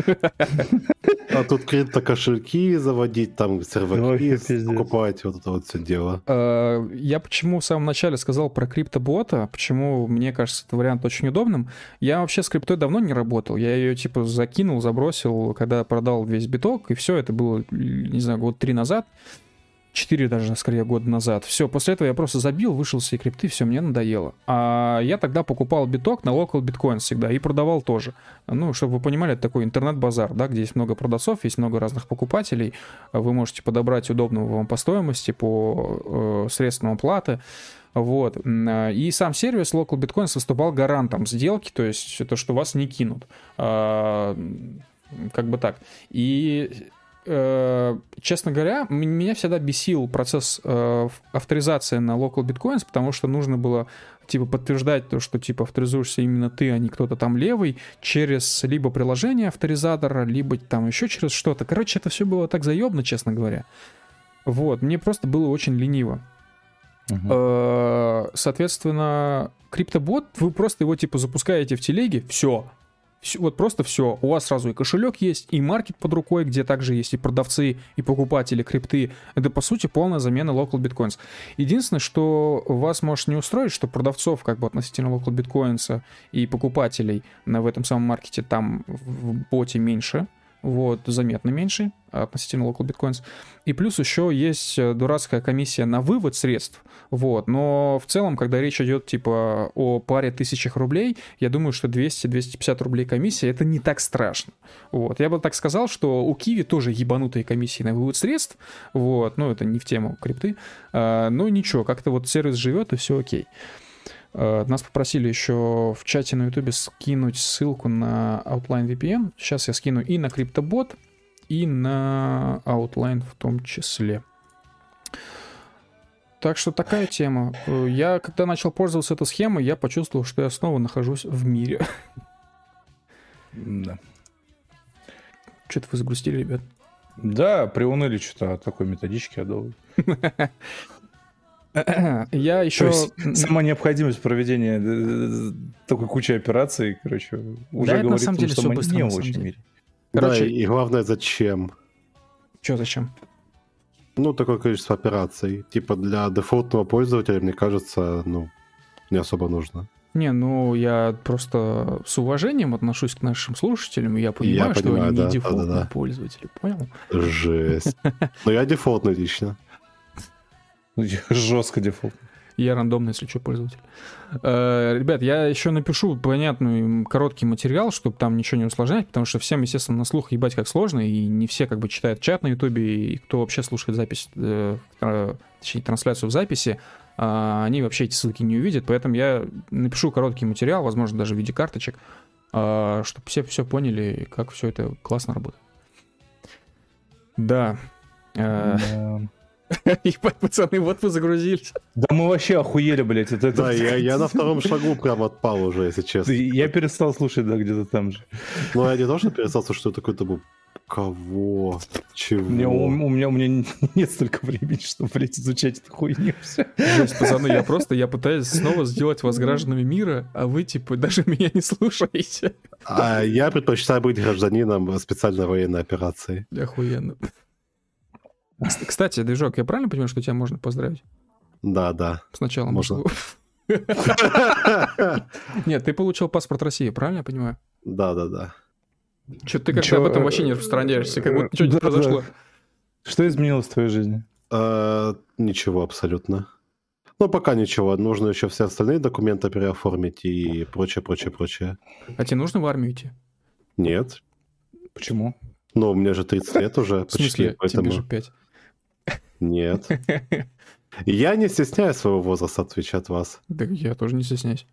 А тут крипто-кошельки заводить, там серваки покупать, вот это вот все дело. Я почему в самом начале сказал про криптобота, почему мне кажется этот вариант очень удобным. Я вообще с криптой давно не работал, я ее типа закинул, забросил, когда продал весь биток, и все, это было, не знаю, 3 года назад. 4 даже, скорее, года назад. Все, после этого я просто забил, вышел с всей крипты, все, мне надоело. А я тогда покупал биток на Local Bitcoin всегда и продавал тоже. Ну, чтобы вы понимали, это такой интернет-базар, да, где есть много продавцов, есть много разных покупателей. Вы можете подобрать удобного вам по стоимости, по средствам оплаты. Вот. И сам сервис Local Bitcoins выступал гарантом сделки, то есть то, что вас не кинут. Как бы так. И... честно говоря, меня всегда бесил процесс авторизации на Local Bitcoins, потому что нужно было типа подтверждать то, что типа авторизуешься именно ты, а не кто-то там левый, через либо приложение авторизатора, либо там еще через что-то. Короче, это все было так заебно, честно говоря. Вот, мне просто было очень лениво. Соответственно, криптобот, вы просто его типа запускаете в телеге, все, вот просто все. У вас сразу и кошелек есть, и маркет под рукой, где также есть и продавцы, и покупатели крипты. Это, по сути, полная замена Local Bitcoins. Единственное, что вас может не устроить, что продавцов как бы относительно Local Bitcoins и покупателей в этом самом маркете там в боте меньше, вот, заметно меньше относительно Local Bitcoins. И плюс еще есть дурацкая комиссия на вывод средств, вот, но в целом, когда речь идет типа о паре тысячах рублей, я думаю, что 200-250 рублей комиссия — это не так страшно, вот. Я бы так сказал, что у Kiwi тоже ебанутые комиссии на вывод средств, вот, ну, это не в тему крипты, но ничего, как-то вот сервис живет, и все окей. Нас попросили еще в чате на YouTube скинуть ссылку на Outline VPN. Сейчас я скину и на CryptoBot, и на Outline в том числе. Так что такая тема. Я, когда начал пользоваться этой схемой, я почувствовал, что я снова нахожусь в мире. Да. Что-то вы загрустили, ребят? Да, приуныли что-то от такой методички адовой. Я еще... Сама необходимость проведения такой кучи операций, короче, уже да, говорит на самом о том, деле что все мы быстро, не на в самом общем деле. мире. Короче... Да, и главное, зачем? Что зачем? Ну, такое количество операций. Типа для дефолтного пользователя, мне кажется, ну, не особо нужно. Не, ну, я просто с уважением отношусь к нашим слушателям, и я понимаю, что они не дефолтные пользователи, понял? Жесть. Но я дефолтный лично. Жестко дефолт. Я рандомный, если что, пользователь. Ребят, я еще напишу понятный короткий материал, чтобы там ничего не усложнять, потому что всем, естественно, на слух ебать как сложно, и не все как бы читают чат на Ютубе, и кто вообще слушает запись, точнее, трансляцию в записи, они вообще эти ссылки не увидят, поэтому я напишу короткий материал, возможно, даже в виде карточек, чтобы все поняли, как все это классно работает. Да. Ебать, пацаны, вот вы загрузились. Да мы вообще охуели, блядь. Да, я на втором шагу прям отпал уже, если честно. Я перестал слушать, да, где-то там же. Ну, я не то, что перестал слушать, что такое-то был. Кого? Чего? У меня нет столько времени, чтобы, блядь, изучать эту хуйню. Жесть, пацаны, я пытаюсь снова сделать вас гражданами мира, а вы, типа, даже меня не слушаете. А я предпочитаю быть гражданином специальной военной операции. Охуенно. Кстати, движок, я правильно понимаю, что тебя можно поздравить? Да. Сначала можно. Нет, ты получил паспорт России, правильно я понимаю? Да. Что-то ты как-то об этом вообще не распространяешься, как будто что-нибудь произошло. Что изменилось в твоей жизни? Ничего абсолютно. Ну, пока ничего. Нужно еще все остальные документы переоформить и прочее. А тебе нужно в армию идти? Нет. Почему? Ну, мне же 30 лет уже. В смысле? Почти, Тебе же 5. Нет. Я не стесняюсь своего возраста, отвечать от вас. Да я тоже не стесняюсь.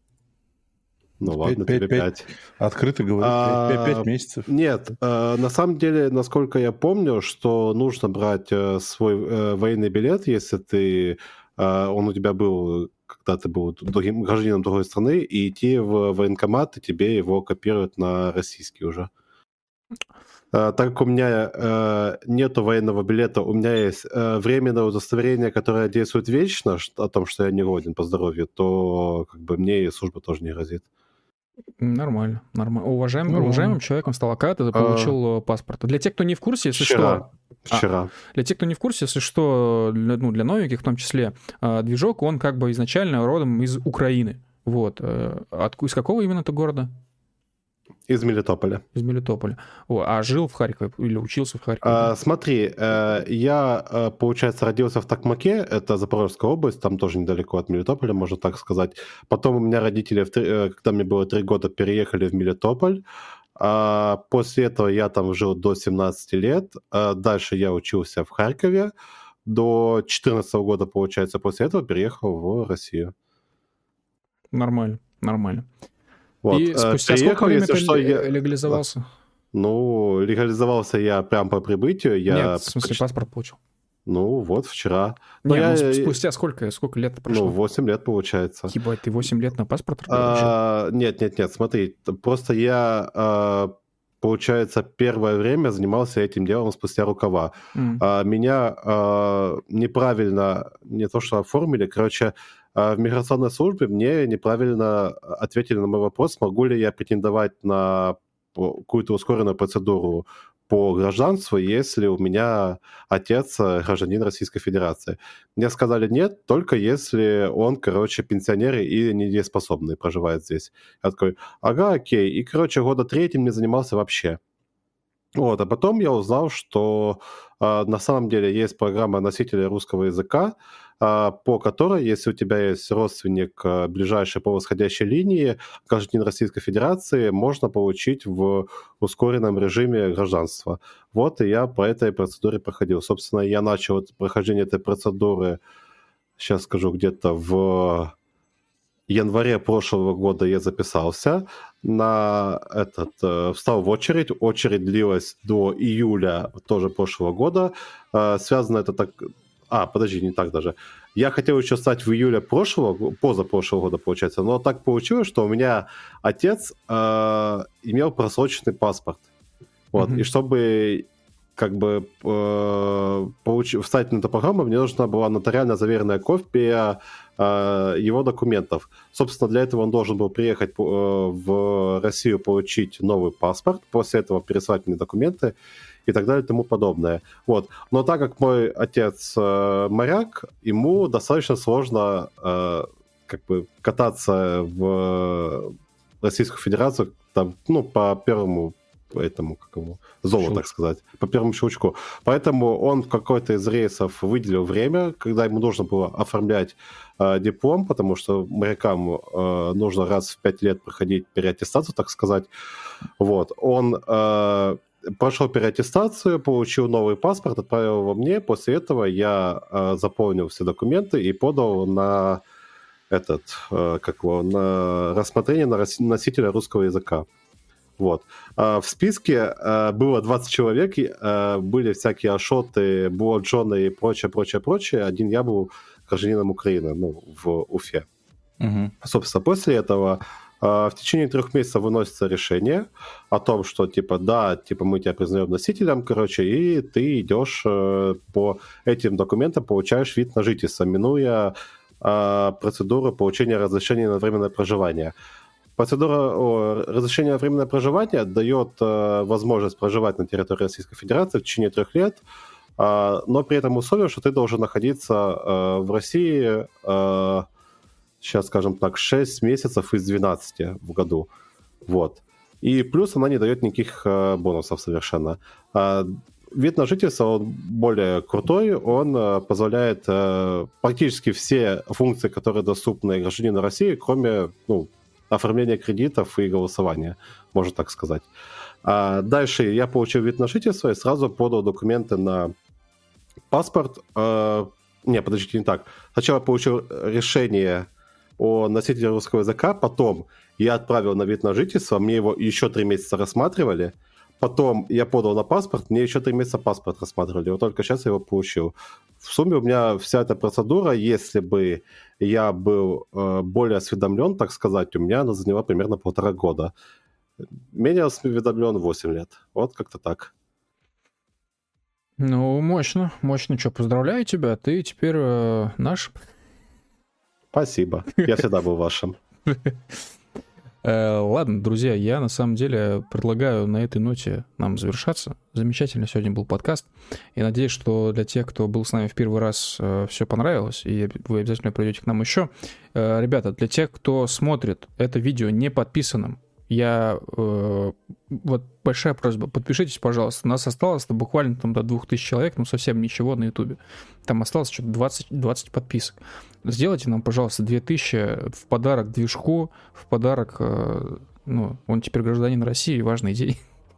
Ну ладно, тебе 5. Открыто говорю, 5 месяцев. Нет, на самом деле, насколько я помню, что нужно брать свой военный билет, если ты, он у тебя был, когда ты был другим гражданином другой страны, и идти в военкомат, и тебе его копируют на российский уже. Так как у меня нету военного билета, у меня есть временное удостоверение, которое действует вечно, о том, что я не годен по здоровью, то как бы мне и служба тоже не грозит. Нормально. Уважаемым человеком стал, когда ты получил паспорт. Для тех, кто не в курсе, если что... Вчера. Для тех, кто не в курсе, если что, для новеньких в том числе, движок, он как бы изначально родом из Украины. Вот. Из какого именно ты города? Из Мелитополя. Из Мелитополя. А жил в Харькове или учился в Харькове? Смотри, я, получается, родился в Токмаке, это Запорожская область, там тоже недалеко от Мелитополя, можно так сказать. Потом у меня родители, когда мне было 3 года, переехали в Мелитополь. После этого я там жил до 17 лет. Дальше я учился в Харькове до 14 года, получается. После этого переехал в Россию. Нормально. Вот. И спустя сколько времени ты легализовался? Ну, легализовался я прям по прибытию. Нет, в смысле, паспорт получил. Ну, вот вчера. Спустя сколько лет прошло? 8 лет, получается. Ебать, ты 8 лет на паспорт получил? Нет, смотри, просто я, получается, первое время занимался этим делом спустя рукава. Меня неправильно, не то что оформили, короче, в миграционной службе мне неправильно ответили на мой вопрос, могу ли я претендовать на какую-то ускоренную процедуру по гражданству, если у меня отец гражданин Российской Федерации. Мне сказали нет, только если он, пенсионер и недееспособный, проживает здесь. Я такой, ага, окей. И, года 3 не занимался вообще. Вот, а потом я узнал, что на самом деле есть программа носителя русского языка, по которой, если у тебя есть родственник ближайший по восходящей линии, гражданин Российской Федерации, можно получить в ускоренном режиме гражданство. Вот, и я по этой процедуре проходил. Собственно, я начал прохождение этой процедуры, сейчас скажу, где-то в январе прошлого года я записался на встал в очередь. Очередь длилась до июля тоже прошлого года. Связано это так... не так даже. Я хотел еще стать в июле позапрошлого года, получается, но так получилось, что у меня отец имел просроченный паспорт. Вот, и чтобы встать на эту программу, мне нужна была нотариально заверенная копия его документов. Собственно, для этого он должен был приехать в Россию, получить новый паспорт, после этого переслать мне документы и так далее и тому подобное. Вот. Но так как мой отец моряк, ему достаточно сложно кататься в Российскую Федерацию там, по первому золу, так сказать, по первому щелчку. Поэтому он в какой-то из рейсов выделил время, когда ему нужно было оформлять диплом, потому что морякам нужно раз в 5 лет проходить переаттестацию, так сказать. Вот. Он прошел переаттестацию, получил новый паспорт, отправил его мне. После этого я заполнил все документы и подал на на рассмотрение на носителя русского языка. Вот. В списке было 20 человек, были всякие Ашоты, Буаджоны и прочее. Один я был гражданином Украины, в Уфе. Угу. Собственно, после этого в течение 3 месяцев выносится решение о том, что, мы тебя признаем носителем, и ты идешь по этим документам, получаешь вид на жительство, минуя процедуру получения разрешения на временное проживание. Процедура разрешения на временное проживание дает возможность проживать на территории Российской Федерации в течение 3 лет, но при этом условие, что ты должен находиться в России, сейчас, скажем так, 6 месяцев из 12 в году. Вот. И плюс она не дает никаких бонусов совершенно. Вид на жительство, он более крутой, он позволяет практически все функции, которые доступны гражданину России, кроме оформления кредитов и голосования, можно так сказать. Дальше я получил вид на жительство и сразу подал документы на паспорт. Подождите, не так. Сначала я получил решение о носителе русского языка, потом я отправил на вид на жительство, мне его еще 3 месяца рассматривали, потом я подал на паспорт, мне еще 3 месяца паспорт рассматривали, вот только сейчас я его получил. В сумме у меня вся эта процедура, если бы я был более осведомлен, так сказать, у меня она заняла примерно 1,5 года. Менее осведомлен 8 лет. Вот как-то так. Ну, мощно. Мощно. Что, поздравляю тебя. Ты теперь наш. Спасибо. Я всегда был вашим. Ладно, друзья, я на самом деле предлагаю на этой ноте нам завершаться. Замечательно сегодня был подкаст. И надеюсь, что для тех, кто был с нами в первый раз, все понравилось, и вы обязательно придете к нам еще. Ребята, для тех, кто смотрит это видео не подписанным, вот большая просьба, подпишитесь, пожалуйста. У нас осталось буквально там до 2000 человек, совсем ничего на Ютубе. Там осталось что-то 20 подписок. Сделайте нам, пожалуйста, 2000 в подарок движку, в подарок, он теперь гражданин России, важный день.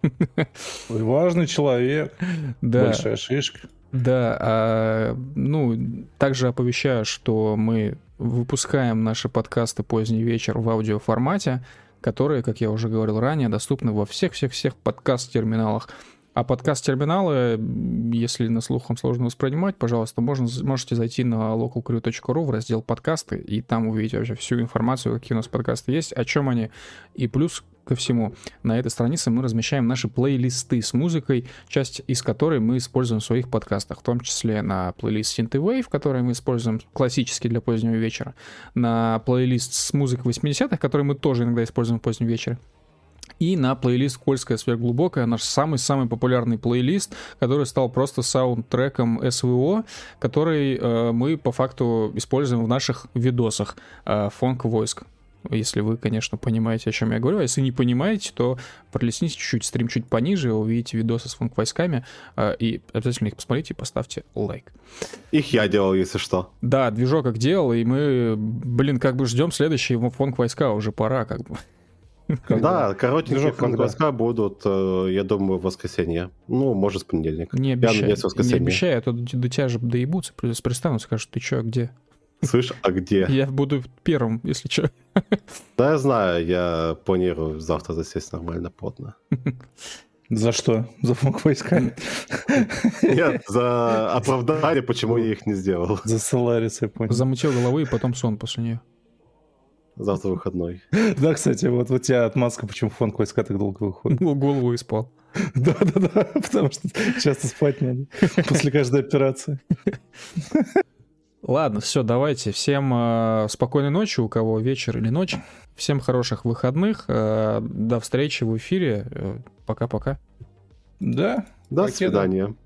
Важный человек, да. Большая шишка. Да, также оповещаю, что мы выпускаем наши подкасты «Поздний вечер» в аудиоформате, которые, как я уже говорил ранее, доступны во всех подкаст-терминалах. А подкаст-терминалы, если на слух вам сложно воспринимать, пожалуйста, можете зайти на localcrew.ru в раздел «Подкасты», и там увидите вообще всю информацию, какие у нас подкасты есть, о чем они. И плюс ко всему, на этой странице мы размещаем наши плейлисты с музыкой, часть из которой мы используем в своих подкастах, в том числе на плейлист Synthwave, который мы используем классически для позднего вечера, на плейлист с музыкой 80-х, который мы тоже иногда используем в позднем вечере, и на плейлист «Кольская сверхглубокая», наш самый-самый популярный плейлист, который стал просто саундтреком СВО, который мы по факту используем в наших видосах «Фонк-войск». Если вы, конечно, понимаете, о чем я говорю. А если не понимаете, то пролистните чуть-чуть, стрим чуть пониже, вы увидите видосы с фонк-войсками, и обязательно их посмотрите и поставьте лайк. Их я делал, если что. Да, движок как делал, и мы, ждем следующие фонк-войска, уже пора, Да, коротенькие фонк-войска будут, я думаю, в воскресенье. Может, в понедельник. Не обещай, а то до тебя же доебутся, пристанут, скажут, ты чё, где? Слышь, а где? Я буду первым, если что. Да, я знаю, я планирую завтра засесть нормально, плотно. За что? За фонк-войска? Нет, за оправдание, почему я их не сделал. За Соларис, я понял. Замутил головы и потом сон после нее. Завтра выходной. Да, кстати, вот у тебя отмазка, почему фонк-войска так долго выходит. Голову и спал. Да, потому что часто спать надо после каждой операции. Ладно, все, давайте. Всем спокойной ночи, у кого вечер или ночь. Всем хороших выходных. До встречи в эфире. Пока-пока. Да. До свидания.